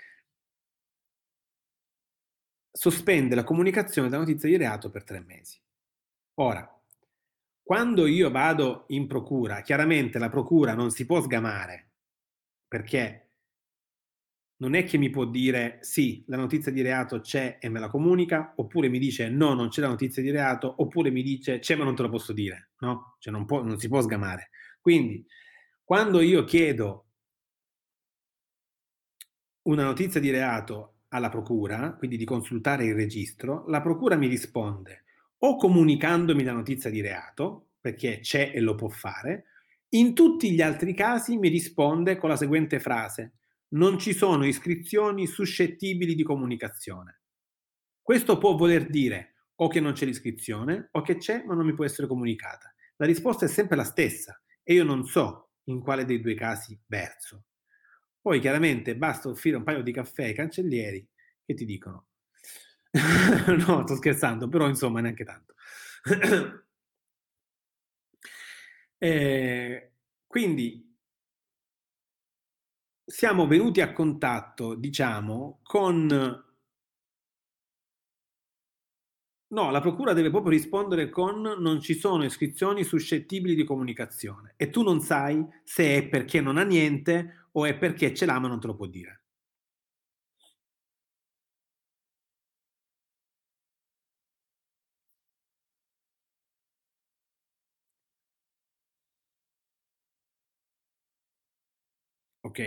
sospende la comunicazione della notizia di reato per tre mesi. Ora, quando io vado in procura, chiaramente la procura non si può sgamare, perché non è che mi può dire sì, la notizia di reato c'è e me la comunica, oppure mi dice no, non c'è la notizia di reato, oppure mi dice c'è ma non te lo posso dire, no? Cioè non, può, non si può sgamare. Quindi, quando io chiedo una notizia di reato alla procura, quindi di consultare il registro, la procura mi risponde o comunicandomi la notizia di reato, perché c'è e lo può fare, in tutti gli altri casi mi risponde con la seguente frase: non ci sono iscrizioni suscettibili di comunicazione. Questo può voler dire o che non c'è l'iscrizione o che c'è ma non mi può essere comunicata. La risposta è sempre la stessa e io non so in quale dei due casi verso. Poi chiaramente basta offrire un paio di caffè ai cancellieri che ti dicono. No, sto scherzando, però insomma neanche tanto. eh, quindi siamo venuti a contatto, diciamo, con... No, la procura deve proprio rispondere con non ci sono iscrizioni suscettibili di comunicazione e tu non sai se è perché non ha niente o è perché ce l'ha ma non te lo può dire. Ok?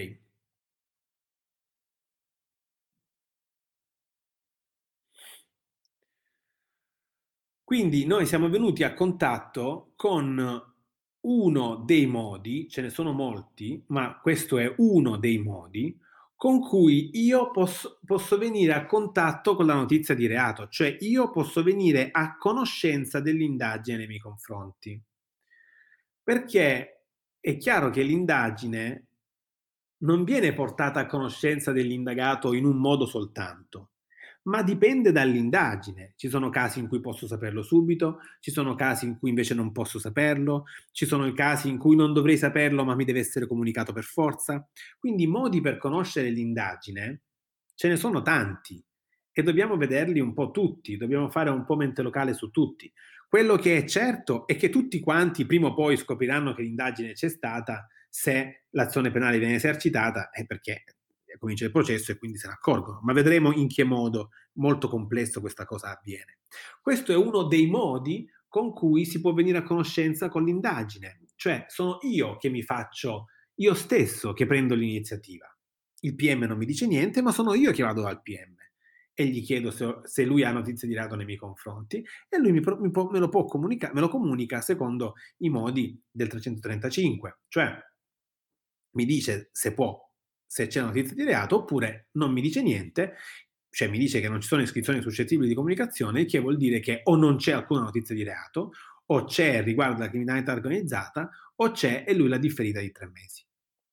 Quindi noi siamo venuti a contatto con uno dei modi, ce ne sono molti, ma questo è uno dei modi con cui io posso, posso venire a contatto con la notizia di reato, cioè io posso venire a conoscenza dell'indagine nei miei confronti. Perché è chiaro che l'indagine non viene portata a conoscenza dell'indagato in un modo soltanto, ma dipende dall'indagine. Ci sono casi in cui posso saperlo subito, ci sono casi in cui invece non posso saperlo, ci sono i casi in cui non dovrei saperlo, ma mi deve essere comunicato per forza. Quindi modi per conoscere l'indagine ce ne sono tanti e dobbiamo vederli un po' tutti, dobbiamo fare un po' mente locale su tutti. Quello che è certo è che tutti quanti prima o poi scopriranno che l'indagine c'è stata se l'azione penale viene esercitata è perché comincia il processo e quindi se ne accorgono, ma vedremo in che modo molto complesso questa cosa avviene. Questo è uno dei modi con cui si può venire a conoscenza con l'indagine, cioè sono io che mi faccio, io stesso che prendo l'iniziativa. Il P M non mi dice niente, ma sono io che vado dal P M e gli chiedo se, se lui ha notizie di reato nei miei confronti e lui mi, mi può, me, lo può comunica, me lo comunica secondo i modi del trecentotrentacinque, cioè mi dice se può, se c'è una notizia di reato, oppure non mi dice niente, cioè mi dice che non ci sono iscrizioni suscettibili di comunicazione, il che vuol dire che o non c'è alcuna notizia di reato, o c'è riguardo alla criminalità organizzata, o c'è e lui l'ha differita di tre mesi.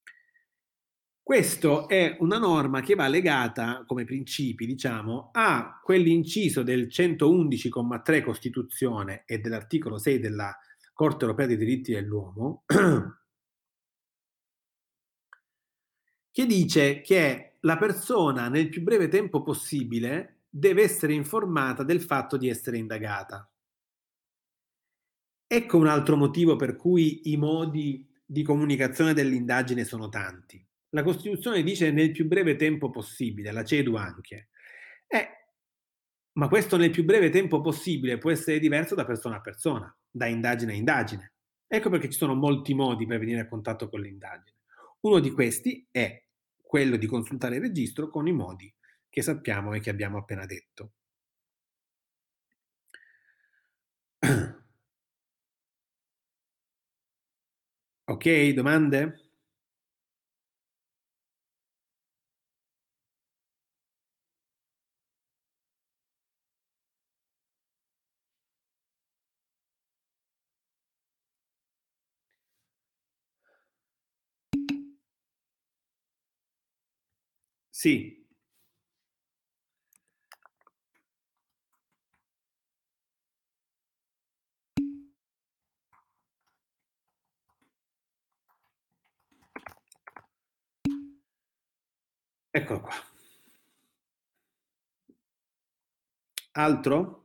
Questo è una norma che va legata come principi, diciamo, a quell'inciso del centoundici comma tre Costituzione e dell'articolo sei della Corte europea dei diritti dell'uomo, che dice che la persona nel più breve tempo possibile deve essere informata del fatto di essere indagata. Ecco un altro motivo per cui i modi di comunicazione dell'indagine sono tanti. La Costituzione dice nel più breve tempo possibile, la CEDU anche. Eh, ma questo nel più breve tempo possibile può essere diverso da persona a persona, da indagine a indagine. Ecco perché ci sono molti modi per venire a contatto con l'indagine. Uno di questi è quello di consultare il registro con i modi che sappiamo e che abbiamo appena detto. Ok, domande? Sì. Eccolo qua. Altro?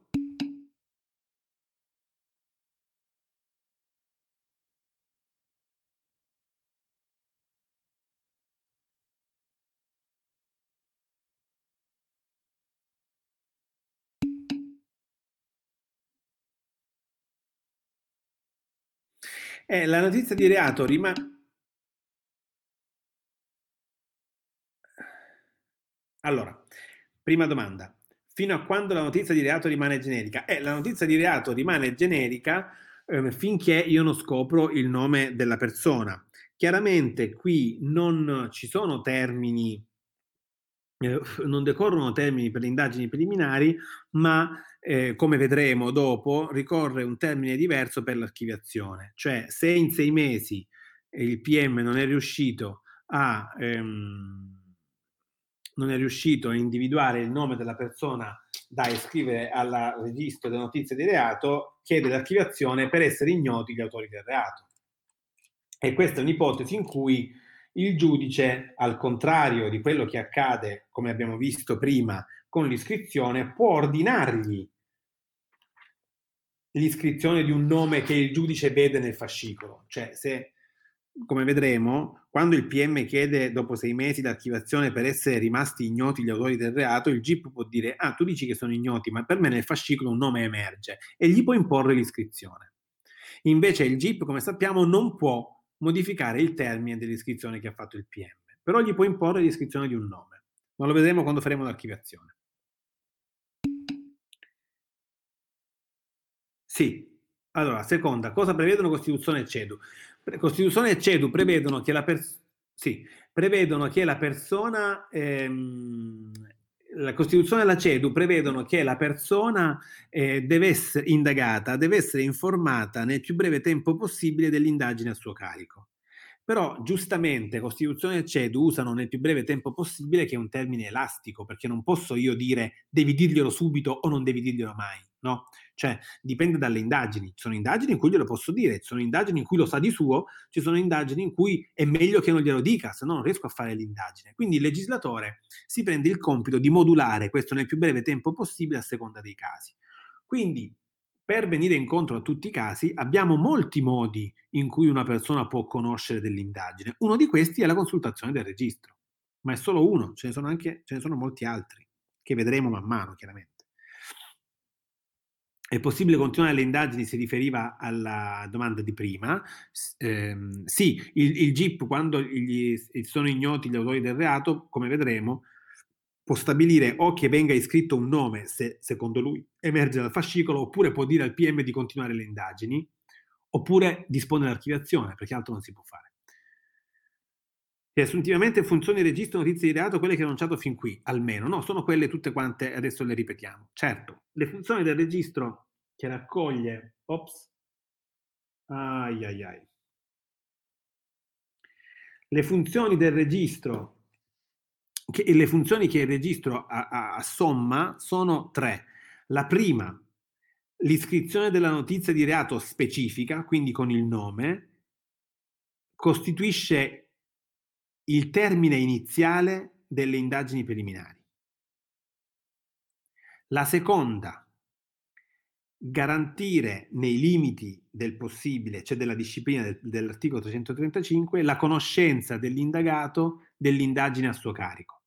Eh, la notizia di reato rimane... Allora, prima domanda. Fino a quando la notizia di reato rimane generica? Eh, la notizia di reato rimane generica eh, finché io non scopro il nome della persona. Chiaramente qui non ci sono termini, eh, non decorrono termini per le indagini preliminari, ma eh, come vedremo dopo, ricorre un termine diverso per l'archiviazione. Cioè, se in sei mesi il P M non è riuscito a... Ehm, non è riuscito a individuare il nome della persona da iscrivere al registro delle notizie di reato, chiede l'archiviazione per essere ignoti gli autori del reato. E questa è un'ipotesi in cui il giudice, al contrario di quello che accade, come abbiamo visto prima, con l'iscrizione, può ordinargli l'iscrizione di un nome che il giudice vede nel fascicolo. Cioè, se, come vedremo, quando il P M chiede dopo sei mesi l'archiviazione per essere rimasti ignoti gli autori del reato, il G I P può dire: ah, tu dici che sono ignoti, ma per me nel fascicolo un nome emerge, e gli può imporre l'iscrizione. Invece il G I P, come sappiamo, non può modificare il termine dell'iscrizione che ha fatto il P M, però gli può imporre l'iscrizione di un nome. Ma lo vedremo quando faremo l'archiviazione. Sì. Allora, seconda, cosa prevedono Costituzione e CEDU? Costituzione e CEDU prevedono che la, pers- sì, prevedono che la persona, ehm, la Costituzione e la CEDU prevedono che la persona eh, deve essere indagata, deve essere informata nel più breve tempo possibile dell'indagine a suo carico. Però giustamente Costituzione e CEDU usano nel più breve tempo possibile, che è un termine elastico, perché non posso io dire devi dirglielo subito o non devi dirglielo mai, no? Cioè dipende dalle indagini. Ci sono indagini in cui glielo posso dire, ci sono indagini in cui lo sa di suo, ci sono indagini in cui è meglio che non glielo dica, se no non riesco a fare l'indagine. Quindi il legislatore si prende il compito di modulare questo nel più breve tempo possibile a seconda dei casi. Quindi, per venire incontro a tutti i casi, abbiamo molti modi in cui una persona può conoscere dell'indagine. Uno di questi è la consultazione del registro, ma è solo uno, ce ne sono anche, ce ne sono molti altri, che vedremo man mano, chiaramente. È possibile continuare le indagini? Si riferiva alla domanda di prima. Ehm, sì, il, il G I P, quando gli sono ignoti gli autori del reato, come vedremo, può stabilire o che venga iscritto un nome, se secondo lui emerge dal fascicolo, oppure può dire al P M di continuare le indagini, oppure dispone l'archiviazione, perché altro non si può fare. Riassuntivamente funzioni il registro notizie di reato, quelle che ho annunciato fin qui, almeno, no? Sono quelle tutte quante, adesso le ripetiamo. Certo, le funzioni del registro che raccoglie, ops, ai ai ai. Le funzioni del registro, che, le funzioni che il registro ha, ha, ha somma sono tre. La prima, l'iscrizione della notizia di reato specifica, quindi con il nome, costituisce il termine iniziale delle indagini preliminari. La seconda, garantire nei limiti del possibile, cioè della disciplina del, dell'articolo trecentotrentacinque, la conoscenza dell'indagato dell'indagine a suo carico.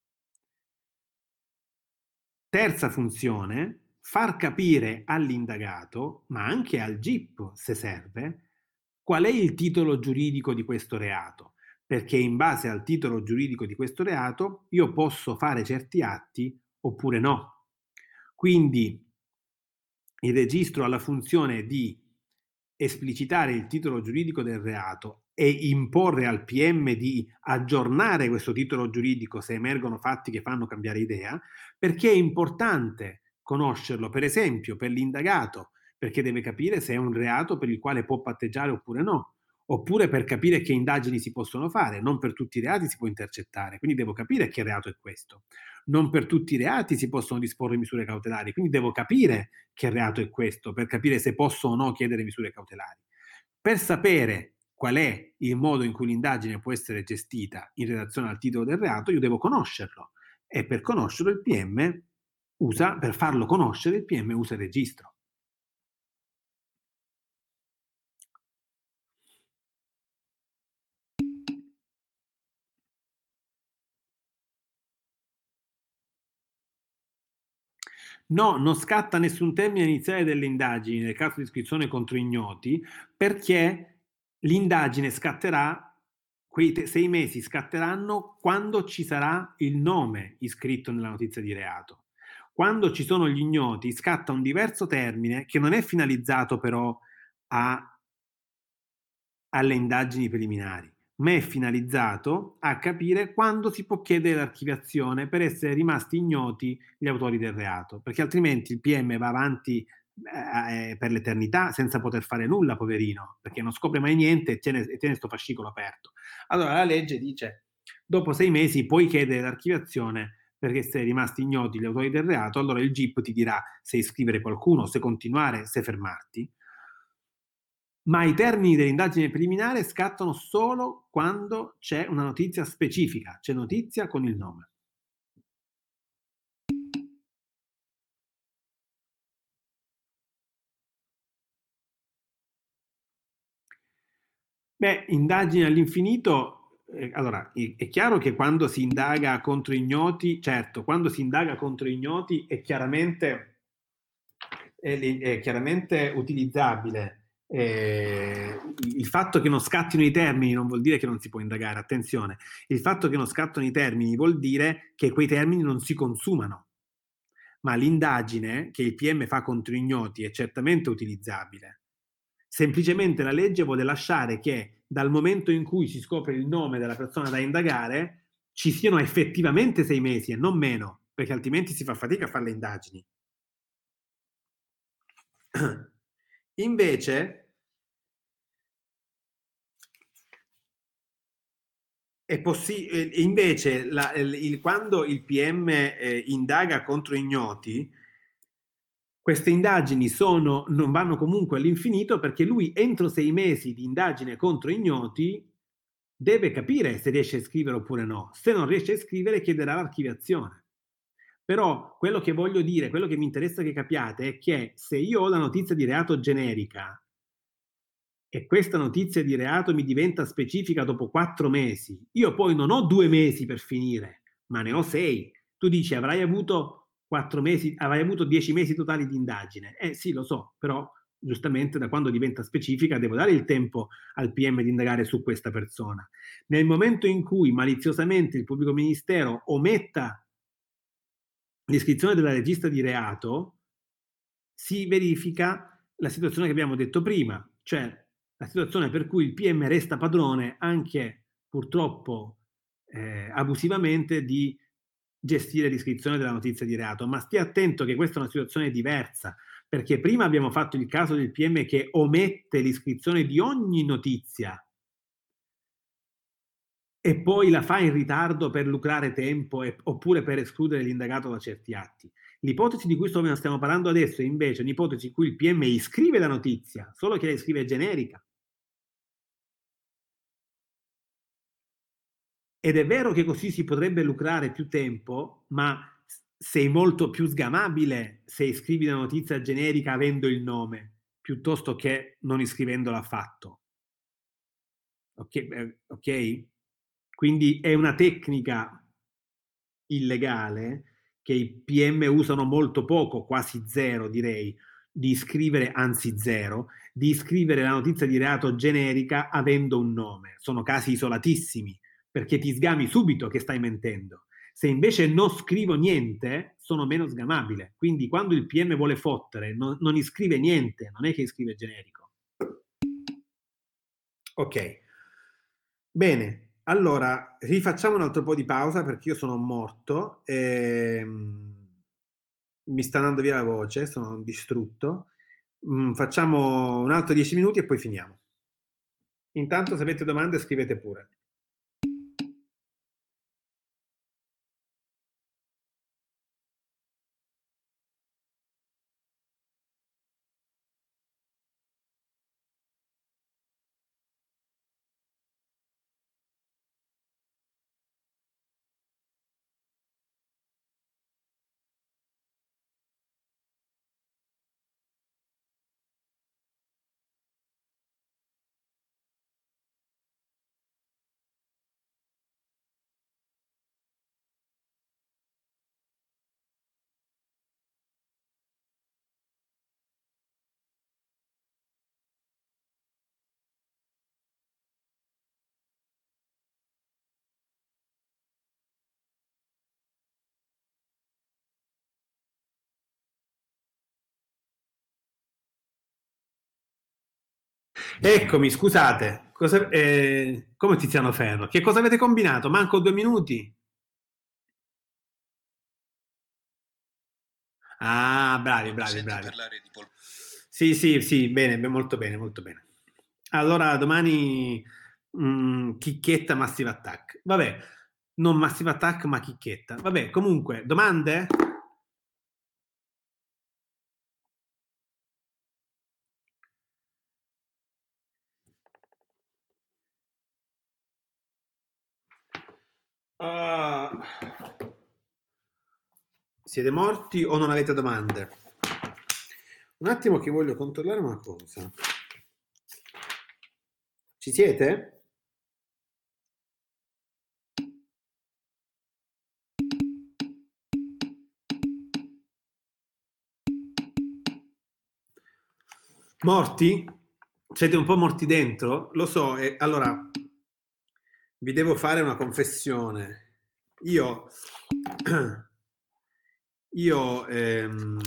Terza funzione, far capire all'indagato, ma anche al G I P se serve, qual è il titolo giuridico di questo reato, perché in base al titolo giuridico di questo reato io posso fare certi atti oppure no. Quindi il registro ha la funzione di esplicitare il titolo giuridico del reato e imporre al P M di aggiornare questo titolo giuridico se emergono fatti che fanno cambiare idea, perché è importante conoscerlo, per esempio, per l'indagato, perché deve capire se è un reato per il quale può patteggiare oppure no, oppure per capire che indagini si possono fare. Non per tutti i reati si può intercettare, quindi devo capire che reato è questo. Non per tutti i reati si possono disporre misure cautelari, quindi devo capire che reato è questo per capire se posso o no chiedere misure cautelari. Per sapere qual è il modo in cui l'indagine può essere gestita in relazione al titolo del reato, io devo conoscerlo, e per conoscerlo il P M usa, per farlo conoscere, il P M usa il registro. No, non scatta nessun termine iniziale delle indagini nel caso di iscrizione contro ignoti, perché l'indagine scatterà, quei te- sei mesi scatteranno quando ci sarà il nome iscritto nella notizia di reato. Quando ci sono gli ignoti scatta un diverso termine che non è finalizzato però a alle indagini preliminari, ma è finalizzato a capire quando si può chiedere l'archiviazione per essere rimasti ignoti gli autori del reato, perché altrimenti il P M va avanti eh, per l'eternità senza poter fare nulla, poverino, perché non scopre mai niente e tiene, e tiene sto fascicolo aperto. Allora la legge dice, dopo sei mesi puoi chiedere l'archiviazione perché sei rimasti ignoti gli autori del reato, allora il G I P ti dirà se iscrivere qualcuno, se continuare, se fermarti. Ma i termini dell'indagine preliminare scattano solo quando c'è una notizia specifica, c'è notizia con il nome. Beh, indagini all'infinito, eh, allora, è, è chiaro che quando si indaga contro ignoti, certo, quando si indaga contro ignoti è chiaramente, è, è chiaramente utilizzabile. Eh, il fatto che non scattino i termini non vuol dire che non si può indagare, attenzione, il fatto che non scattano i termini vuol dire che quei termini non si consumano, ma l'indagine che il P M fa contro ignoti è certamente utilizzabile. Semplicemente la legge vuole lasciare che dal momento in cui si scopre il nome della persona da indagare ci siano effettivamente sei mesi e non meno, perché altrimenti si fa fatica a fare le indagini. Invece, è possi- eh, invece la- il- il- quando il P M eh, indaga contro ignoti, queste indagini sono, non vanno comunque all'infinito perché lui entro sei mesi di indagine contro ignoti deve capire se riesce a scrivere oppure no. Se non riesce a scrivere chiederà l'archiviazione. Però quello che voglio dire, quello che mi interessa che capiate è che se io ho la notizia di reato generica e questa notizia di reato mi diventa specifica dopo quattro mesi, io poi non ho due mesi per finire, ma ne ho sei. Tu dici avrai avuto quattro mesi, avrai avuto dieci mesi totali di indagine. Eh sì, lo so, però giustamente da quando diventa specifica devo dare il tempo al P M di indagare su questa persona. Nel momento in cui maliziosamente il pubblico ministero ometta l'iscrizione della regista di reato, si verifica la situazione che abbiamo detto prima, cioè la situazione per cui il P M resta padrone anche purtroppo eh, abusivamente di gestire l'iscrizione della notizia di reato, ma stia attento che questa è una situazione diversa, perché prima abbiamo fatto il caso del P M che omette l'iscrizione di ogni notizia e poi la fa in ritardo per lucrare tempo e, oppure per escludere l'indagato da certi atti. L'ipotesi di cui stiamo parlando adesso è invece un'ipotesi in cui il P M iscrive la notizia, solo che la iscrive generica. Ed è vero che così si potrebbe lucrare più tempo, ma sei molto più sgamabile se iscrivi la notizia generica avendo il nome, piuttosto che non iscrivendola affatto. Ok? Eh, ok? Quindi è una tecnica illegale che i P M usano molto poco, quasi zero direi, di scrivere, anzi zero, di scrivere la notizia di reato generica avendo un nome. Sono casi isolatissimi, perché ti sgami subito che stai mentendo. Se invece non scrivo niente, sono meno sgamabile. Quindi quando il P M vuole fottere, non, non iscrive niente, non è che iscrive generico. Ok. Bene, allora rifacciamo un altro po' di pausa perché io sono morto e mi sta andando via la voce, sono distrutto. Mm, facciamo un altro dieci minuti e poi finiamo. Intanto se avete domande scrivete pure. Eccomi, scusate, cosa, eh, come Tiziano Ferro? Che cosa avete combinato? Manco due minuti? Ah, bravi, bravi, bravi. Sì, sì, sì, bene, beh, molto bene, molto bene. Allora, domani mh, chicchetta Massive Attack. Vabbè, non Massive Attack, ma chicchetta. Vabbè, comunque, domande? Ah, siete morti o non avete domande? Un attimo che voglio controllare una cosa. Ci siete? Morti? Siete un po' morti dentro? Lo so, e allora vi devo fare una confessione. Io, io ehm,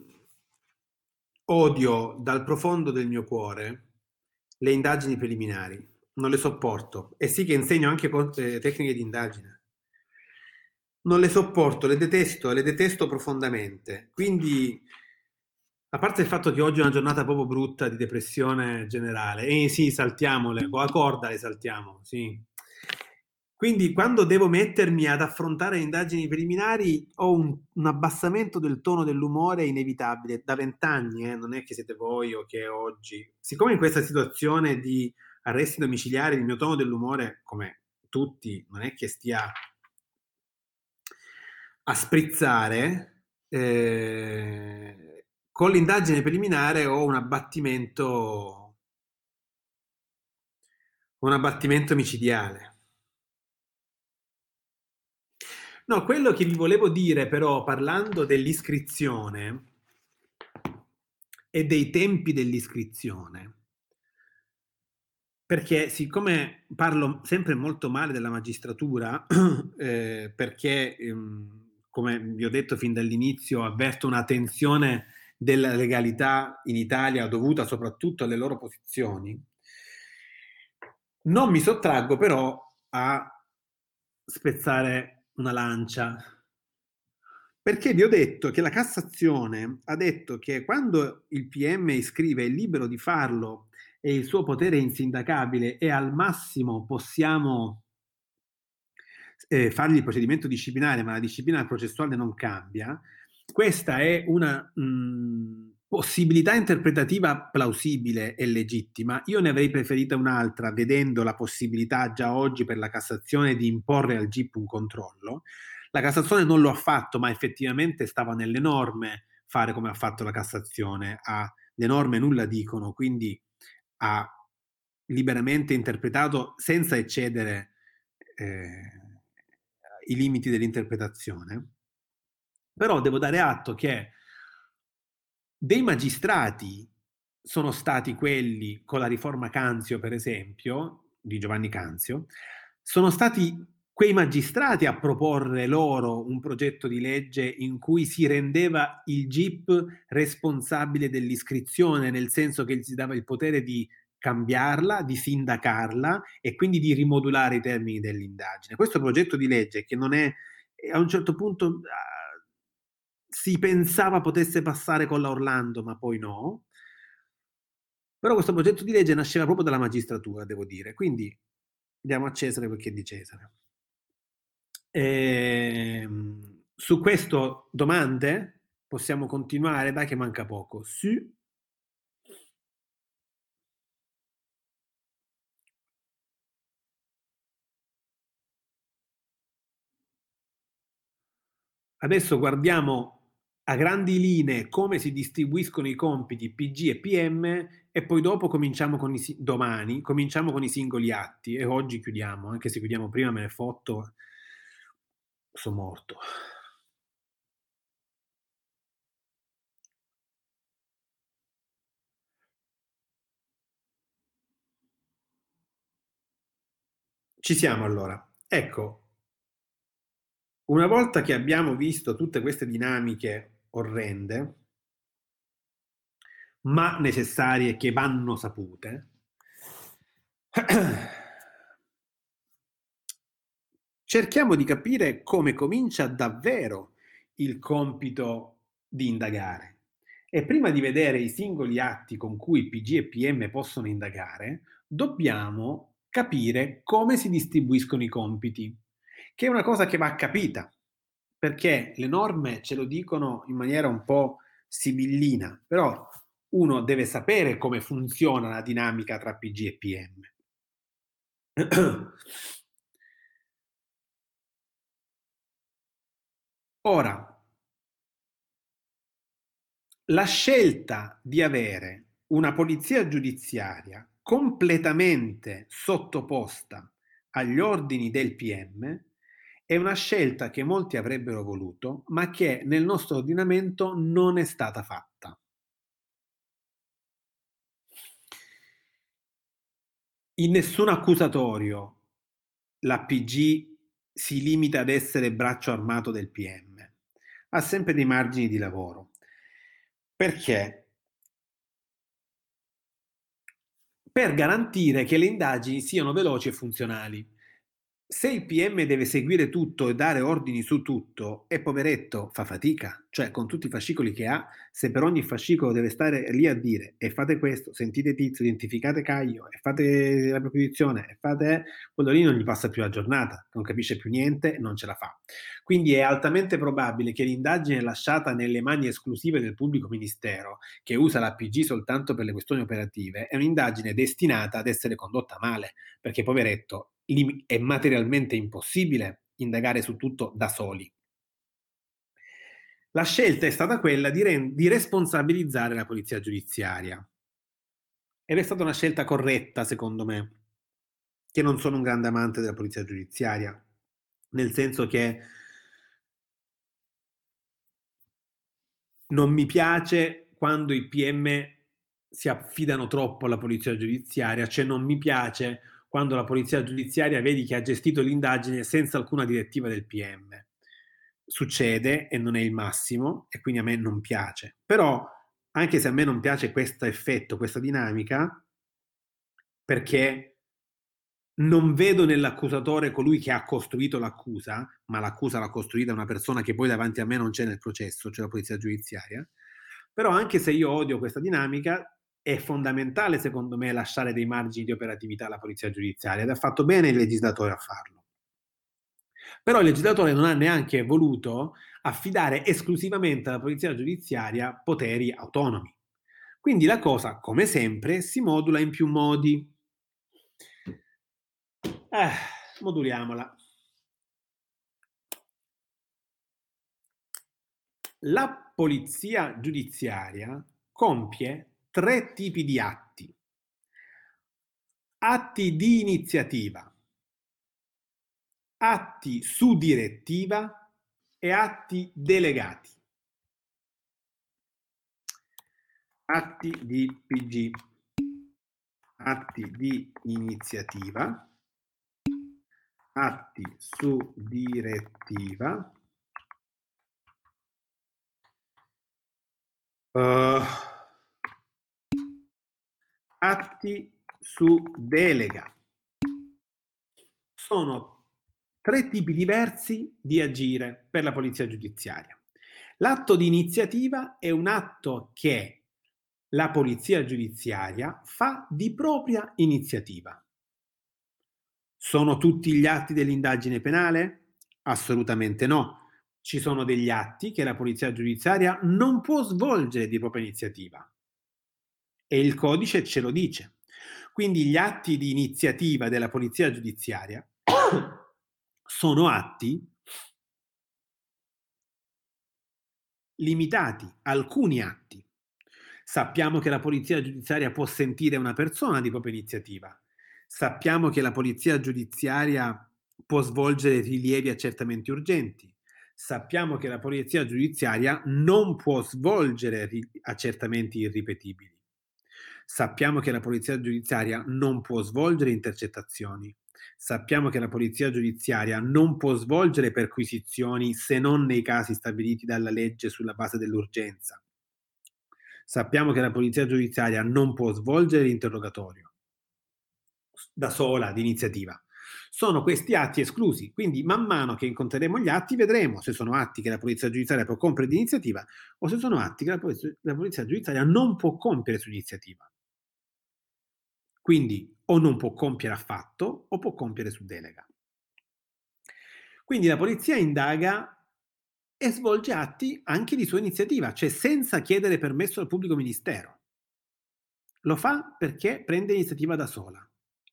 odio dal profondo del mio cuore le indagini preliminari. Non le sopporto. E sì che insegno anche con- eh, tecniche di indagine. Non le sopporto, le detesto, le detesto profondamente. Quindi, a parte il fatto che oggi è una giornata proprio brutta di depressione generale, e sì, saltiamole, con la corda le saltiamo, sì. Quindi, quando devo mettermi ad affrontare indagini preliminari, ho un, un abbassamento del tono dell'umore inevitabile. Da vent'anni, eh, non è che siete voi o che è oggi. Siccome in questa situazione di arresti domiciliari il mio tono dell'umore, come tutti, non è che stia a sprizzare, eh, con l'indagine preliminare ho un abbattimento, un abbattimento micidiale. No, quello che vi volevo dire però, parlando dell'iscrizione e dei tempi dell'iscrizione, perché siccome parlo sempre molto male della magistratura, eh, perché, ehm, come vi ho detto fin dall'inizio, avverto una tensione della legalità in Italia dovuta soprattutto alle loro posizioni, non mi sottraggo però a spezzare una lancia. Perché vi ho detto che la Cassazione ha detto che quando il P M iscrive è libero di farlo e il suo potere è insindacabile e al massimo possiamo eh, fargli il procedimento disciplinare, ma la disciplina processuale non cambia, questa è una mh, possibilità interpretativa plausibile e legittima. Io ne avrei preferita un'altra, vedendo la possibilità già oggi per la Cassazione di imporre al G I P un controllo. La Cassazione non lo ha fatto, ma effettivamente stava nelle norme fare come ha fatto la Cassazione. Ha, le norme nulla dicono, quindi ha liberamente interpretato senza eccedere eh, i limiti dell'interpretazione. Però devo dare atto che dei magistrati sono stati quelli con la riforma Canzio, per esempio, di Giovanni Canzio, sono stati quei magistrati a proporre loro un progetto di legge in cui si rendeva il G I P responsabile dell'iscrizione, nel senso che gli si dava il potere di cambiarla, di sindacarla e quindi di rimodulare i termini dell'indagine. Questo progetto di legge, che non è, a un certo punto si pensava potesse passare con la Orlando, ma poi no, Però questo progetto di legge nasceva proprio dalla magistratura, devo dire, quindi diamo a Cesare quel che è di Cesare. Ehm, su questo domande? Possiamo continuare? Dai che manca poco. Sì. Adesso guardiamo a grandi linee come si distribuiscono i compiti P G e P M e poi dopo cominciamo con i si- domani cominciamo con i singoli atti e oggi chiudiamo, anche se chiudiamo prima me ne fotto, sono morto. Ci siamo allora. Ecco, una volta che abbiamo visto tutte queste dinamiche orrende, ma necessarie che vanno sapute, cerchiamo di capire come comincia davvero il compito di indagare. E prima di vedere i singoli atti con cui P G e P M possono indagare, dobbiamo capire come si distribuiscono i compiti, che è una cosa che va capita, perché le norme ce lo dicono in maniera un po' sibillina, però uno deve sapere come funziona la dinamica tra P G e P M. Ora, la scelta di avere una polizia giudiziaria completamente sottoposta agli ordini del P M è una scelta che molti avrebbero voluto, ma che nel nostro ordinamento non è stata fatta. In nessun accusatorio la P G si limita ad essere braccio armato del P M, ha sempre dei margini di lavoro. Perché? Per garantire che le indagini siano veloci e funzionali. Se il P M deve seguire tutto e dare ordini su tutto, e poveretto fa fatica, cioè con tutti i fascicoli che ha, se per ogni fascicolo deve stare lì a dire e fate questo, sentite tizio, identificate Caio, e fate la proposizione, e fate quello lì non gli passa più la giornata, non capisce più niente, non ce la fa. Quindi è altamente probabile che l'indagine lasciata nelle mani esclusive del pubblico ministero, che usa la P G soltanto per le questioni operative, è un'indagine destinata ad essere condotta male, perché poveretto è materialmente impossibile indagare su tutto da soli. La scelta è stata quella di, re- di responsabilizzare la polizia giudiziaria. Ed è stata una scelta corretta, secondo me, che non sono un grande amante della polizia giudiziaria, nel senso che non mi piace quando i P M si affidano troppo alla polizia giudiziaria, cioè non mi piace quando la polizia giudiziaria vedi che ha gestito l'indagine senza alcuna direttiva del P M. Succede e non è il massimo e quindi a me non piace. Però anche se a me non piace questo effetto, questa dinamica, perché non vedo nell'accusatore colui che ha costruito l'accusa, ma l'accusa l'ha costruita una persona che poi davanti a me non c'è nel processo, cioè la polizia giudiziaria. Però anche se io odio questa dinamica, è fondamentale secondo me lasciare dei margini di operatività alla polizia giudiziaria ed ha fatto bene il legislatore a farlo. Però il legislatore non ha neanche voluto affidare esclusivamente alla polizia giudiziaria poteri autonomi. Quindi la cosa, come sempre, si modula in più modi. Eh, moduliamola. La polizia giudiziaria compie tre tipi di atti. Atti di iniziativa, atti su direttiva e atti delegati. Atti di P G, atti di iniziativa, atti su direttiva, uh, atti su delega. Sono tre tipi diversi di agire per la polizia giudiziaria. L'atto di iniziativa è un atto che la polizia giudiziaria fa di propria iniziativa. Sono tutti gli atti dell'indagine penale? Assolutamente no. Ci sono degli atti che la polizia giudiziaria non può svolgere di propria iniziativa e il codice ce lo dice. Quindi gli atti di iniziativa della polizia giudiziaria sono atti limitati, alcuni atti. Sappiamo che la polizia giudiziaria può sentire una persona di propria iniziativa. Sappiamo che la polizia giudiziaria può svolgere rilievi accertamenti urgenti. Sappiamo che la polizia giudiziaria non può svolgere accertamenti irripetibili. Sappiamo che la polizia giudiziaria non può svolgere intercettazioni. Sappiamo che la polizia giudiziaria non può svolgere perquisizioni se non nei casi stabiliti dalla legge sulla base dell'urgenza. Sappiamo che la polizia giudiziaria non può svolgere l'interrogatorio da sola, di iniziativa. Sono questi atti esclusi, quindi man mano che incontreremo gli atti vedremo se sono atti che la polizia giudiziaria può compiere di iniziativa o se sono atti che la polizia, la polizia giudiziaria non può compiere su iniziativa. Quindi o non può compiere affatto o può compiere su delega. Quindi la polizia indaga e svolge atti anche di sua iniziativa, cioè senza chiedere permesso al pubblico ministero. Lo fa perché prende iniziativa da sola.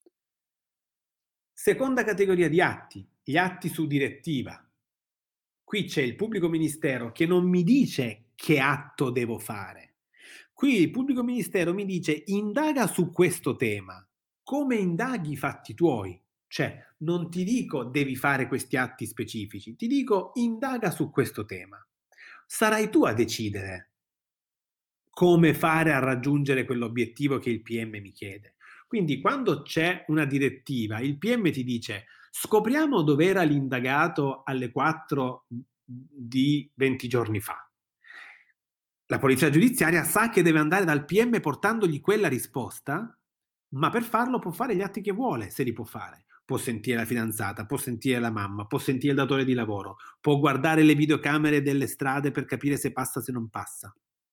Seconda categoria di atti, gli atti su direttiva. Qui c'è il pubblico ministero che non mi dice che atto devo fare. Qui il pubblico ministero mi dice indaga su questo tema. Come indaghi i fatti tuoi? Cioè, non ti dico devi fare questi atti specifici, ti dico indaga su questo tema. Sarai tu a decidere come fare a raggiungere quell'obiettivo che il P M mi chiede. Quindi quando c'è una direttiva, il P M ti dice scopriamo dove era l'indagato alle quattro di venti giorni fa. La polizia giudiziaria sa che deve andare dal P M portandogli quella risposta, ma per farlo può fare gli atti che vuole, se li può fare. Può sentire la fidanzata, può sentire la mamma, può sentire il datore di lavoro, può guardare le videocamere delle strade per capire se passa o se non passa.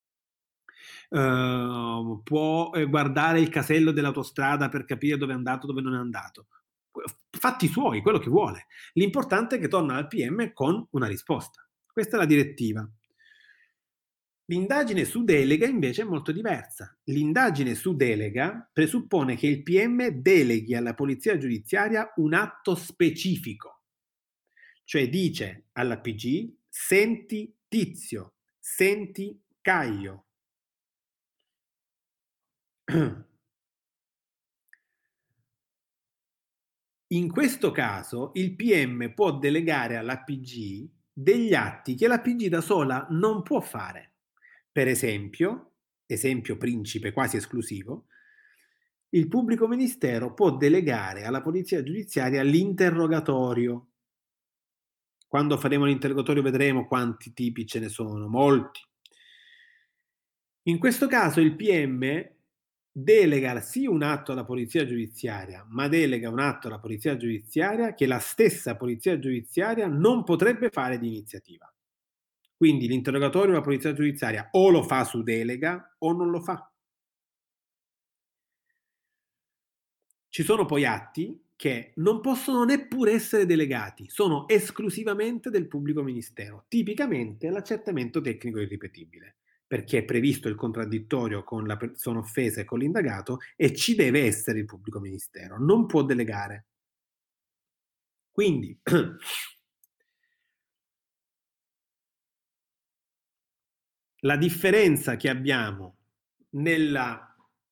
Uh, può guardare il casello dell'autostrada per capire dove è andato, dove non è andato. Fatti suoi, quello che vuole. L'importante è che torna al P M con una risposta. Questa è la direttiva. L'indagine su delega invece è molto diversa. L'indagine su delega presuppone che il P M deleghi alla polizia giudiziaria un atto specifico. Cioè dice alla P G senti Tizio, senti Caio. In questo caso il P M può delegare alla P G degli atti che la P G da sola non può fare. Per esempio, esempio principe quasi esclusivo, il pubblico ministero può delegare alla polizia giudiziaria l'interrogatorio. Quando faremo l'interrogatorio vedremo quanti tipi ce ne sono, molti. In questo caso il P M delega sì un atto alla polizia giudiziaria, ma delega un atto alla polizia giudiziaria che la stessa polizia giudiziaria non potrebbe fare di iniziativa. Quindi l'interrogatorio della polizia giudiziaria o lo fa su delega o non lo fa. Ci sono poi atti che non possono neppure essere delegati, sono esclusivamente del pubblico ministero, tipicamente l'accertamento tecnico irripetibile, perché è previsto il contraddittorio con la persona offesa e con l'indagato e ci deve essere il pubblico ministero, non può delegare. Quindi la differenza che abbiamo nella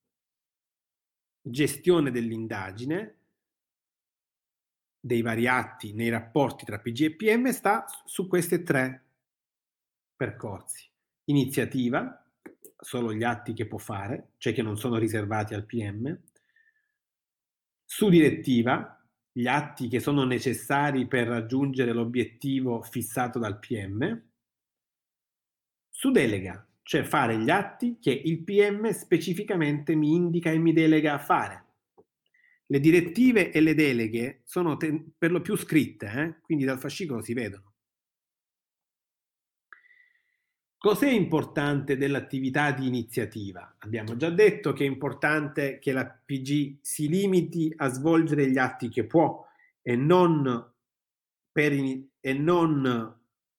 gestione dell'indagine dei vari atti nei rapporti tra P G e P M sta su questi tre percorsi. Iniziativa, solo gli atti che può fare, cioè che non sono riservati al P M. Su direttiva, gli atti che sono necessari per raggiungere l'obiettivo fissato dal P M. Su delega, cioè fare gli atti che il P M specificamente mi indica e mi delega a fare. Le direttive e le deleghe sono te- per lo più scritte, eh? Quindi dal fascicolo si vedono. Cos'è importante dell'attività di iniziativa? Abbiamo già detto che è importante che la P G si limiti a svolgere gli atti che può e non, per in, e non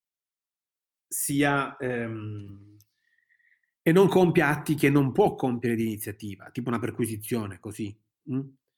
sia ehm, e non compia atti che non può compiere di iniziativa, tipo una perquisizione, così. Mm?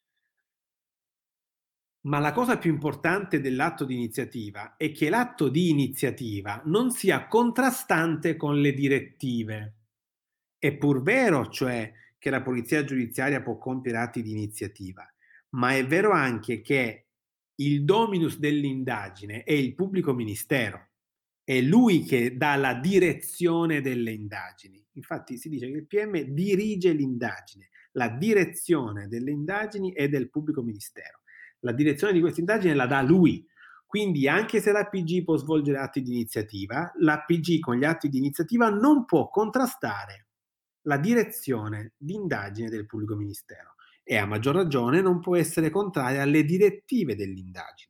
Ma la cosa più importante dell'atto di iniziativa è che l'atto di iniziativa non sia contrastante con le direttive. È pur vero, cioè, che la polizia giudiziaria può compiere atti di iniziativa, ma è vero anche che il dominus dell'indagine è il pubblico ministero. È lui che dà la direzione delle indagini. Infatti si dice che il P M dirige l'indagine, la direzione delle indagini è del pubblico ministero. La direzione di questa indagine la dà lui. Quindi anche se la P G può svolgere atti di iniziativa, la P G con gli atti di iniziativa non può contrastare la direzione di indagine del pubblico ministero e a maggior ragione non può essere contraria alle direttive dell'indagine.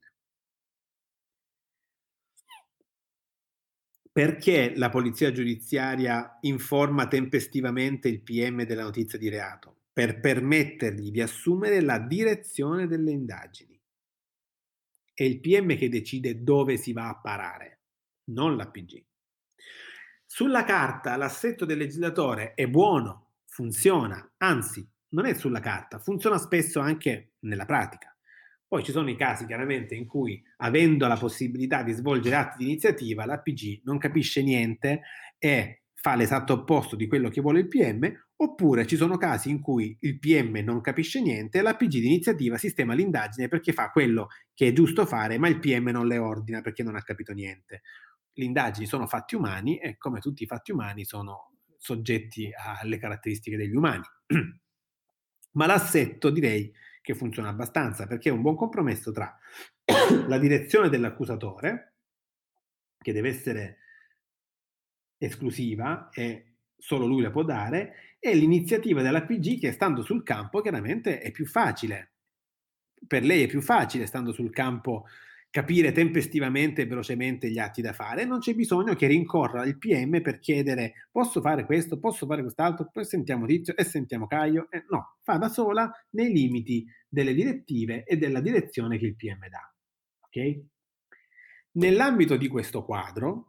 Perché la polizia giudiziaria informa tempestivamente il P M della notizia di reato? Per permettergli di assumere la direzione delle indagini. È il P M che decide dove si va a parare, non la P G. Sulla carta l'assetto del legislatore è buono, funziona, anzi, non è sulla carta, funziona spesso anche nella pratica. Poi ci sono i casi chiaramente in cui, avendo la possibilità di svolgere atti di iniziativa, la P G non capisce niente e fa l'esatto opposto di quello che vuole il P M, oppure ci sono casi in cui il P M non capisce niente e la P G di iniziativa sistema l'indagine perché fa quello che è giusto fare, ma il P M non le ordina perché non ha capito niente. Le indagini sono fatti umani e come tutti i fatti umani sono soggetti alle caratteristiche degli umani. Ma l'assetto direi che funziona abbastanza perché è un buon compromesso tra la direzione dell'accusatore, che deve essere esclusiva e solo lui la può dare, e l'iniziativa della P G che stando sul campo chiaramente è più facile. Per lei è più facile stando sul campo capire tempestivamente e velocemente gli atti da fare, non c'è bisogno che rincorra il P M per chiedere posso fare questo, posso fare quest'altro, poi sentiamo Tizio e sentiamo Caio. Eh, no, fa da sola nei limiti delle direttive e della direzione che il P M dà. Ok? Nell'ambito di questo quadro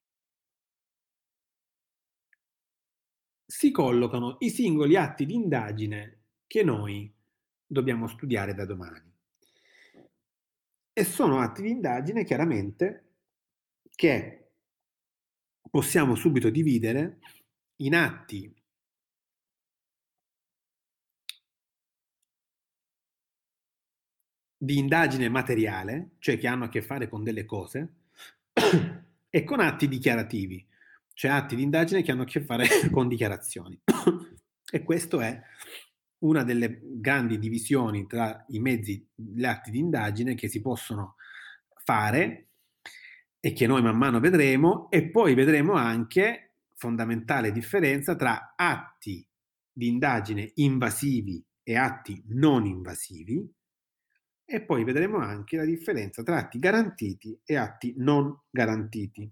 si collocano i singoli atti di indagine che noi dobbiamo studiare da domani. E sono atti di indagine chiaramente che possiamo subito dividere in atti di indagine materiale, cioè che hanno a che fare con delle cose, e con atti dichiarativi, cioè atti di indagine che hanno a che fare con dichiarazioni. E questo è una delle grandi divisioni tra i mezzi, gli atti di indagine che si possono fare e che noi man mano vedremo, e poi vedremo anche fondamentale differenza tra atti di indagine invasivi e atti non invasivi, e poi vedremo anche la differenza tra atti garantiti e atti non garantiti.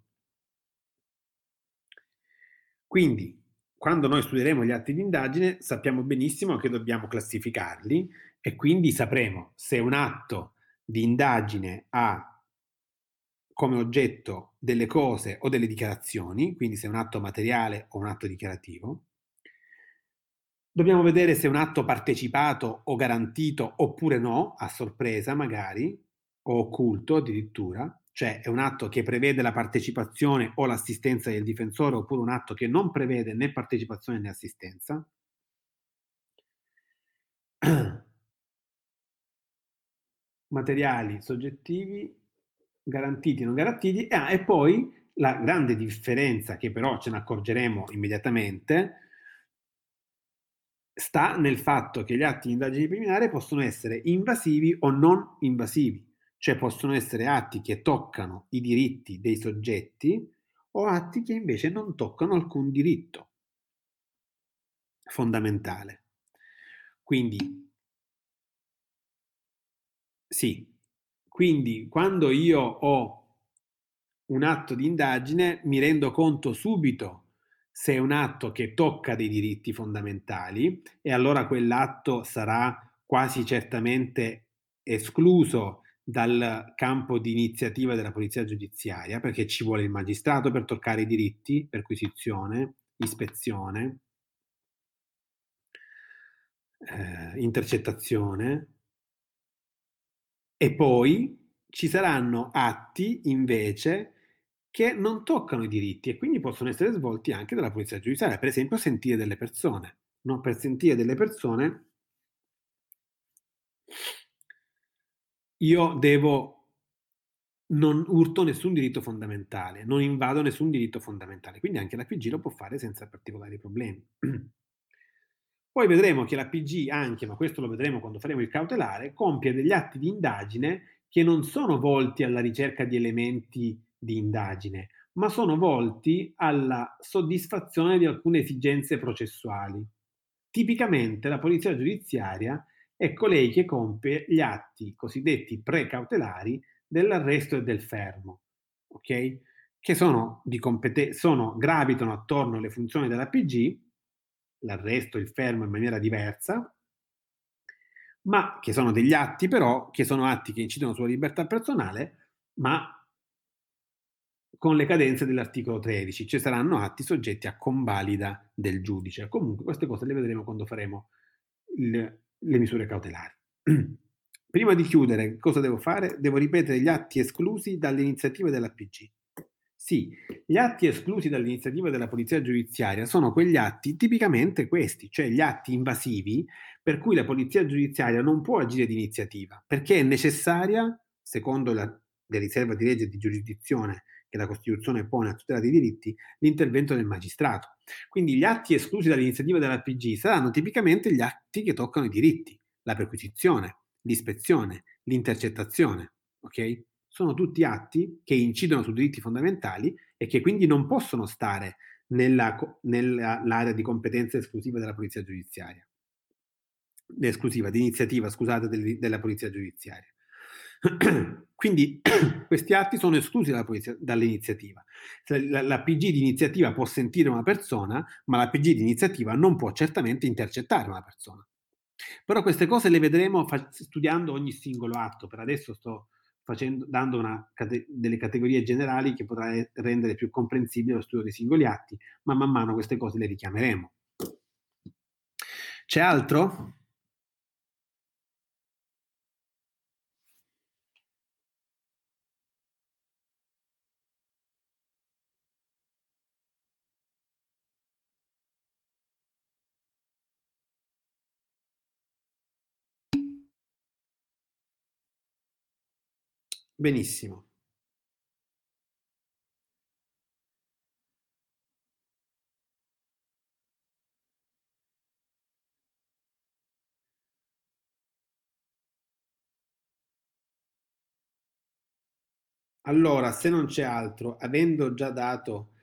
Quindi, quando noi studieremo gli atti di indagine, sappiamo benissimo che dobbiamo classificarli e quindi sapremo se un atto di indagine ha come oggetto delle cose o delle dichiarazioni, quindi se è un atto materiale o un atto dichiarativo. Dobbiamo vedere se è un atto partecipato o garantito oppure no, a sorpresa magari, o occulto addirittura, cioè è un atto che prevede la partecipazione o l'assistenza del difensore oppure un atto che non prevede né partecipazione né assistenza. Materiali, soggettivi, garantiti, non garantiti, ah, e poi la grande differenza che però ce ne accorgeremo immediatamente sta nel fatto che gli atti di indagine preliminare possono essere invasivi o non invasivi, cioè possono essere atti che toccano i diritti dei soggetti o atti che invece non toccano alcun diritto fondamentale. Quindi, sì, quindi quando io ho un atto di indagine mi rendo conto subito se è un atto che tocca dei diritti fondamentali, e allora quell'atto sarà quasi certamente escluso dal campo di iniziativa della polizia giudiziaria, perché ci vuole il magistrato per toccare i diritti, perquisizione, ispezione, eh, intercettazione, e poi ci saranno atti invece che non toccano i diritti e quindi possono essere svolti anche dalla polizia giudiziaria, per esempio sentire delle persone. No? Per sentire delle persone io devo non urto nessun diritto fondamentale, non invado nessun diritto fondamentale, quindi anche la P G lo può fare senza particolari problemi. Poi vedremo che la P G anche, ma questo lo vedremo quando faremo il cautelare, compie degli atti di indagine che non sono volti alla ricerca di elementi di indagine, ma sono volti alla soddisfazione di alcune esigenze processuali. Tipicamente la polizia giudiziaria è colei che compie gli atti cosiddetti precautelari dell'arresto e del fermo, ok? Che sono, di competen- sono gravitano attorno alle funzioni della P G, l'arresto, il fermo in maniera diversa, ma che sono degli atti però, che sono atti che incidono sulla libertà personale, ma con le cadenze dell'articolo tredici, ci saranno atti soggetti a convalida del giudice. Comunque queste cose le vedremo quando faremo il, le misure cautelari. Prima di chiudere, cosa devo fare? Devo ripetere gli atti esclusi dalle iniziative della P G. Sì, gli atti esclusi dall'iniziativa della polizia giudiziaria sono quegli atti tipicamente questi, cioè gli atti invasivi per cui la polizia giudiziaria non può agire di iniziativa, perché è necessaria, secondo la, la riserva di legge di giurisdizione che la Costituzione pone a tutela dei diritti, l'intervento del magistrato. Quindi gli atti esclusi dall'iniziativa della P G saranno tipicamente gli atti che toccano i diritti, la perquisizione, l'ispezione, l'intercettazione, ok? Sono tutti atti che incidono su diritti fondamentali e che quindi non possono stare nella, nell'area di competenza esclusiva della polizia giudiziaria, esclusiva, di iniziativa, scusate, del, della polizia giudiziaria. Quindi questi atti sono esclusi dalla polizia, dall'iniziativa. La, la P G di iniziativa può sentire una persona, ma la P G di iniziativa non può certamente intercettare una persona. Però queste cose le vedremo fa- studiando ogni singolo atto. Per adesso sto facendo, dando una, cate- delle categorie generali che potrà rendere più comprensibile lo studio dei singoli atti, ma man mano queste cose le richiameremo. C'è altro? Benissimo. Allora, se non c'è altro, avendo già dato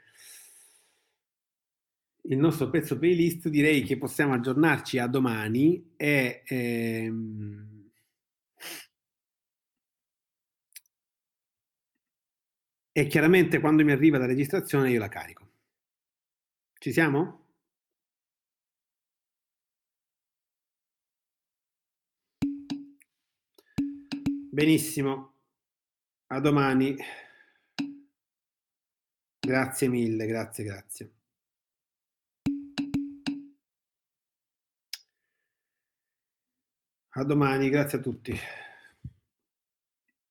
il nostro pezzo playlist, direi che possiamo aggiornarci a domani e, ehm, e chiaramente quando mi arriva la registrazione io la carico. Ci siamo? Benissimo, a domani. Grazie mille, grazie, grazie. A domani, grazie a tutti.